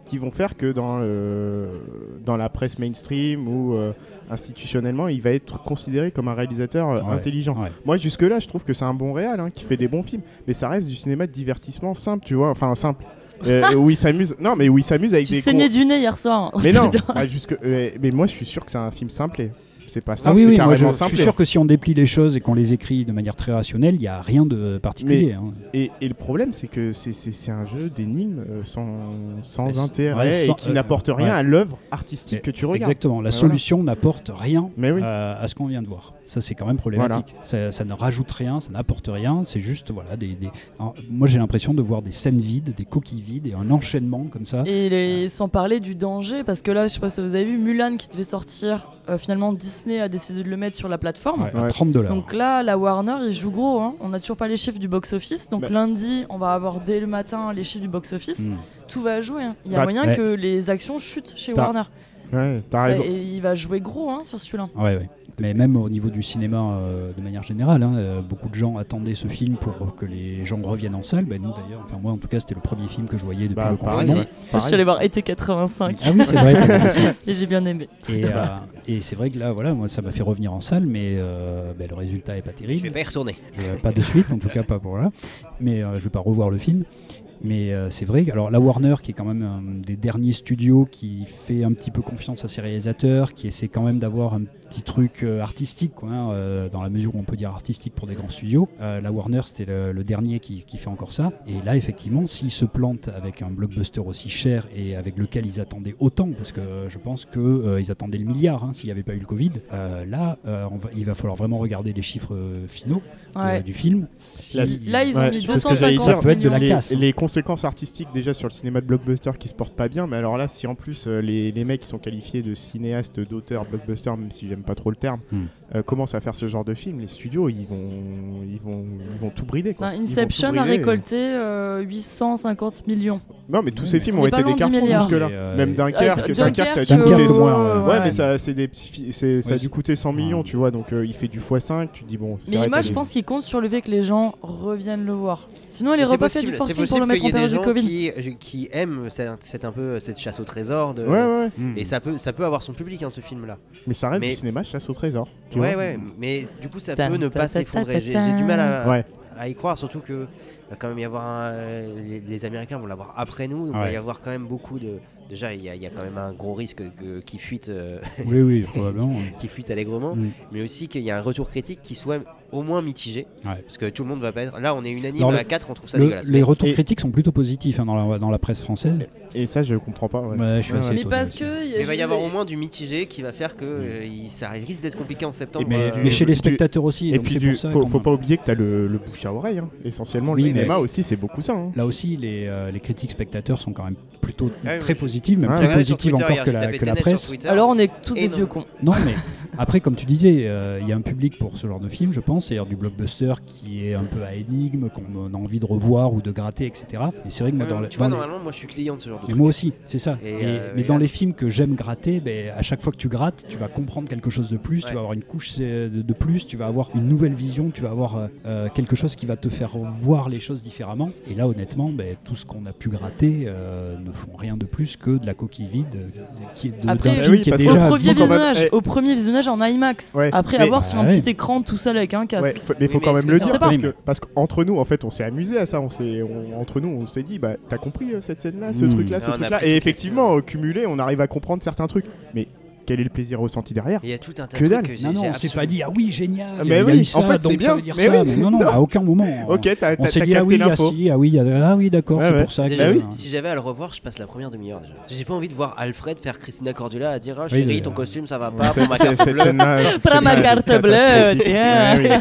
qui vont faire que dans, le, dans la presse mainstream ou euh, institutionnellement, il va être considéré comme un réalisateur euh, Ouais, intelligent. ouais. Moi, jusque-là, je trouve que c'est un bon réal, hein, qui fait des bons films. Mais ça reste du cinéma de divertissement simple, tu vois. Enfin, simple. Euh, où il s'amuse. Non, mais où il s'amuse avec Tu des. saignais con- du nez hier soir. Mais non, bah, jusque... euh, mais moi, je suis sûr que c'est un film simplé. C'est pas Ah simple, oui, c'est oui, moi, je, carrément je simple. suis sûr que si on déplie les choses et qu'on les écrit de manière très rationnelle, il n'y a rien de particulier. hein. Et, et le problème, c'est que c'est, c'est, c'est un jeu d'énigmes euh, sans, sans Mais intérêt ouais, sans- et qui euh, n'apporte rien ouais. à l'œuvre artistique Mais que tu regardes. Exactement, la Voilà. solution n'apporte rien Mais oui. euh, à ce qu'on vient de voir. Ça, c'est quand même problématique. Ça, ça ne rajoute rien, ça n'apporte rien. C'est juste, voilà, des. des... Alors, moi, j'ai l'impression de voir des scènes vides, des coquilles vides et un enchaînement comme ça. Et les- sans parler du danger, parce que là, je sais pas si vous avez vu Mulan qui devait sortir, euh, finalement Disney a décidé de le mettre sur la plateforme. Ouais, à Ouais. trente dollars. Donc là, la Warner, ils jouent gros. Hein. On n'a toujours pas les chiffres du box-office. Donc Bah. lundi, on va avoir dès le matin les chiffres du box-office. Mm. Tout va jouer. hein. Il y a Bah, moyen ouais. que les actions chutent chez T'as- Warner. Ouais, t'as Ça, raison. et il va jouer gros hein, sur celui-là. Ouais, ouais. Mais même au niveau du cinéma, euh, de manière générale, hein, euh, beaucoup de gens attendaient ce film pour que les gens reviennent en salle. Ben, nous d'ailleurs, enfin moi en tout cas, c'était le premier film que je voyais depuis Bah, le pareil, confinement. ouais. Je Pareil. suis allé voir Été quatre-vingt-cinq Ah oui, c'est vrai. t'as vu ça. et j'ai bien aimé. Et, euh, et c'est vrai que là, voilà, moi, ça m'a fait revenir en salle, mais euh, ben, le résultat est pas Je terrible. vais pas y retourner. Je- pas de suite, en tout cas pas pour là. Mais euh, je vais pas revoir le film. Mais euh, c'est vrai que alors, la Warner, qui est quand même un des derniers studios qui fait un petit peu confiance à ses réalisateurs, qui essaie quand même d'avoir un petit truc euh, artistique, quoi, hein, euh, dans la mesure où on peut dire artistique pour des grands studios. Euh, la Warner, c'était le, le dernier qui, qui fait encore ça. Et là, effectivement, s'ils se plantent avec un blockbuster aussi cher et avec lequel ils attendaient autant, parce que euh, je pense qu'ils euh, ils attendaient le milliard hein, s'il n'y avait pas eu le Covid, euh, là, euh, on va, il va falloir vraiment regarder les chiffres euh, finaux de- Ouais. du film. Si- Là, Là, ils ont Ouais, mis c'est ce que j'allais dire. deux cent cinquante Ça peut être de la millions. casse. Les, les conséquences artistiques déjà sur le cinéma de blockbuster qui se portent pas bien, mais alors là, si en plus euh, les, les mecs qui sont qualifiés de cinéastes, d'auteurs, blockbuster, même si j'aime pas trop le terme, Hmm. euh, commencent à faire ce genre de film, les studios ils vont, ils vont, ils vont tout brider. Quoi. Non, Ils vont Inception tout a brider. récolté euh, huit cent cinquante millions. Non, mais tous Ouais, ces mais films on ont est été pas des loin du cartons milliard. jusque-là. Et, euh, Même et- Dunkerque, Ah, Dunkerque, ça a dû Dunkerque, coûter euh, cent- moins, Ouais, ouais. mais ça, c'est des petits fi- c'est- ça a Oui. dû coûter cent millions, tu vois, donc euh, il fait du fois cinq, tu te dis bon. c'est Mais vrai, moi, t'as je des- pense qu'il compte sur le fait que les gens reviennent le voir. Sinon, il Mais est c'est repassé du possible, c'est forcing possible pour le mettre qu'il y en ait des période de gens Covid. qui, qui aiment cette, cette un peu cette chasse au trésor de... Ouais, ouais, ouais. Hmm. Et ça peut, ça peut avoir son public hein, ce film-là. Mais ça reste Mais- du cinéma chasse au trésor. Tu Ouais, vois. ouais, mais du coup ça Ta- peut ne ta- pas ta- s'effondrer. ta- J'ai ta- j'ai du mal à, Ouais. à y croire, surtout que va quand même y avoir un- les, les Américains vont l'avoir après nous, donc il va Ouais. y avoir quand même beaucoup de. Déjà, il y, a- il y a quand même un gros risque que, qui fuite, euh, Oui, oui, probablement. qui fuite allègrement, Mm. mais aussi qu'il y a un retour critique qui soit au moins mitigé, Ouais. parce que tout le monde va pas être. Là, on est unanime Alors, le- à quatre, on trouve ça Le- dégueulasse. les Mais- retours Et- critiques sont plutôt positifs hein, dans, la, dans la presse française. Et ça, je comprends pas. Ouais. Ouais, je suis Ouais, assez ouais. Mais étonné parce aussi. que. mais il va y avoir au moins du mitigé qui va faire que euh, il- ça risque d'être compliqué en septembre. Mais, Et euh, mais chez les du- spectateurs aussi. Et donc puis, c'est du, pour ça faut, qu'on- faut pas oublier que t'as le, le bouche à oreille. Hein. Essentiellement, le Oui, cinéma mais- aussi, c'est beaucoup ça. Hein. Là aussi, les, euh, les critiques spectateurs sont quand même plutôt Ouais, très oui. positives, même Ouais, plus regardez sur positives Twitter encore hier, que j'ai la, tapé que la Tenet sur presse. Twitter. Alors, on est tous Et des non. vieux cons. Non, mais après, comme tu disais, euh, il y a un public pour ce genre de film, je pense, c'est-à-dire du blockbuster qui est un peu à énigme, qu'on a envie de revoir ou de gratter, et cetera. Et c'est vrai que moi, euh, dans, le- tu vois, dans les- normalement, moi je suis client de ce genre de Mais truc. moi aussi, c'est ça. Et, Et- euh, mais et dans là- les films que j'aime gratter, ben, à chaque fois que tu grattes, tu vas comprendre quelque chose de plus, Ouais. tu vas avoir une couche euh, de, de plus, tu vas avoir une nouvelle vision, tu vas avoir euh, euh, quelque chose qui va te faire voir les choses différemment. Et là, honnêtement, ben, tout ce qu'on a pu gratter euh, ne font rien de plus que de la coquille vide, euh, qui est de- Après, d'un oui, film qui est parce que- Au déjà premier, faut quand même- visionnage, eh. au premier visionnage en IMAX. Ouais. Après Mais- avoir sur un Ah ouais. petit écran tout seul avec un Ouais, casque. faut- mais Oui, faut mais quand est-ce même le que dire t'as- parce Oui, que parce qu'entre nous en fait on s'est amusé à ça, on s'est on- entre nous on s'est dit bah t'as compris euh, cette scène là, ce Mm. truc là, ce Ah, on a truc là pris et toutes effectivement les euh, cumulé on arrive à comprendre certains trucs. Mais quel est le plaisir ressenti derrière? Il y a tout un tas Que de dalle. trucs que j'ai Non, non, j'ai on s'est absolument- pas dit ah oui, génial, Ah, il y mais a oui, eu ça, en fait, donc c'est ça bien. veut dire Mais ça. oui. Mais non, non, Non. à aucun moment. Ok, t'as On t'as- s'est t'as dit ah capté oui, ah, l'info. si, ah oui, il y a- ah oui, d'accord, Ouais, c'est ouais. pour ça. Déjà, que- Bah oui. si, si j'avais à le revoir, je passe la première demi-heure déjà. J'ai pas envie de voir Alfred faire Christina Cordula à dire ah, Oui, chérie, mais- ton costume ça va pas, C'est- pour ma c'est- carte cette bleue. scène-là, cette Prends ma scène-là est carte bleue, catastrophique. tiens. Ouais,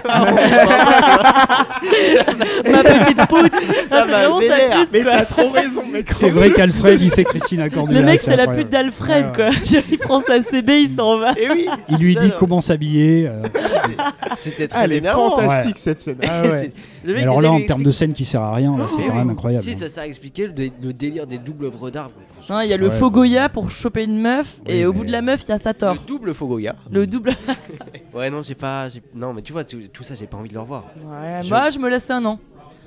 oui. Ma petite poute. Ça Ah, c'est m'a vraiment sa vénère. pute, Mais quoi. t'as trop raison, mec. C'est vrai qu'Alfred il fait Christina Cordula. Le mec, c'est la incroyable. pute d'Alfred, Ouais, quoi. Il prend sa C B, il s'en va. Et oui, Il lui dit Ça, comment s'habiller. euh, c'était très Ah, elle est énervant. fantastique cette scène. Ah ouais. C'est- le mec Et alors essaie là, de en lui termes de scène qui sert à rien, là, c'est Eh quand oui. même incroyable. Si, ça sert à expliquer le, dé- le délire des doubles œuvres d'art. Non, il y a le Ouais, faux bon. Goya pour choper une meuf, Oui, et au mais- bout de la meuf, il y a Sator. Le double Fogoya. Le double. Ouais, non, j'ai pas. j'ai- Non, mais tu vois, tout, tout ça, j'ai pas envie de le revoir. Ouais, Je- moi, je me laisse un an.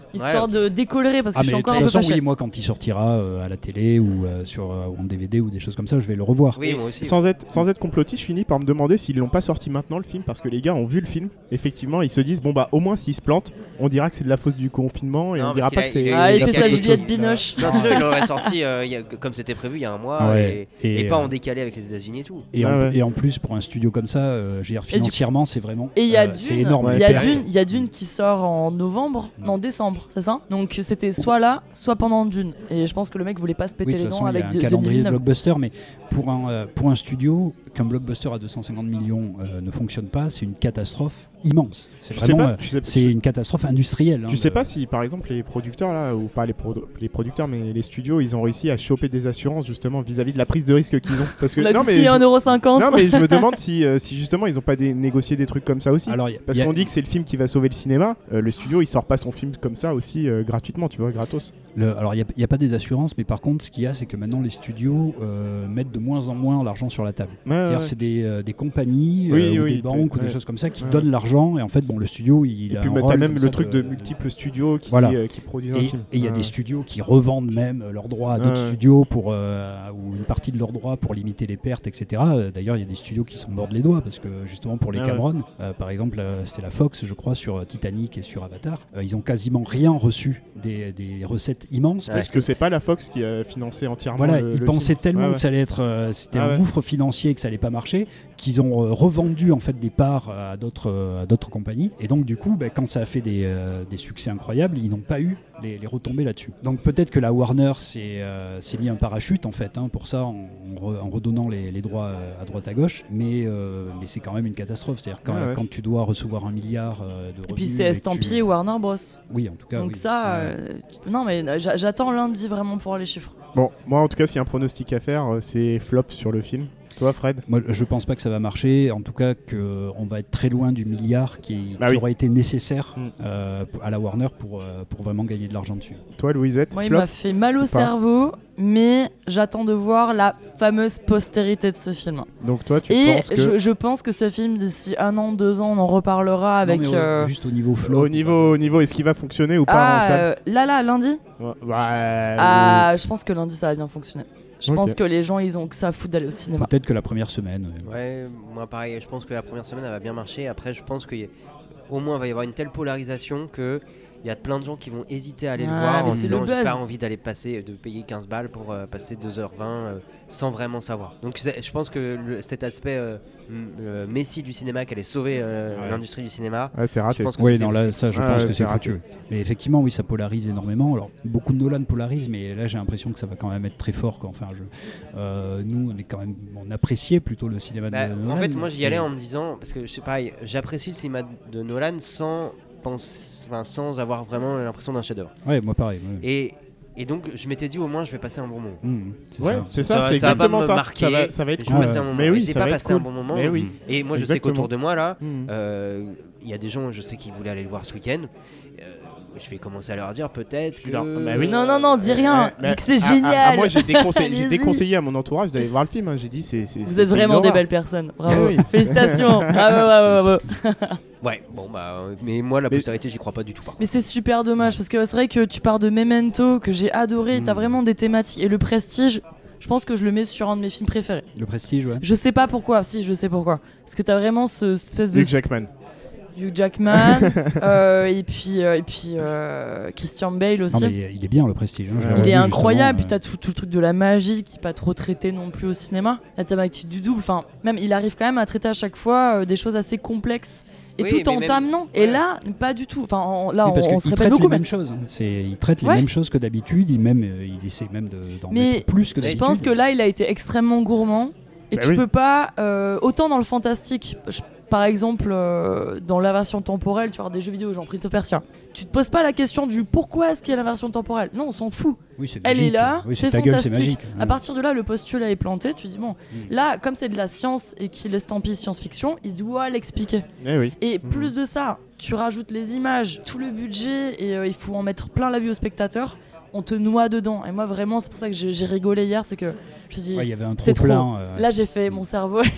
histoire Ouais. de décolorer parce que Ah, je mais suis de encore toute un peu façon, fâchée. oui, moi, quand il sortira euh, à la télé ou euh, sur euh, ou en D V D ou des choses comme ça, je vais le revoir. Oui, moi aussi. Sans être, sans être complotiste, je finis par me demander s'ils l'ont pas sorti maintenant le film parce que les gars ont vu le film. Effectivement, ils se disent bon bah au moins s'ils se plantent, on dira que c'est de la faute du confinement et Non, on dira parce pas qu'il que a- c'est. Ah, il il a fait sa quelque Juliette chose. Binoche. Non, sinon, il l'aurait sorti euh, il y a- comme c'était prévu il y a un mois Ouais. et, Et, et pas euh, en décalé avec les États-unis et tout. Et, Ah en, ouais. et en plus, pour un studio comme ça, euh, je veux dire, Et du- financièrement, c'est vraiment. Et il y a euh, c'est Dune, énorme. Ouais, il y a perte. Dune, il y a Dune qui sort en novembre, Mm. non décembre, c'est ça. Donc c'était soit là, soit pendant Dune. Et je pense que le mec voulait pas se péter Oui, de les toute dents façon, il y avec a un Denis calendrier de Villeneuve. blockbuster, mais pour un, euh, pour un studio, qu'un blockbuster à deux cent cinquante millions euh, ne fonctionne pas, c'est une catastrophe immense. C'est Je sais vraiment, pas, euh, tu sais- c'est une catastrophe industrielle. Tu hein, sais de- pas si par exemple les producteurs là, ou pas les, produ- les producteurs mais les studios, ils ont réussi à choper des assurances justement vis-à-vis de la prise de risque qu'ils ont. Parce que On a non tous mais mis je- un euro cinquante. non mais je me demande si, euh, si justement ils ont pas des- négocié des trucs comme ça aussi. Alors, il y a- Parce il y a- qu'on dit que c'est le film qui va sauver le cinéma, euh, le studio il sort pas son film comme ça aussi euh, gratuitement, tu vois, gratos. le- alors, il n'y a, pas des assurances, mais par contre, ce qu'il y a, c'est que maintenant, les studios euh, mettent de moins en moins l'argent sur la table. Ouais, C'est-à-dire, ouais. c'est des, euh, des compagnies Oui, euh, ou oui, des banques ou ouais. des choses comme ça qui Ouais. donnent l'argent, et en fait, bon, le studio, il Et a puis un bah, t'as rôle même comme le ça truc de, de- multiples studios qui, Voilà. euh, qui produisent un Et film. et il y a Ouais. des studios qui revendent même leurs droits à d'autres Ouais. studios pour, euh, ou une partie de leurs droits pour limiter les pertes, et cetera. Euh, D'ailleurs, il y a des studios qui s'en mordent les doigts parce que justement pour les Ah ouais. Cameron, euh, par exemple, euh, c'était la Fox, je crois, sur Titanic et sur Avatar, euh, ils ont quasiment rien reçu des, des recettes immenses. Ouais. Parce que c'est pas la Fox qui a financé entièrement Voilà, le, ils le pensaient film. tellement Ouais, ouais. que ça allait être, euh, c'était Ah un ouais. gouffre financier, que ça allait pas marcher, qu'ils ont euh, revendu en fait des parts à d'autres, euh, à d'autres compagnies. Et donc du coup, bah, quand ça a fait des, euh, des succès incroyables, ils n'ont pas eu les, les retombées là-dessus. Donc peut-être que la Warner s'est, euh, s'est mis un parachute en fait hein, pour ça, en, en re- en redonnant les, les droits euh, à droite à gauche. Mais, euh, mais c'est quand même une catastrophe. C'est-à-dire quand, Ah ouais. quand tu dois recevoir un milliard euh, de revenus. Et puis c'est que estampillé tu- Warner Bros. Oui, en tout cas. Donc oui. ça, Ouais. euh, non mais j'a- j'attends lundi vraiment pour voir les chiffres. Bon, moi en tout cas, s'il y a un pronostic à faire, euh, c'est flop sur le film. Toi, Fred? Moi, je pense pas que ça va marcher. En tout cas, qu'on va être très loin du milliard qui, Bah qui oui. aurait été nécessaire Mm. euh, à la Warner pour, euh, pour vraiment gagner de l'argent dessus. Toi, Louisette? Moi il flop m'a fait mal au pas cerveau, mais j'attends de voir la fameuse postérité de ce film. Donc toi, tu Et penses que je, je pense que ce film d'ici un an, deux ans, on en reparlera avec. Non, mais, euh, Juste au niveau flow. au niveau, au niveau, est-ce qu'il va fonctionner ou pas en Ah, salle? euh, là là, lundi. Ouais, bah, Ah, je pense que lundi ça va bien fonctionner. Je Ok. pense que les gens ils ont que ça à foutre d'aller au cinéma. Peut-être que la première semaine. ouais. Ouais, moi pareil, je pense que la première semaine elle va bien marcher. Après, je pense qu'au moins il va y avoir une telle polarisation que il y a plein de gens qui vont hésiter à aller le Ah, voir mais en c'est disant le j'ai buzz. pas envie d'aller passer, de payer quinze balles pour euh, passer deux heures vingt euh, sans vraiment savoir. Donc c'est- je pense que le- cet aspect euh, m- euh, messie du cinéma, qu'elle ait sauvé euh, Ouais. l'industrie du cinéma, Ouais, c'est je raté. pense que Oui, ça, non, c'est- là, ça, je Ah, pense ouais, que c'est c'est foutu. raté. Mais effectivement, oui, ça polarise énormément. Alors, beaucoup de Nolan polarisent, mais là, j'ai l'impression que ça va quand même être très fort. Quoi. Enfin, je, euh, nous, on est quand même, on appréciait plutôt le cinéma Bah, de Nolan. en fait, moi j'y allais mais- en me disant, parce que je sais pas, j'apprécie le cinéma de Nolan sans, pense, enfin, sans avoir vraiment l'impression d'un chef-d'œuvre. Ouais, moi pareil. ouais. Et, et donc je m'étais dit au moins je vais passer un bon moment. Mmh, c'est Ouais, ça. c'est Ça ça, va- c'est ça va pas exactement me ça. marquer, Ça va, ça va être Je vais Ah, cool. passer ouais. un moment. Mais Et oui, j'ai ça pas va être passé un cool. bon moment. Mais oui. Et moi je Exactement. sais qu'autour de moi là, Mmh. euh, il y a des gens, je sais qui voulaient aller le voir ce week-end. Euh, je vais commencer à leur dire peut-être que. leur- bah oui. Non non non, dis rien. Ouais, mais- Dis que c'est ah, ah, génial. ah, moi, j'ai déconseillé, j'ai Allez-y. déconseillé à mon entourage d'aller voir le film. hein. J'ai dit, c'est. c'est- Vous c'est- êtes c'est vraiment une des horreur. belles personnes. Bravo. Oui. Félicitations. Bravo bravo bravo. Ouais, bon bah, euh, mais moi la Mais- postérité j'y crois pas du tout. Par contre. Mais c'est super dommage parce que c'est vrai que tu pars de Memento que j'ai adoré. Mm. T'as vraiment des thématiques et le Prestige. Je pense que je le mets sur un de mes films préférés. Le Prestige, ouais. Je sais pas pourquoi. Si, je sais pourquoi. Parce que t'as vraiment ce cette espèce de Hugh Jackman. Hugh Jackman euh, et puis euh, et puis euh, Christian Bale aussi. Non, mais il est bien le Prestige. hein, je l'ai Il Il est revu, incroyable, puis justement, t'as tout, tout le truc de la magie qui est pas trop traité non plus au cinéma. La thématique du double, enfin, même il arrive quand même à traiter à chaque fois euh, des choses assez complexes et Oui, tout mais en même- t'amenant. Et ouais. là, pas du tout. Enfin, on- là, Oui, parce on, on qu'il se répète traite beaucoup, les mais mêmes choses. hein. C'est, il traite les Ouais. mêmes choses que d'habitude. Il, même, euh, il essaie même de, d'en Mais mettre plus que je d'habitude. pense que là, il a été extrêmement gourmand. Et Bah tu oui. peux pas, euh, autant dans le fantastique, je- par exemple, euh, dans l'inversion temporelle, tu vois, des jeux vidéo, genre Prince of Persia, tu te poses pas la question du pourquoi est-ce qu'il y a l'inversion temporelle. Non, on s'en fout. Oui, c'est Elle est magique. là, Oui, c'est ta gueule, c'est fantastique. magique. À partir de là, le postulat est planté. Tu dis, bon, Mm. là, comme c'est de la science et qu'il estampille science-fiction, il doit l'expliquer. Eh oui. Et Mhm. plus de ça, tu rajoutes les images, tout le budget, et euh, il faut en mettre plein la vue au spectateur. On te noie dedans. Et moi, vraiment, c'est pour ça que j'ai j'ai rigolé hier. C'est que je me suis dit, Ouais, il y avait un c'est trop plein. euh, là, j'ai fait mon cerveau.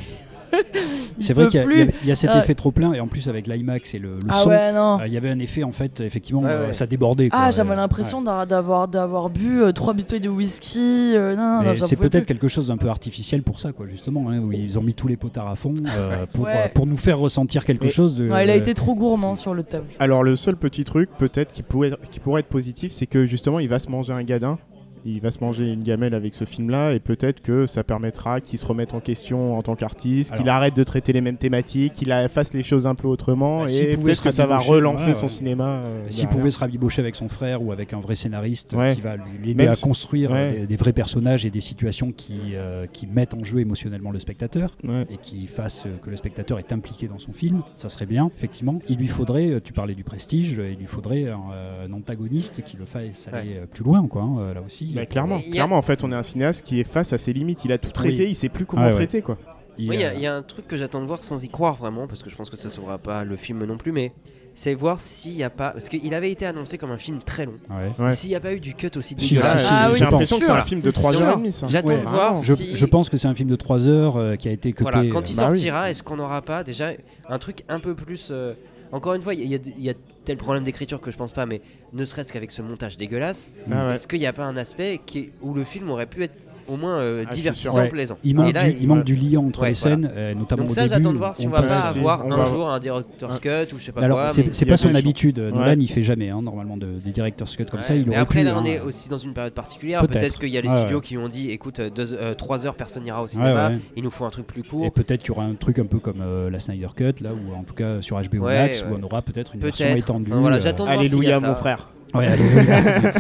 C'est vrai qu'il y a, peut il y a- plus. il y a cet Ah. effet trop plein et en plus avec l'IMAX et le, le Ah son, ouais, non. euh, il y avait un effet en fait effectivement Ouais, euh, ouais. ça débordait. Quoi. Ah, j'avais Euh, l'impression d'a- d'avoir, d'avoir bu euh, trois bouteilles de whisky. euh, non, non, Mais j'en c'est pouvais peut-être plus. quelque chose d'un peu artificiel pour ça, quoi, justement, hein, où ils ont mis tous les potards à fond euh, pour, Ouais. euh, pour nous faire ressentir quelque Mais- chose. De, Ouais, il a été trop gourmand sur le thème. je pense. Alors le seul petit truc peut-être qui pourrait, qui pourrait être positif, c'est que justement il va se manger un gadin, il va se manger une gamelle avec ce film-là, et peut-être que ça permettra qu'il se remette en question en tant qu'artiste, qu'il Alors- arrête de traiter les mêmes thématiques, qu'il a- fasse les choses un peu autrement, Bah, s'il et pouvait peut-être se que ça va rabibocher, relancer ouais, son ouais. cinéma. euh, S'il derrière. pouvait se rabibocher avec son frère ou avec un vrai scénariste Ouais. qui va lui- l'aider Même à si- construire ouais. des, des vrais personnages et des situations qui, euh, qui mettent en jeu émotionnellement le spectateur Ouais. et qui fassent euh, que le spectateur est impliqué dans son film, ça serait bien, effectivement. Il lui faudrait, euh, tu parlais du prestige, euh, il lui faudrait un, euh, un antagoniste qui le fasse aller euh, plus loin, quoi, hein, euh, là aussi. Bah, clairement, Il y a- clairement, en fait, on est un cinéaste qui est face à ses limites. Il a tout traité, Oui. il sait plus comment Ah ouais. traiter, quoi. Il, Oui, il y, a- euh, il y a un truc que j'attends de voir sans y croire vraiment, parce que je pense que ça ne sauvera pas le film non plus, mais c'est voir s'il n'y a pas. Parce qu'il avait été annoncé comme un film très long. ouais. Ouais. S'il n'y a pas eu du cut aussi Si, dégueulasse. si, si, Ah oui, J'ai c'est l'impression que c'est un sûr, film de c'est trois sûr. heures et demie, ça. J'attends Ouais. de voir Je, si. je pense que c'est un film de trois heures euh, qui a été cuté. Voilà, quand il bah oui. sortira, est-ce qu'on n'aura pas déjà un truc un peu plus. euh, Encore une fois, il y, a- il y a tel problème d'écriture que je pense pas, mais ne serait-ce qu'avec ce montage dégueulasse, Ah ouais. est-ce qu'il n'y a pas un aspect qui est- où le film aurait pu être au moins euh, Ah, je suis divertissant, sûr. Ouais. plaisant Il manque, Et là, du, il manque du lien entre Ouais, les voilà. scènes, euh, notamment Donc au ça, début. j'attends de voir si on, va peut- pas si, avoir on un va- jour un director's cut ou je sais pas Alors, quoi. c'est mais- c'est il y a pas son deux habitude. Ouais. Nolan, il fait jamais, hein, normalement, de, des director's cut comme Ouais, ça. Il mais aurait après, pu, là, on hein. est aussi dans une période particulière. Peut-être. Peut-être qu'il y a les Ouais, studios ouais. qui ont dit écoute, trois heures, personne n'ira au cinéma. Ouais, ouais. Il nous faut un truc plus court. Et peut-être qu'il y aura un truc un peu comme euh, la Snyder Cut, là, ou en tout cas sur H B O Ouais, Max, ouais. où on aura peut-être une version Peut-être. étendue. Enfin, voilà, euh, j'attends de voir s'il y a Alléluia, ça. mon frère. Ouais, alléluia.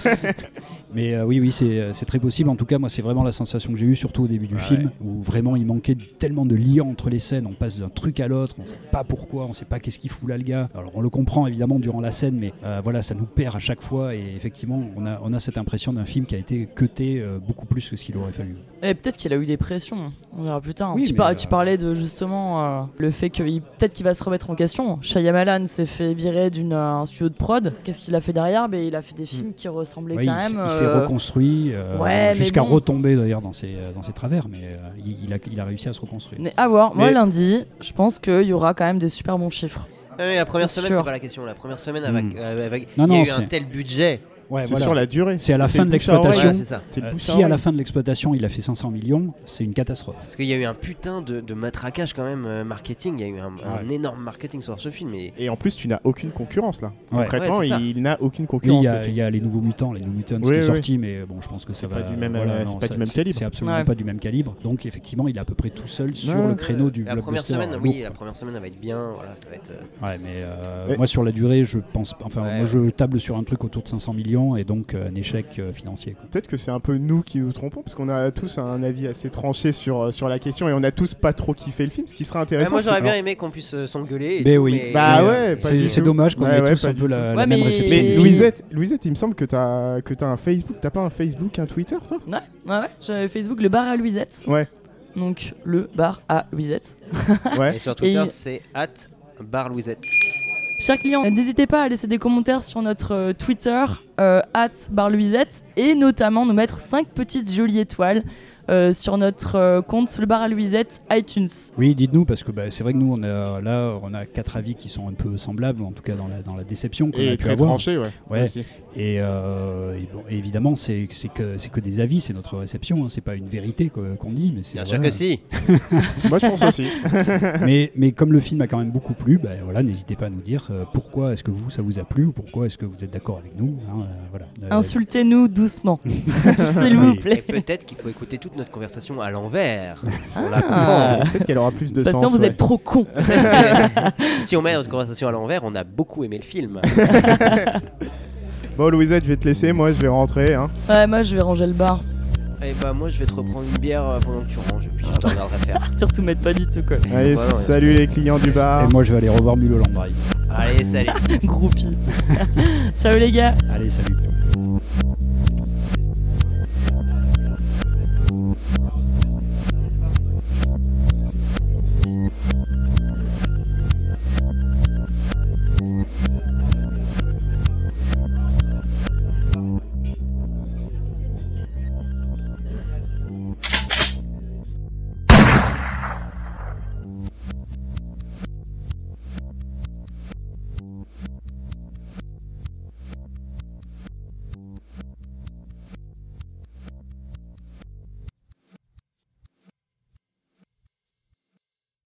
Mais euh, oui, oui, c'est c'est très possible. En tout cas, moi, c'est vraiment la sensation que j'ai eue, surtout au début du Ouais. film, où vraiment il manquait de- tellement de liens entre les scènes. On passe d'un truc à l'autre, on sait pas pourquoi, on sait pas qu'est-ce qu'il fout là, le gars. Alors, on le comprend évidemment durant la scène, mais euh, voilà, ça nous perd à chaque fois. Et effectivement, on a, on a cette impression d'un film qui a été cuté euh, beaucoup plus que ce qu'il aurait fallu. Et peut-être qu'il a eu des pressions, on verra plus tard. Oui, tu, mais, par- euh, tu parlais de justement euh, le fait que il- peut-être qu'il va se remettre en question. Shyamalan s'est fait virer d'un studio de prod. Qu'est-ce qu'il a fait derrière? Ben, il a fait des films qui ressemblaient Ouais, quand il, s- même. il s'est euh, reconstruit euh, ouais, mais jusqu'à bon. retomber d'ailleurs dans ses, euh, dans ses travers, mais euh, il, il a, il a réussi à se reconstruire. mais à voir. Moi, Mais- lundi, je pense qu'il y aura quand même des super bons chiffres. Ah oui, la première C'est semaine, sûr. c'est pas la question. La première semaine, avec, Mm. euh, avec- Non, il y a non, eu un c'est- tel budget. Ouais, C'est voilà. sur la durée. C'est à la fin le de bouche à oreille. l'exploitation. Ouais, c'est ça. C'est le Euh, bouche si à à la oreille. fin de l'exploitation il a fait cinq cents millions, c'est une catastrophe. Parce qu'il y a eu un putain de, de matraquage quand même euh, marketing. Il y a eu un, un Ouais. énorme marketing sur ce film. Et... Et en plus, tu n'as aucune concurrence là. Ouais. Concrètement, Ouais, c'est ça. il n'a aucune Oui, concurrence. il y, le a- film. il y a les nouveaux mutants, les nouveaux mutants Oui, qui est oui. sorti, mais bon, je pense que ça C'est va. pas du même, voilà, euh, non, c'est pas ça- du même c'est- calibre. C'est absolument Ouais. pas du même calibre. Donc effectivement, il est à peu près tout seul sur Ouais. le créneau du La première blockbuster. semaine, lourd, oui, la quoi. première semaine, elle va être bien. Voilà, ça va être. euh, Ouais, mais euh, Ouais. moi sur la durée, je pense. Enfin, Ouais, moi je table sur un truc autour de cinq cents millions et donc euh, un échec euh, financier. quoi. Peut-être que c'est un peu nous qui nous trompons, parce qu'on a tous un avis assez tranché sur, euh, sur la question et on a tous pas trop kiffé le film. Ce qui serait Ouais, intéressant, moi, j'aurais c'est- bien aimé qu'on puisse euh, s'engueuler. et Mais tout, oui. mais- Bah Mais, ouais, euh, pas c'est du c'est tout. dommage qu'on Ouais, ait ouais, tous pas un du peu tout. la, la Ouais, même mais- réception. Mais Et- Louisette, Louisette, il me semble que t'as que t'as un Facebook. T'as pas un Facebook, un Twitter, toi? Ouais, ouais, ouais. J'avais Facebook, le bar à Louisette. Ouais. Donc, le bar à Louisette. Ouais. Et sur Twitter, Et- c'est at bar Louisette. Chers clients, n'hésitez pas à laisser des commentaires sur notre euh, Twitter, euh, at barlouisette, et notamment nous mettre cinq petites jolies étoiles euh, sur notre euh, compte le bar à Louisette iTunes. Oui, dites-nous parce que bah, c'est vrai que nous on a là on a quatre avis qui sont un peu semblables, en tout cas dans la dans la déception qu'on a Et pu très avoir. tranché, ouais. Ouais. Aussi. Et, euh, et bon, évidemment, c'est c'est que, c'est que des avis, c'est notre réception, hein, c'est pas une vérité quoi, qu'on dit. Mais c'est- Bien sûr voilà. que si. Moi, je pense aussi. mais, mais comme le film a quand même beaucoup plu, bah, voilà, n'hésitez pas à nous dire euh, pourquoi est-ce que vous, ça vous a plu ou pourquoi est-ce que vous êtes d'accord avec nous. Hein, euh, voilà. Euh, Insultez-nous doucement, s'il Oui. vous Et plaît. peut-être qu'il faut écouter toute notre conversation à l'envers. On la Ah. comprend. Peut-être qu'elle aura plus de Parce que sens. vous ouais. êtes trop cons. Si on met notre conversation à l'envers, on a beaucoup aimé le film. Bon, Louisette, je vais te laisser. Moi, je vais rentrer. Hein. Ouais, moi je vais ranger le bar. Et bah moi je vais te reprendre une bière euh, pendant que tu ranges et puis je te regarderai faire. Surtout mettre pas du tout quoi. Allez, Voilà, ouais. salut les clients du bar. Et moi, je vais aller revoir Mulholland Drive. Allez, salut. Groupie. Ciao les gars. Allez, salut.